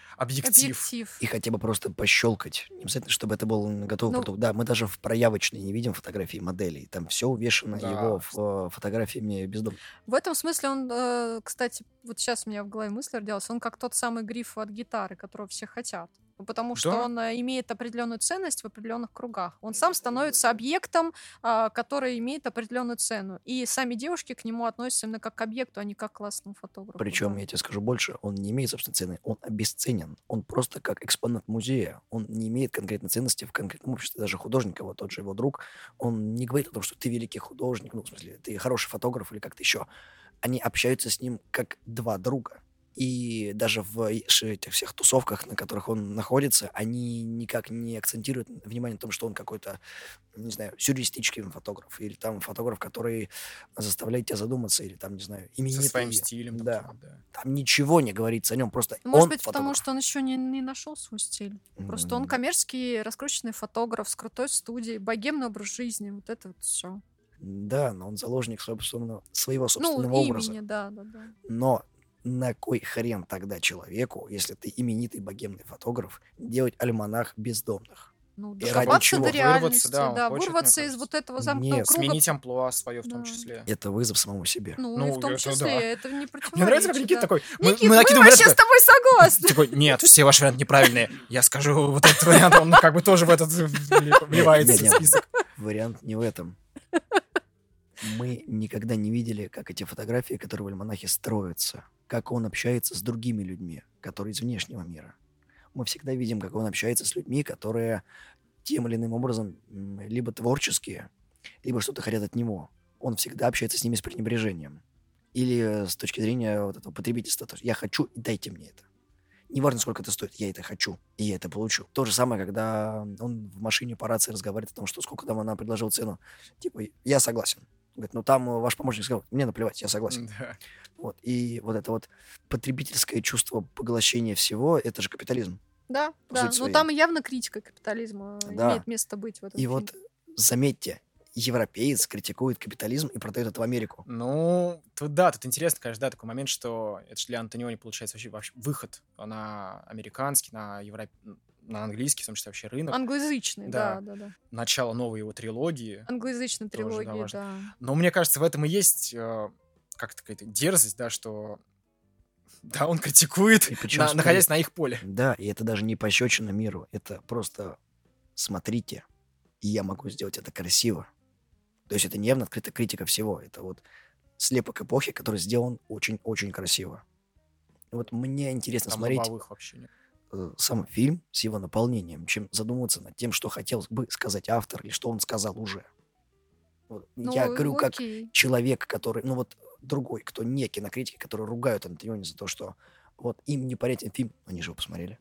объектив. И хотя бы просто пощелкать. Не обязательно, чтобы это был готовый Ну, продукт. Да, мы даже в проявочной не видим фотографии моделей. Там все увешано Да. его фотографиями бездомных. В этом смысле он, кстати, вот сейчас у меня в голове мысль родилась, он как тот самый гриф от гитары, которого все хотят. Ну, потому что Да. он имеет определенную ценность в определенных кругах. Он сам становится объектом, который имеет определенную цену. И сами девушки к нему относятся именно как к объекту, а не как к классному фотографу. Причем, да. я тебе скажу больше, он не имеет собственной цены, он обесценен. Он просто как экспонат музея. Он не имеет конкретной ценности в конкретном обществе. Даже художника, вот тот же его друг, он не говорит о том, что ты великий художник, ну, в смысле, ты хороший фотограф или как-то еще. Они общаются с ним как два друга. И даже в этих всех тусовках, на которых он находится, они никак не акцентируют внимание на том, что он какой-то, не знаю, сюрреалистический фотограф. Или там фотограф, который заставляет тебя задуматься. Или там, не знаю, Со именитый. своим стилем. Да. таким, да. Там ничего не говорится о нем, просто Может он быть, потому фотограф. что он еще не нашел свой стиль. Просто он коммерческий, раскрученный фотограф с крутой студией, богемный образ жизни. Вот это вот все. Да, но он заложник своего Ну, собственного образа. имени, да. Но на кой хрен тогда человеку, если ты именитый богемный фотограф, делать альманах бездомных? Ну, И ради докопаться чего? до Вырваться, реальности, да, он да, хочет, вырваться мне из кажется. вот этого замкнутого Нет. круга. Сменить амплуа свое в том Да. числе. Это вызов самому себе. Ну, и Ну, в том это числе, да. это не противоречит. Мне нравится, как Никита да. такой. Никит, Мы мы накидываем вообще вариант с тобой согласны. такой, нет, все ваши варианты неправильные. Я скажу вот этот вариант, он как бы тоже в этот вливается в Нет. список. Вариант не в этом. Мы никогда не видели, как эти фотографии, которые в альманахе строятся, как он общается с другими людьми, которые из внешнего мира. Мы всегда видим, как он общается с людьми, которые тем или иным образом либо творческие, либо что-то хотят от него. Он всегда общается с ними с пренебрежением. Или с точки зрения вот этого потребительства. То есть я хочу, и дайте мне это. Неважно, сколько это стоит, я это хочу, и я это получу. То же самое, когда он в машине по рации разговаривает о том, что сколько там она предложила цену. Типа, я согласен. Говорит, ну там ваш помощник сказал, мне наплевать, я согласен. Да. Вот. И вот это вот потребительское чувство поглощения всего, это же капитализм. Да, По да. сути Ну, своей. там явно критика капитализма Да. имеет место быть в этом И фильме. вот заметьте, европеец критикует капитализм и продает это в Америку. Ну, тут интересно, конечно, да, такой момент, что это же для Антониони получается вообще выход на американский, на английский, в том числе вообще рынок. Англоязычный, Да. да. Начало новой его трилогии. Англоязычной Тоже, да, трилогии, важно. да. Но мне кажется, в этом и есть как-то какая-то дерзость, да, что да, он критикует, И причем находясь на их поле. Да, и это даже не пощечина миру. Это просто смотрите, и я могу сделать это красиво. То есть это не явно открытая критика всего. Это вот слепок эпохи, который сделан очень-очень красиво. Вот мне интересно Там смотреть лобовых вообще нет. сам фильм с его наполнением, чем задумываться над тем, что хотел бы сказать автор или что он сказал уже. Вот. Ну, Я говорю, как окей. человек, который, ну вот другой, кто не кинокритики, которые ругают Антониони за то, что вот им непонятен фильм, они же его посмотрели.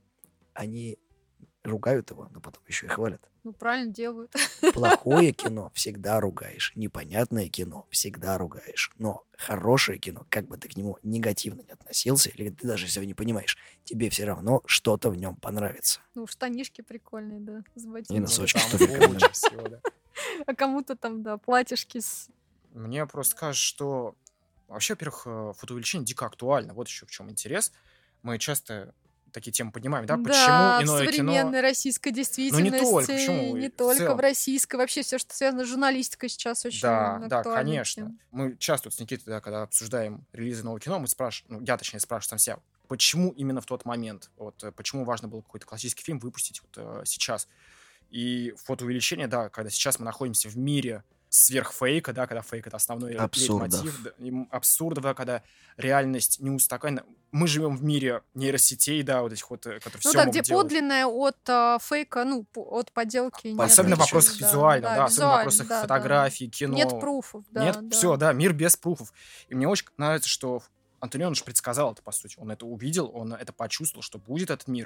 Они ругают его, но потом еще и хвалят. Ну, правильно делают. Плохое кино всегда ругаешь, непонятное кино всегда ругаешь, но хорошее кино, как бы ты к нему негативно не относился, или ты даже если его не понимаешь, тебе все равно что-то в нем понравится. Ну, штанишки прикольные, да, с И ботинками. носочки Там туфельками. куча всего, да. А кому-то там, да, платьишки с... Мне просто кажется, что вообще, во-первых, фотоувеличение дико актуально. Вот еще в чем интерес. Мы часто такие темы поднимаем, да? Да, Почему в иное современной кино... российской действительности. только, почему? Не В только целом. в российской. Вообще все, что связано с журналистикой сейчас очень Да, актуальна конечно. тема. Мы часто вот с Никитой, да, когда обсуждаем релизы нового кино, мы спрашиваем, ну, я точнее спрашиваю сам себя, почему именно в тот момент? Вот почему важно было какой-то классический фильм выпустить вот сейчас? И фотоувеличение, да, когда сейчас мы находимся в мире сверхфейка, да, когда фейк — это основной Абсурдов. лейтмотив, да, и абсурдов, да, когда реальность не устаканена. Мы живем в мире нейросетей, да, вот этих вот, которые Ну все да, могут где делать. подлинное от фейка, ну, от подделки нет. Особенно в Отлично. вопросах визуального, да, особенно в визуально, вопросах да, да. фотографий, кино. Нет пруфов, да. Нет, да. все, да, мир без пруфов. И мне очень нравится, что Антониони же предсказал это, по сути. Он это увидел, он это почувствовал, что будет этот мир,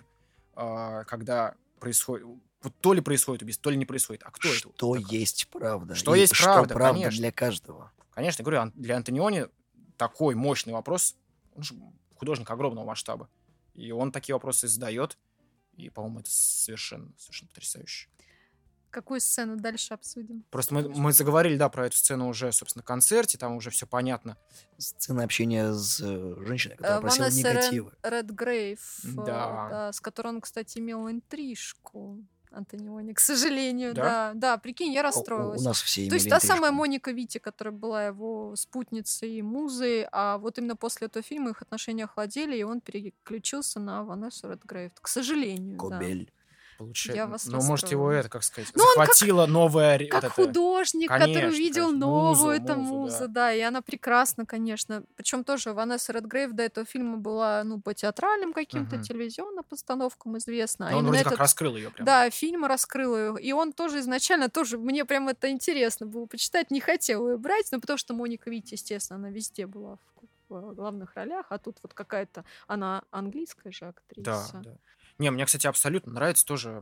когда происходит... Вот то ли происходит убийство, то ли не происходит. А кто это? Что Так, есть правда? Что И есть что правда, правда конечно. для каждого? Конечно, я говорю, для Антониони такой мощный вопрос. Он же художник огромного масштаба. И он такие вопросы задает. И, по-моему, это совершенно потрясающе. Какую сцену дальше обсудим? Просто мы заговорили, да, про эту сцену уже, собственно, в концерте, там уже все понятно. Сцена общения с женщиной, которая просила Ванесса негативы. Редгрейв, Да. с которой он, кстати, имел интрижку. Антониони, к сожалению, Да? да, прикинь, я У расстроилась. нас все То имели есть та самая интрижку. Моника Витти, которая была его спутницей и музой, а вот именно после этого фильма их отношения охладели, и он переключился на Ванессу Редгрейв. К сожалению, да. Кобель. Получается. Я вас Ну, может, его расстроила. это, как сказать, Ну, он захватило новое... Как вот это... художник, который Конечно, увидел конечно. новую, Музу, это музу, муза, да, и она прекрасна, конечно. Причем тоже Ванесса Редгрейв до этого фильма была, ну, по театральным каким-то Мгм. телевизионным постановкам известна. Но он именно вроде как этот, раскрыл ее прям. да, фильм раскрыл ее. И он тоже изначально тоже, мне прям это интересно было почитать, не хотела ее брать, но потому что Моника Витти, естественно, она везде была в главных ролях, а тут вот какая-то, она английская же Да, актриса. да. Не, мне, кстати, абсолютно нравится тоже...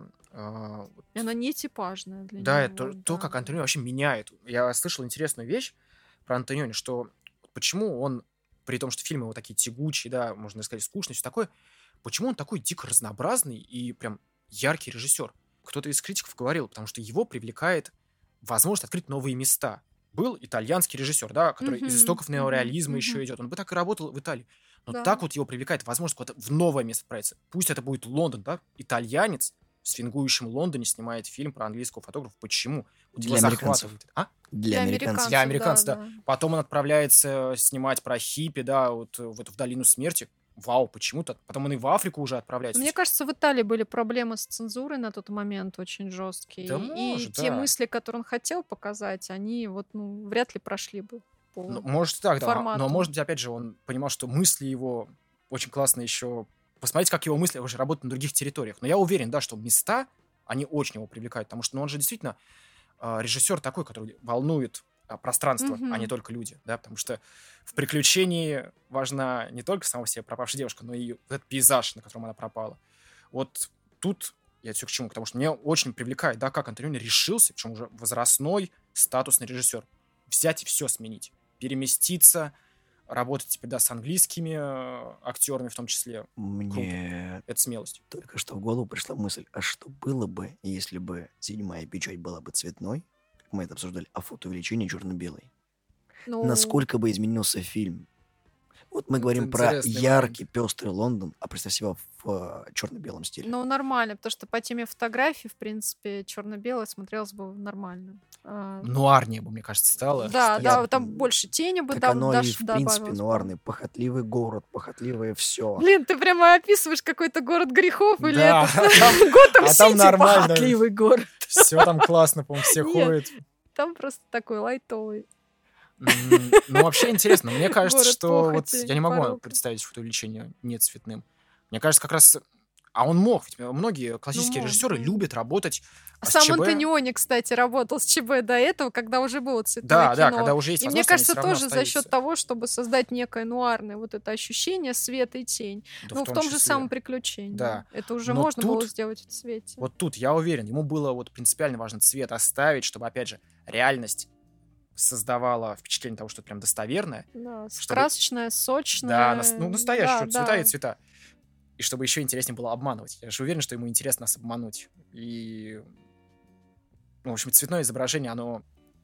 И она не типажная для Да, него. это то, как Антониони вообще меняет. Я слышал интересную вещь про Антониони, что почему он, при том, что фильмы его такие тягучие, да, можно сказать, скучные, все такое, почему он такой дико разнообразный и прям яркий режиссер? Кто-то из критиков говорил, потому что его привлекает возможность открыть новые места. Был итальянский режиссер, да, который из истоков неореализма еще идет. Он бы так и работал в Италии. Но Да. так вот его привлекает возможность куда-то в новое место отправиться. Пусть это будет Лондон, да, итальянец в свингующем Лондоне снимает фильм про английского фотографа. Почему? Вот Для его американцев. захватывает. А? Для американцев. Для американцев, да. Потом он отправляется снимать про хиппи, да, вот в эту в долину смерти. Вау, почему-то. Потом он и в Африку уже отправляется. Мне кажется, в Италии были проблемы с цензурой на тот момент очень жесткие. Да и может, те да. мысли, которые он хотел показать, они вот, ну, вряд ли прошли бы по Ну, может, так, да. формату. Но, может быть, опять же, он понимал, что мысли его очень классно еще... Посмотрите, как его мысли уже работают на других территориях. Но я уверен, да, что места, они очень его привлекают, потому что, ну, он же действительно режиссер такой, который волнует пространство, а не только люди, да, потому что в «Приключении» важна не только сама себе пропавшая девушка, но и вот этот пейзаж, на котором она пропала. Вот тут я все к чему, потому что меня очень привлекает, да, как Антониони решился, причем уже возрастной, статусный режиссер, взять и все сменить, переместиться, работать теперь, да, с английскими актерами в том числе. Мне Это смелость. только что в голову пришла мысль, а что было бы, если бы седьмая печать была бы цветной, как мы это обсуждали, а фотоувеличение черно-белой? Ну, Насколько бы изменился фильм? Вот мы Это говорим про интересный яркий, пестрый Лондон, а представь себе в черно-белом стиле. Ну, нормально, потому что по теме фотографий, в принципе, черно-белое смотрелось бы нормально. Нуарнее бы, мне кажется, стало. Да, кстати. да, там больше тени бы Так оно и, даже в принципе, добавилось бы. нуарный. Похотливый город, похотливое все. Блин, ты прямо описываешь какой-то город грехов или Да, это Готэм а там Сити, нормально. похотливый город. Все там классно, по-моему, все Нет. ходят. Там просто такой лайтовый. Ну, вообще интересно. Мне кажется, Город что вот похоти, я не могу порока. представить фотоувеличение не цветным. Мне кажется, как раз... А он мог, ведь многие классические мог, режиссеры да. любят работать с Сам ЧБ. Антониони, кстати, работал с ЧБ до этого, когда уже было цветное Да, да, кино. когда уже есть И мне возможность, они кажется, всё равно тоже за счет остаются. того, чтобы создать некое нуарное вот это ощущение света и тень. Да, Ну, в том же числе. самом «Приключении». Да. Это уже Но можно было тут- сделать в цвете. Вот тут, я уверен, ему было вот принципиально важно цвет оставить, чтобы, опять же, реальность создавала впечатление того, что это прям достоверное. Да, чтобы- красочная, сочная. Да, ну, настоящее, Да, цвета да. и цвета. И чтобы еще интереснее было обманывать. Я же уверен, что ему интересно нас обмануть. И, ну, в общем, цветное изображение, оно...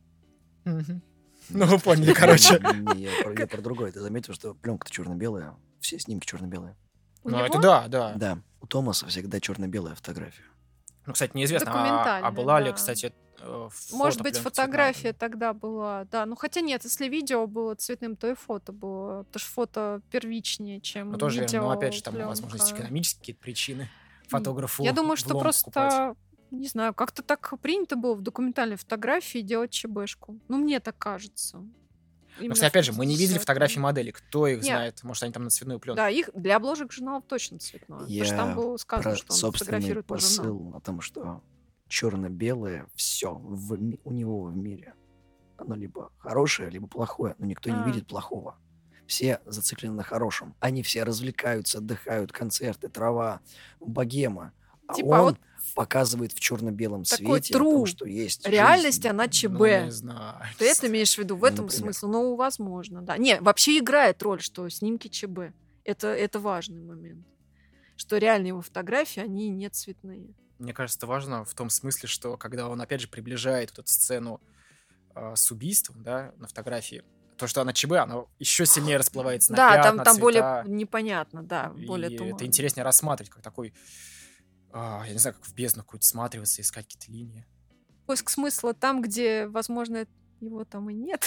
Мгм. Ну, вы поняли, короче. Не, я про другое. Ты заметил, что пленка-то черно-белая, все снимки черно-белые. У Ну, него? это да, да. Да, у Томаса всегда черно-белая фотография. Ну, кстати, неизвестно, а Документальная, была ли, да. кстати, Может быть, фотопленка фотография цветная? тогда была, да. Ну, хотя нет, если видео было цветным, то и фото было. Потому что фото первичнее, чем Ну, тоже, видео. ну, опять же, там, плёнка. возможно, есть экономические какие-то причины фотографу Я думаю, в что лом просто, покупать. не знаю, как-то так принято было в документальной фотографии делать ЧБшку. Ну, мне так кажется. Но, кстати, опять же, мы не видели фотографии моделей. Кто их Нет. знает? Может, они там на цветную пленку. Да, их для обложек журналов точно цветное. Потому что там Я было сказано, про что он собственный фотографирует на журнал. посыл о том, что черно-белое все у него в мире. Оно либо хорошее, либо плохое, но никто не А. видит плохого. Все зациклены на хорошем. Они все развлекаются, отдыхают, концерты, трава, богема. А Типа, он вот показывает в черно-белом такой цвете о том, true что есть реальность, жизнь. она ЧБ. Ну, не знаю. Ты это имеешь в виду в этом Например. смысле? Ну, возможно, да. Не, вообще играет роль, что снимки ЧБ. Это важный момент. Что реальные его фотографии, они не цветные. Мне кажется, это важно в том смысле, что когда он, опять же, приближает вот эту сцену с убийством, да, на фотографии, то, что она ЧБ, оно еще сильнее расплывается на Да, пятна, там более цвета. непонятно, да, более И туманно. это интереснее рассматривать, как такой, я не знаю, как в бездну какую-то всматриваться, искать какие-то линии. Поиск смысла там, где, возможно, его там и нет.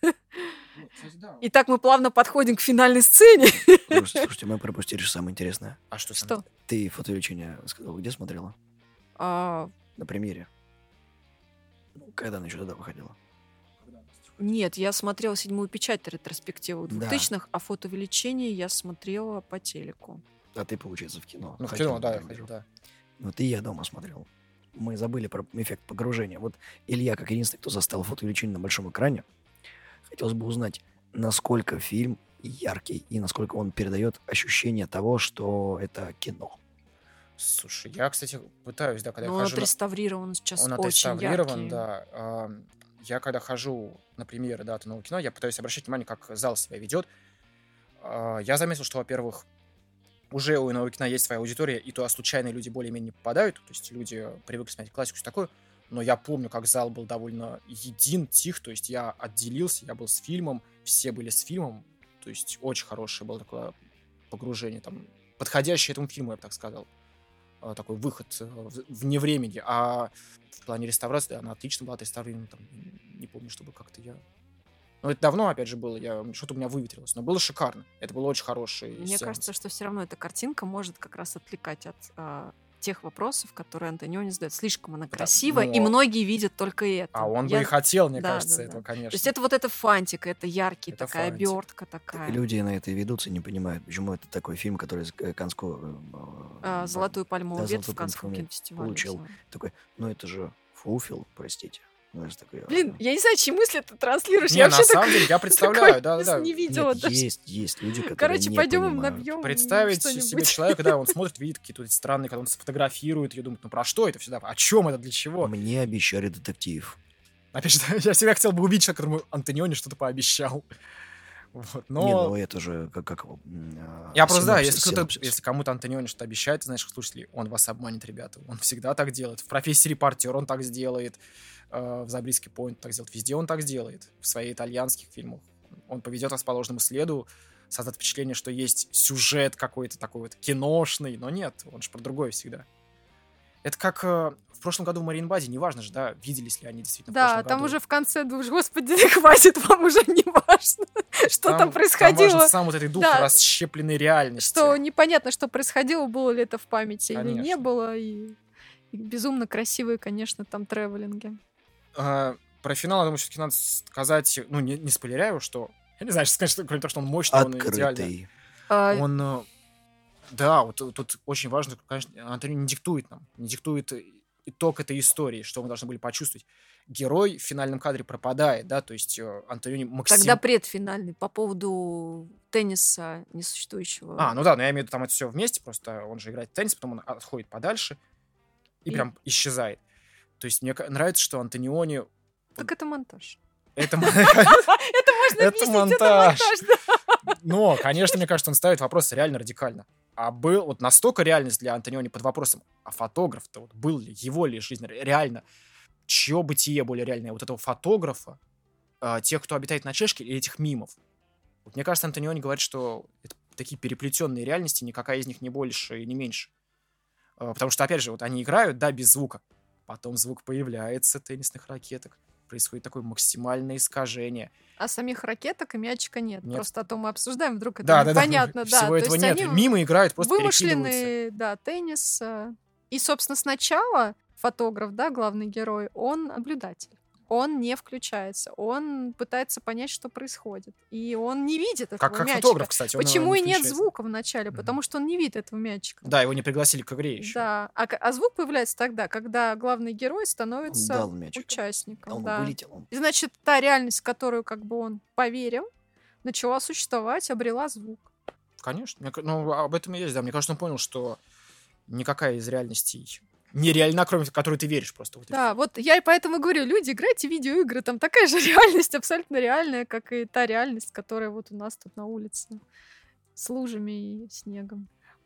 Итак, мы плавно подходим к финальной сцене. Слушайте, мы пропустили же самое интересное. А что? Что? Ты фотоувеличение сказал, где смотрела? А, На премьере. Когда она еще тогда выходила? Нет, я смотрела «Седьмую печать» ретроспективу Да. 2000-х, а фотоувеличение я смотрела по телеку. А ты, получается, в кино. Ну, в Ходил кино, на да, я премьеру. ходил, да. Вот и я дома смотрел. Мы забыли про эффект погружения. Вот Илья, как единственный, кто застал фотоувеличение на большом экране, хотелось бы узнать, насколько фильм яркий и насколько он передает ощущение того, что это кино. Слушай, я, кстати, пытаюсь, да, когда Но я он хожу... отреставрирован сейчас Он очень отреставрирован, яркий. да. Я когда хожу на премьеры, да, от нового кино, я пытаюсь обращать внимание, как зал себя ведет. Я заметил, что, во-первых, уже у нового кино есть своя аудитория, и туда случайные люди более-менее не попадают, то есть люди привыкли смотреть классику, все такое, но я помню, как зал был довольно един, тих, то есть я отделился, я был с фильмом, все были с фильмом, то есть очень хорошее было такое погружение, там, подходящее этому фильму, я бы так сказал. Такой выход вне времени. А в плане реставрации, да, она отлично была отреставрирована. Там, не помню, чтобы как-то я... Ну, это давно, опять же, было. Что-то у меня выветрилось. Но было шикарно. Это было очень хороший Мне сеанс. кажется, что все равно эта картинка может как раз отвлекать от тех вопросов, которые Антониони задает. Слишком она красивая, и но- многие видят только это. А он бы Я- и хотел, мне Да, кажется, да, этого, да. конечно. То есть это вот эта фантика, это яркий, Это такая фантик. обертка Так такая. и люди на это и ведутся, и не понимают, почему это такой фильм, который из Канского... Золотую пальмовую да, ветвь в «Золотую Каннском пальмовую кинофестивале. получил. взяла. Такой, ну это же Фуфел, простите. Ну, это такой, Блин, я не знаю, чьи мысли ты транслируешь. Не, я на вообще самом деле, я представляю, да-да-да. не видела Нет, даже. есть люди, которые Короче, не пойдем им понимают. набьем Представить себе что-нибудь. человека, да, он смотрит, видит какие-то эти странные, когда он сфотографирует, я думаю, ну про что это всегда? О чем это, для чего? Мне обещали детектив. Опять же, я всегда хотел бы убить человека, которому Антониони что-то пообещал. Вот, Не, но... ну это же как его... Я просто, да, синопсис. если кому-то Антониони что-то обещает, знаешь, слушайте, он вас обманет, ребята. Он всегда так делает. В «Профессии репортер» он так сделает. В «Забриски Пойнт» так сделает. Везде он так сделает. В своих итальянских фильмах. Он поведет вас по ложному следу, создаст впечатление, что есть сюжет какой-то такой вот киношный. Но нет, он же про другое всегда. Это как в прошлом году в Мариенбаде, неважно же, да, виделись ли они действительно в Да, прошлом там году. уже в конце думаешь, господи, хватит, вам уже не важно, что там Там происходило. важен сам вот этот дух Да. расщепленной реальности. Что непонятно, что происходило, было ли это в памяти или не Конечно. было. И безумно красивые, конечно, там тревелинги. Про финал, я думаю, все-таки надо сказать, ну, не спойлеряю, что... Я не знаю, что сказать, кроме того, что он мощный, он идеальный. Открытый. Он... Да, вот тут очень важно, конечно, Антониони не диктует нам, не диктует итог этой истории, что мы должны были почувствовать. Герой в финальном кадре пропадает, да, то есть Антониони максимально... Тогда предфинальный по поводу тенниса несуществующего. Ну да, но я имею в виду, там это все вместе, просто он же играет в теннис, потом он отходит подальше и И- прям исчезает. То есть мне нравится, что Антониони... Так это монтаж. Это Это можно Это объяснить, монтаж. да. Но, конечно, мне кажется, он ставит вопрос реально радикально. А был вот настолько реальность для Антониони под вопросом, а фотограф-то вот был ли, его ли жизнь реально, чье бытие более реальное, вот этого фотографа, тех, кто обитает на Чешке, или этих мимов. Вот мне кажется, Антониони говорит, что это такие переплетенные реальности, никакая из них не больше и не меньше. Потому что, опять же, вот они играют, да, без звука. Потом звук появляется, теннисных ракеток. Происходит такое максимальное искажение. А самих ракеток и мячика нет. Нет. Просто то мы обсуждаем, вдруг это Да. непонятно. Да, Всего то этого есть нет. они Мимо играют, просто перекидываются. вымышленный, да, теннис. И, собственно, сначала фотограф, да, главный герой, он наблюдатель. Он не включается. Он пытается понять, что происходит. И он не видит этого Как мячика. фотограф, кстати. он Почему не и нет включается. звука вначале? Мгм. Потому что он не видит этого мячика. Да, его не пригласили к игре еще. Да. А звук появляется тогда, когда главный герой Он становится дал мячик. участником. Он да. вылетел. Он И, значит, та реальность, в которую как бы он поверил, начала существовать, обрела звук. Конечно. Ну, об этом и есть, да. Мне кажется, он понял, что никакая из реальностей нереальна, кроме которой ты веришь просто. Вот и Да, вот я и поэтому говорю, люди, играйте в видеоигры, там такая же реальность, абсолютно реальная, как и та реальность, которая вот у нас тут на улице с лужами и снегом.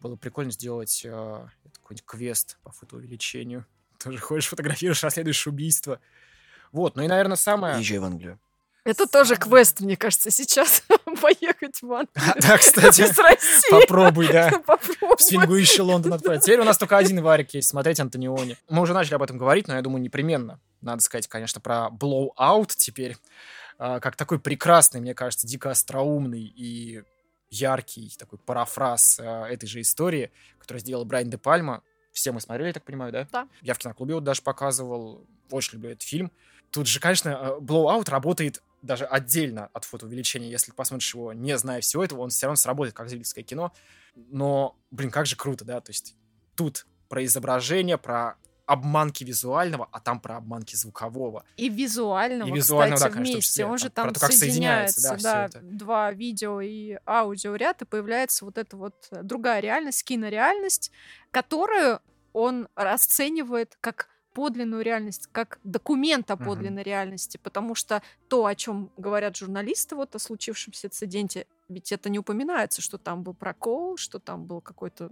Было прикольно сделать какой-нибудь квест по фотоувеличению. Тоже ходишь, фотографируешь, расследуешь убийство. Вот, ну и, наверное, самое... Езжай в Англию. Это тоже квест, мне кажется, сейчас поехать в Англию. Да, кстати, Из России. попробуй, да. Попробуй. В свингующий Лондон отправить. Теперь у нас только один варик есть, смотреть Антониони. Мы уже начали об этом говорить, но я думаю, непременно. Надо сказать, конечно, про Blowout теперь. Как такой прекрасный, мне кажется, дико остроумный и яркий такой парафраз этой же истории, которую сделал Брайан де Пальма. Все мы смотрели, я так понимаю, да? Да. Я в киноклубе вот даже показывал. Очень люблю этот фильм. Тут же, конечно, Blowout работает даже отдельно от фотоувеличения. Если посмотришь его, не зная всего этого, он все равно сработает как зрительское кино. Но, блин, как же круто, да? То есть тут про изображение, про обманки визуального, а там про обманки звукового. И визуального, да, кстати, конечно, в том вместе. числе. Он же Про там то, как соединяется, соединяется, да, да, всё это. два видео и аудиоряд, и появляется вот эта вот другая реальность, кинореальность, которую он расценивает как подлинную реальность, как документ о подлинной реальности, потому что то, о чем говорят журналисты вот о случившемся инциденте, ведь это не упоминается, что там был прокол, что там был какой-то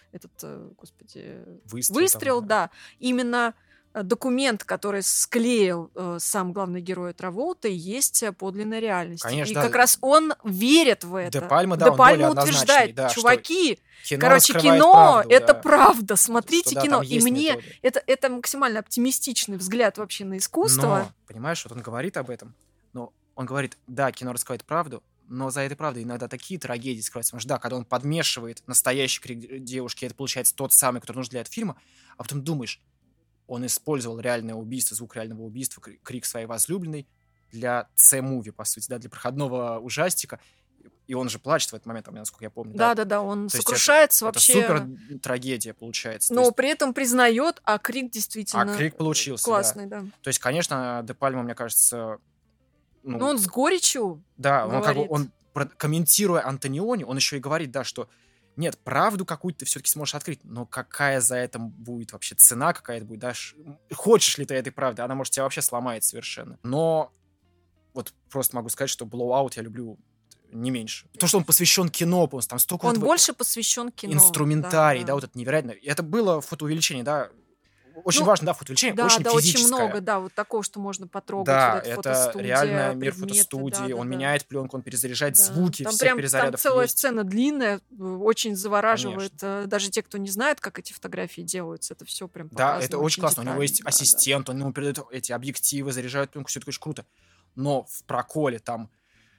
выстрел, там, да. Именно документ, который склеил сам главный герой Траволта, есть подлинная реальность. Конечно, и да. как раз он верит в это. Де Пальма, да, он более однозначный, утверждает, да, что чуваки, кино короче, раскрывает кино правду, это да. правда, смотрите Что, да, кино. там И есть мне методы. это максимально оптимистичный взгляд вообще на искусство. Но, понимаешь, вот он говорит об этом, но он говорит, да, кино раскрывает правду, но за этой правдой иногда такие трагедии скрываются. Потому что, да, когда он подмешивает настоящий крик девушки, это получается тот самый, который нужен для этого фильма, а потом думаешь, он использовал реальное убийство, звук реального убийства, крик своей возлюбленной для C-муви, по сути, да, для проходного ужастика. И он же плачет в этот момент, насколько я помню. Да, он То есть сокрушается это вообще. супер трагедия получается. Но при этом признает, а крик действительно крик получился, классный, да. То есть, конечно, Де Пальма, мне кажется... Но он с горечью Да, говорит. комментируя Антониони, он еще и говорит, да, что нет, правду какую-то ты все-таки сможешь открыть, но какая за этим будет вообще цена, какая это будет, да, хочешь ли ты этой правды, она может тебя вообще сломает совершенно. Но вот просто могу сказать, что Blowout я люблю не меньше. То, что он посвящен кино, просто там столько... Он больше посвящен кино. Инструментарий, да, вот это невероятно. И это было фотоувеличение, да, очень важно, да, фотоувеличение, очень физическое. Очень много, да, вот такого, что можно потрогать. Да, вот это фотостудия, реально мир предметы, фотостудии, он да. меняет пленку, он перезаряжает Да. звуки, там всех прям, перезарядов там целая есть. сцена длинная, очень завораживает. Даже те, кто не знает, как эти фотографии делаются, это все прям показано. Да, это очень классно. У него есть детально, ассистент, он ему передает эти объективы, заряжает пленку, все это очень круто. Но в проколе там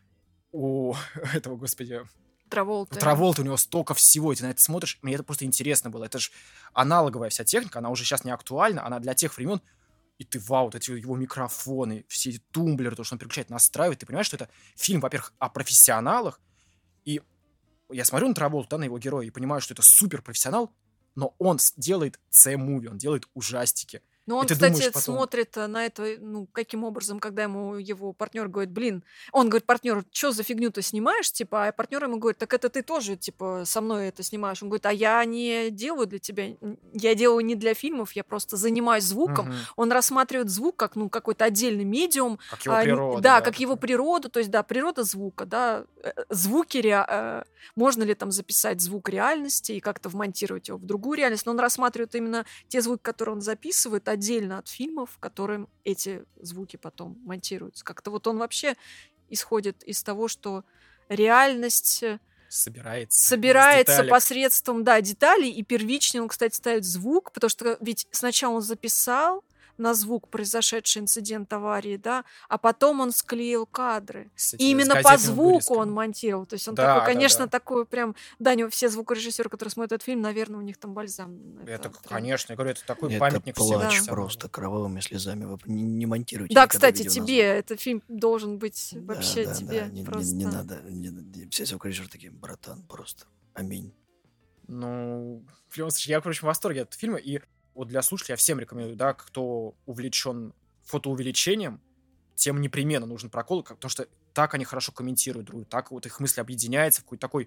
у этого, господи... Траволта, у него столько всего, и ты на это смотришь, мне это просто интересно было. Это же аналоговая вся техника, она уже сейчас не актуальна, она для тех времен, и ты, вау, вот эти его микрофоны, все эти тумблеры, то, что он переключает, настраивает, ты понимаешь, что это фильм, во-первых, о профессионалах, и я смотрю на Траволту, да, на его героя, и понимаю, что это суперпрофессионал, но он делает C-муви, он делает ужастики. Но он, и ты кстати, думаешь потом... смотрит на это, каким образом, когда ему его партнер говорит, он говорит партнеру, что за фигню ты снимаешь, типа, а партнер ему говорит, так это ты тоже, типа, со мной это снимаешь. Он говорит, а я не делаю для тебя, я делаю не для фильмов, я просто занимаюсь звуком. Он рассматривает звук как, какой-то отдельный медиум. Как его природа. Да, как его природу, то есть, да, природа звука, да, звуки, можно ли там записать звук реальности и как-то вмонтировать его в другую реальность, но он рассматривает именно те звуки, которые он записывает, отдельно от фильмов, которым эти звуки потом монтируются. Как-то вот он вообще исходит из того, что реальность собирается посредством, деталей, и первичный он, кстати, ставит звук, потому что ведь сначала он записал на звук произошедший инцидент аварии, да, а потом он склеил кадры. И именно по звуку он монтировал. То есть он такой, конечно, такой прям... Да, все звукорежиссеры, которые смотрят этот фильм, наверное, у них там бальзам. Это конечно, я говорю, это такой это памятник всем. Это плач просто кровавыми слезами. Вы не монтируйте. Да, кстати, тебе этот фильм должен быть вообще тебе просто... Не надо. Все звукорежиссеры такие, братан, просто аминь. Ну, в любом случае, я, короче, в восторге от фильма, и вот для слушателей я всем рекомендую, да, кто увлечен фотоувеличением, тем непременно нужен прокол, потому что так они хорошо комментируют друг друга, так вот их мысли объединяются в какой-то такой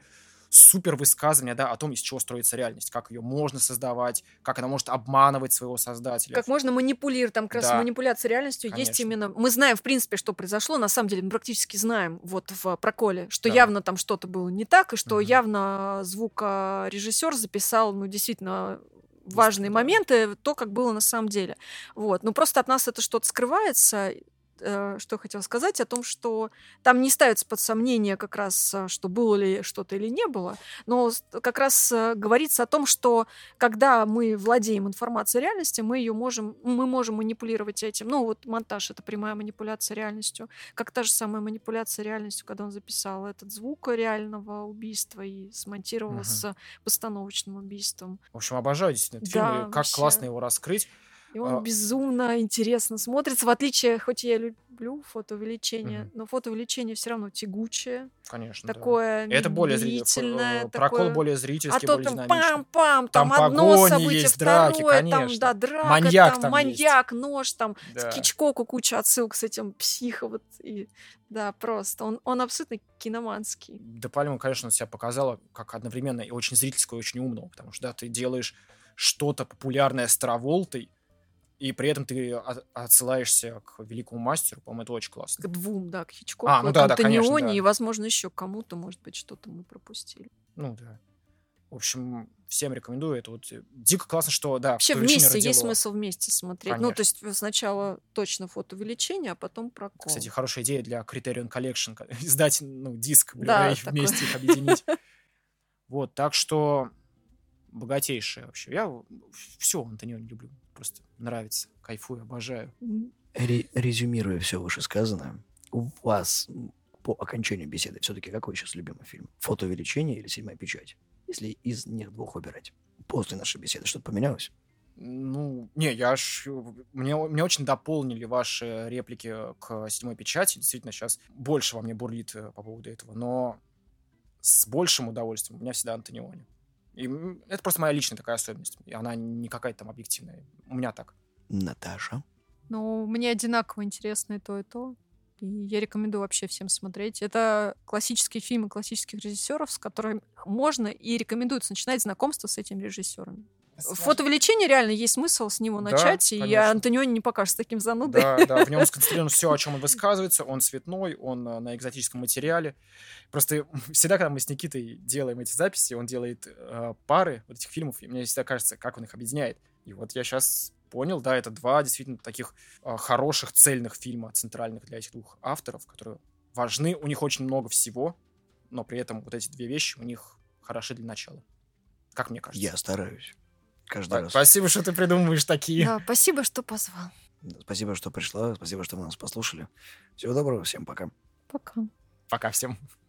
супер высказывания, да, о том, из чего строится реальность, как ее можно создавать, как она может обманывать своего создателя. Как можно манипулировать, там как раз Да. манипуляция реальностью есть Конечно. именно... Мы знаем, в принципе, что произошло, на самом деле мы практически знаем вот в «Проколе», что Да. явно там что-то было не так, и что Мгм. явно звукорежиссер записал, ну, действительно важные Да. моменты, то, как было на самом деле. Вот. Ну, просто от нас это что-то скрывается. Что я хотела сказать, о том, что там не ставится под сомнение как раз, что было ли что-то или не было, но как раз говорится о том, что когда мы владеем информацией реальности, мы можем манипулировать этим. Ну, вот монтаж — это прямая манипуляция реальностью, как та же самая манипуляция реальностью, когда он записал этот звук реального убийства и смонтировал Мгм. с постановочным убийством. В общем, обожаю действительно этот фильм, Да, и как вообще. классно его раскрыть. И он А, безумно интересно смотрится, в отличие, хоть я люблю фотоувеличение, Мгм. но фотоувеличение все равно тягучее, Конечно, да. такое Это более медлительное, Прокол такое... более А зрительский, то более там динамичный. пам-пам, Там там одно погони событие, есть, драки, второе, там, конечно. да, драка, Маньяк там там маньяк, нож, там, Да. к Хичкоку куча отсылок с этим психо, вот, и, да, просто, он абсолютно киноманский. Де Пальма, конечно, себя показала как одновременно и очень зрительского, и очень умного, потому что, да, ты делаешь что-то популярное с Траволтой, и при этом ты отсылаешься к великому мастеру, по-моему, это очень классно. К двум, да, к Хичкоку, Ну к да, конечно, Антониони, да. и, возможно, еще к кому-то, может быть, что-то мы пропустили. Ну да. В общем, всем рекомендую. Это вот дико классно, что, да, Вообще «Фотоувеличение» вместе есть родило. смысл вместе смотреть. Ну, то есть сначала точно фотоувеличение, а потом Прокол. Кстати, хорошая идея для Criterion Collection. Издать, диск, Да, Blu-ray, такой. вместе их объединить. Вот, так что богатейшее вообще. Я все Антониони люблю. Просто нравится, кайфую, обожаю. Мгм. Резюмируя все вышесказанное, у вас по окончанию беседы все-таки какой сейчас любимый фильм? «Фотоувеличение» или «Седьмая печать»? Если из них двух выбирать. После нашей беседы что-то поменялось? Ну, не, мне очень дополнили ваши реплики к «Седьмой печати». Действительно, сейчас больше во мне бурлит по поводу этого. Но с большим удовольствием у меня всегда Антониони. И это просто моя личная такая особенность. И она не какая-то там объективная. У меня так. Наташа? Ну, мне одинаково интересно и то, и то. И я рекомендую вообще всем смотреть. Это классические фильмы классических режиссеров, с которыми можно и рекомендуется начинать знакомство с этими режиссерами. В «Фотоувеличении» реально есть смысл с него Да, начать, и конечно. Антониони не покажется таким занудой. Да, в нем сконцентрировано все, о чем он высказывается. Он цветной, он на экзотическом материале. Просто всегда, когда мы с Никитой делаем эти записи, он делает пары вот этих фильмов, и мне всегда кажется, как он их объединяет. И вот я сейчас понял, да, это два действительно таких хороших, цельных фильма, центральных для этих двух авторов, которые важны. У них очень много всего, но при этом вот эти две вещи у них хороши для начала. Как мне кажется. Я стараюсь. Каждый раз. Спасибо, что ты придумываешь такие. Да, спасибо, что позвал. Спасибо, что пришла. Спасибо, что вы нас послушали. Всего доброго. Всем пока. Пока. Пока всем.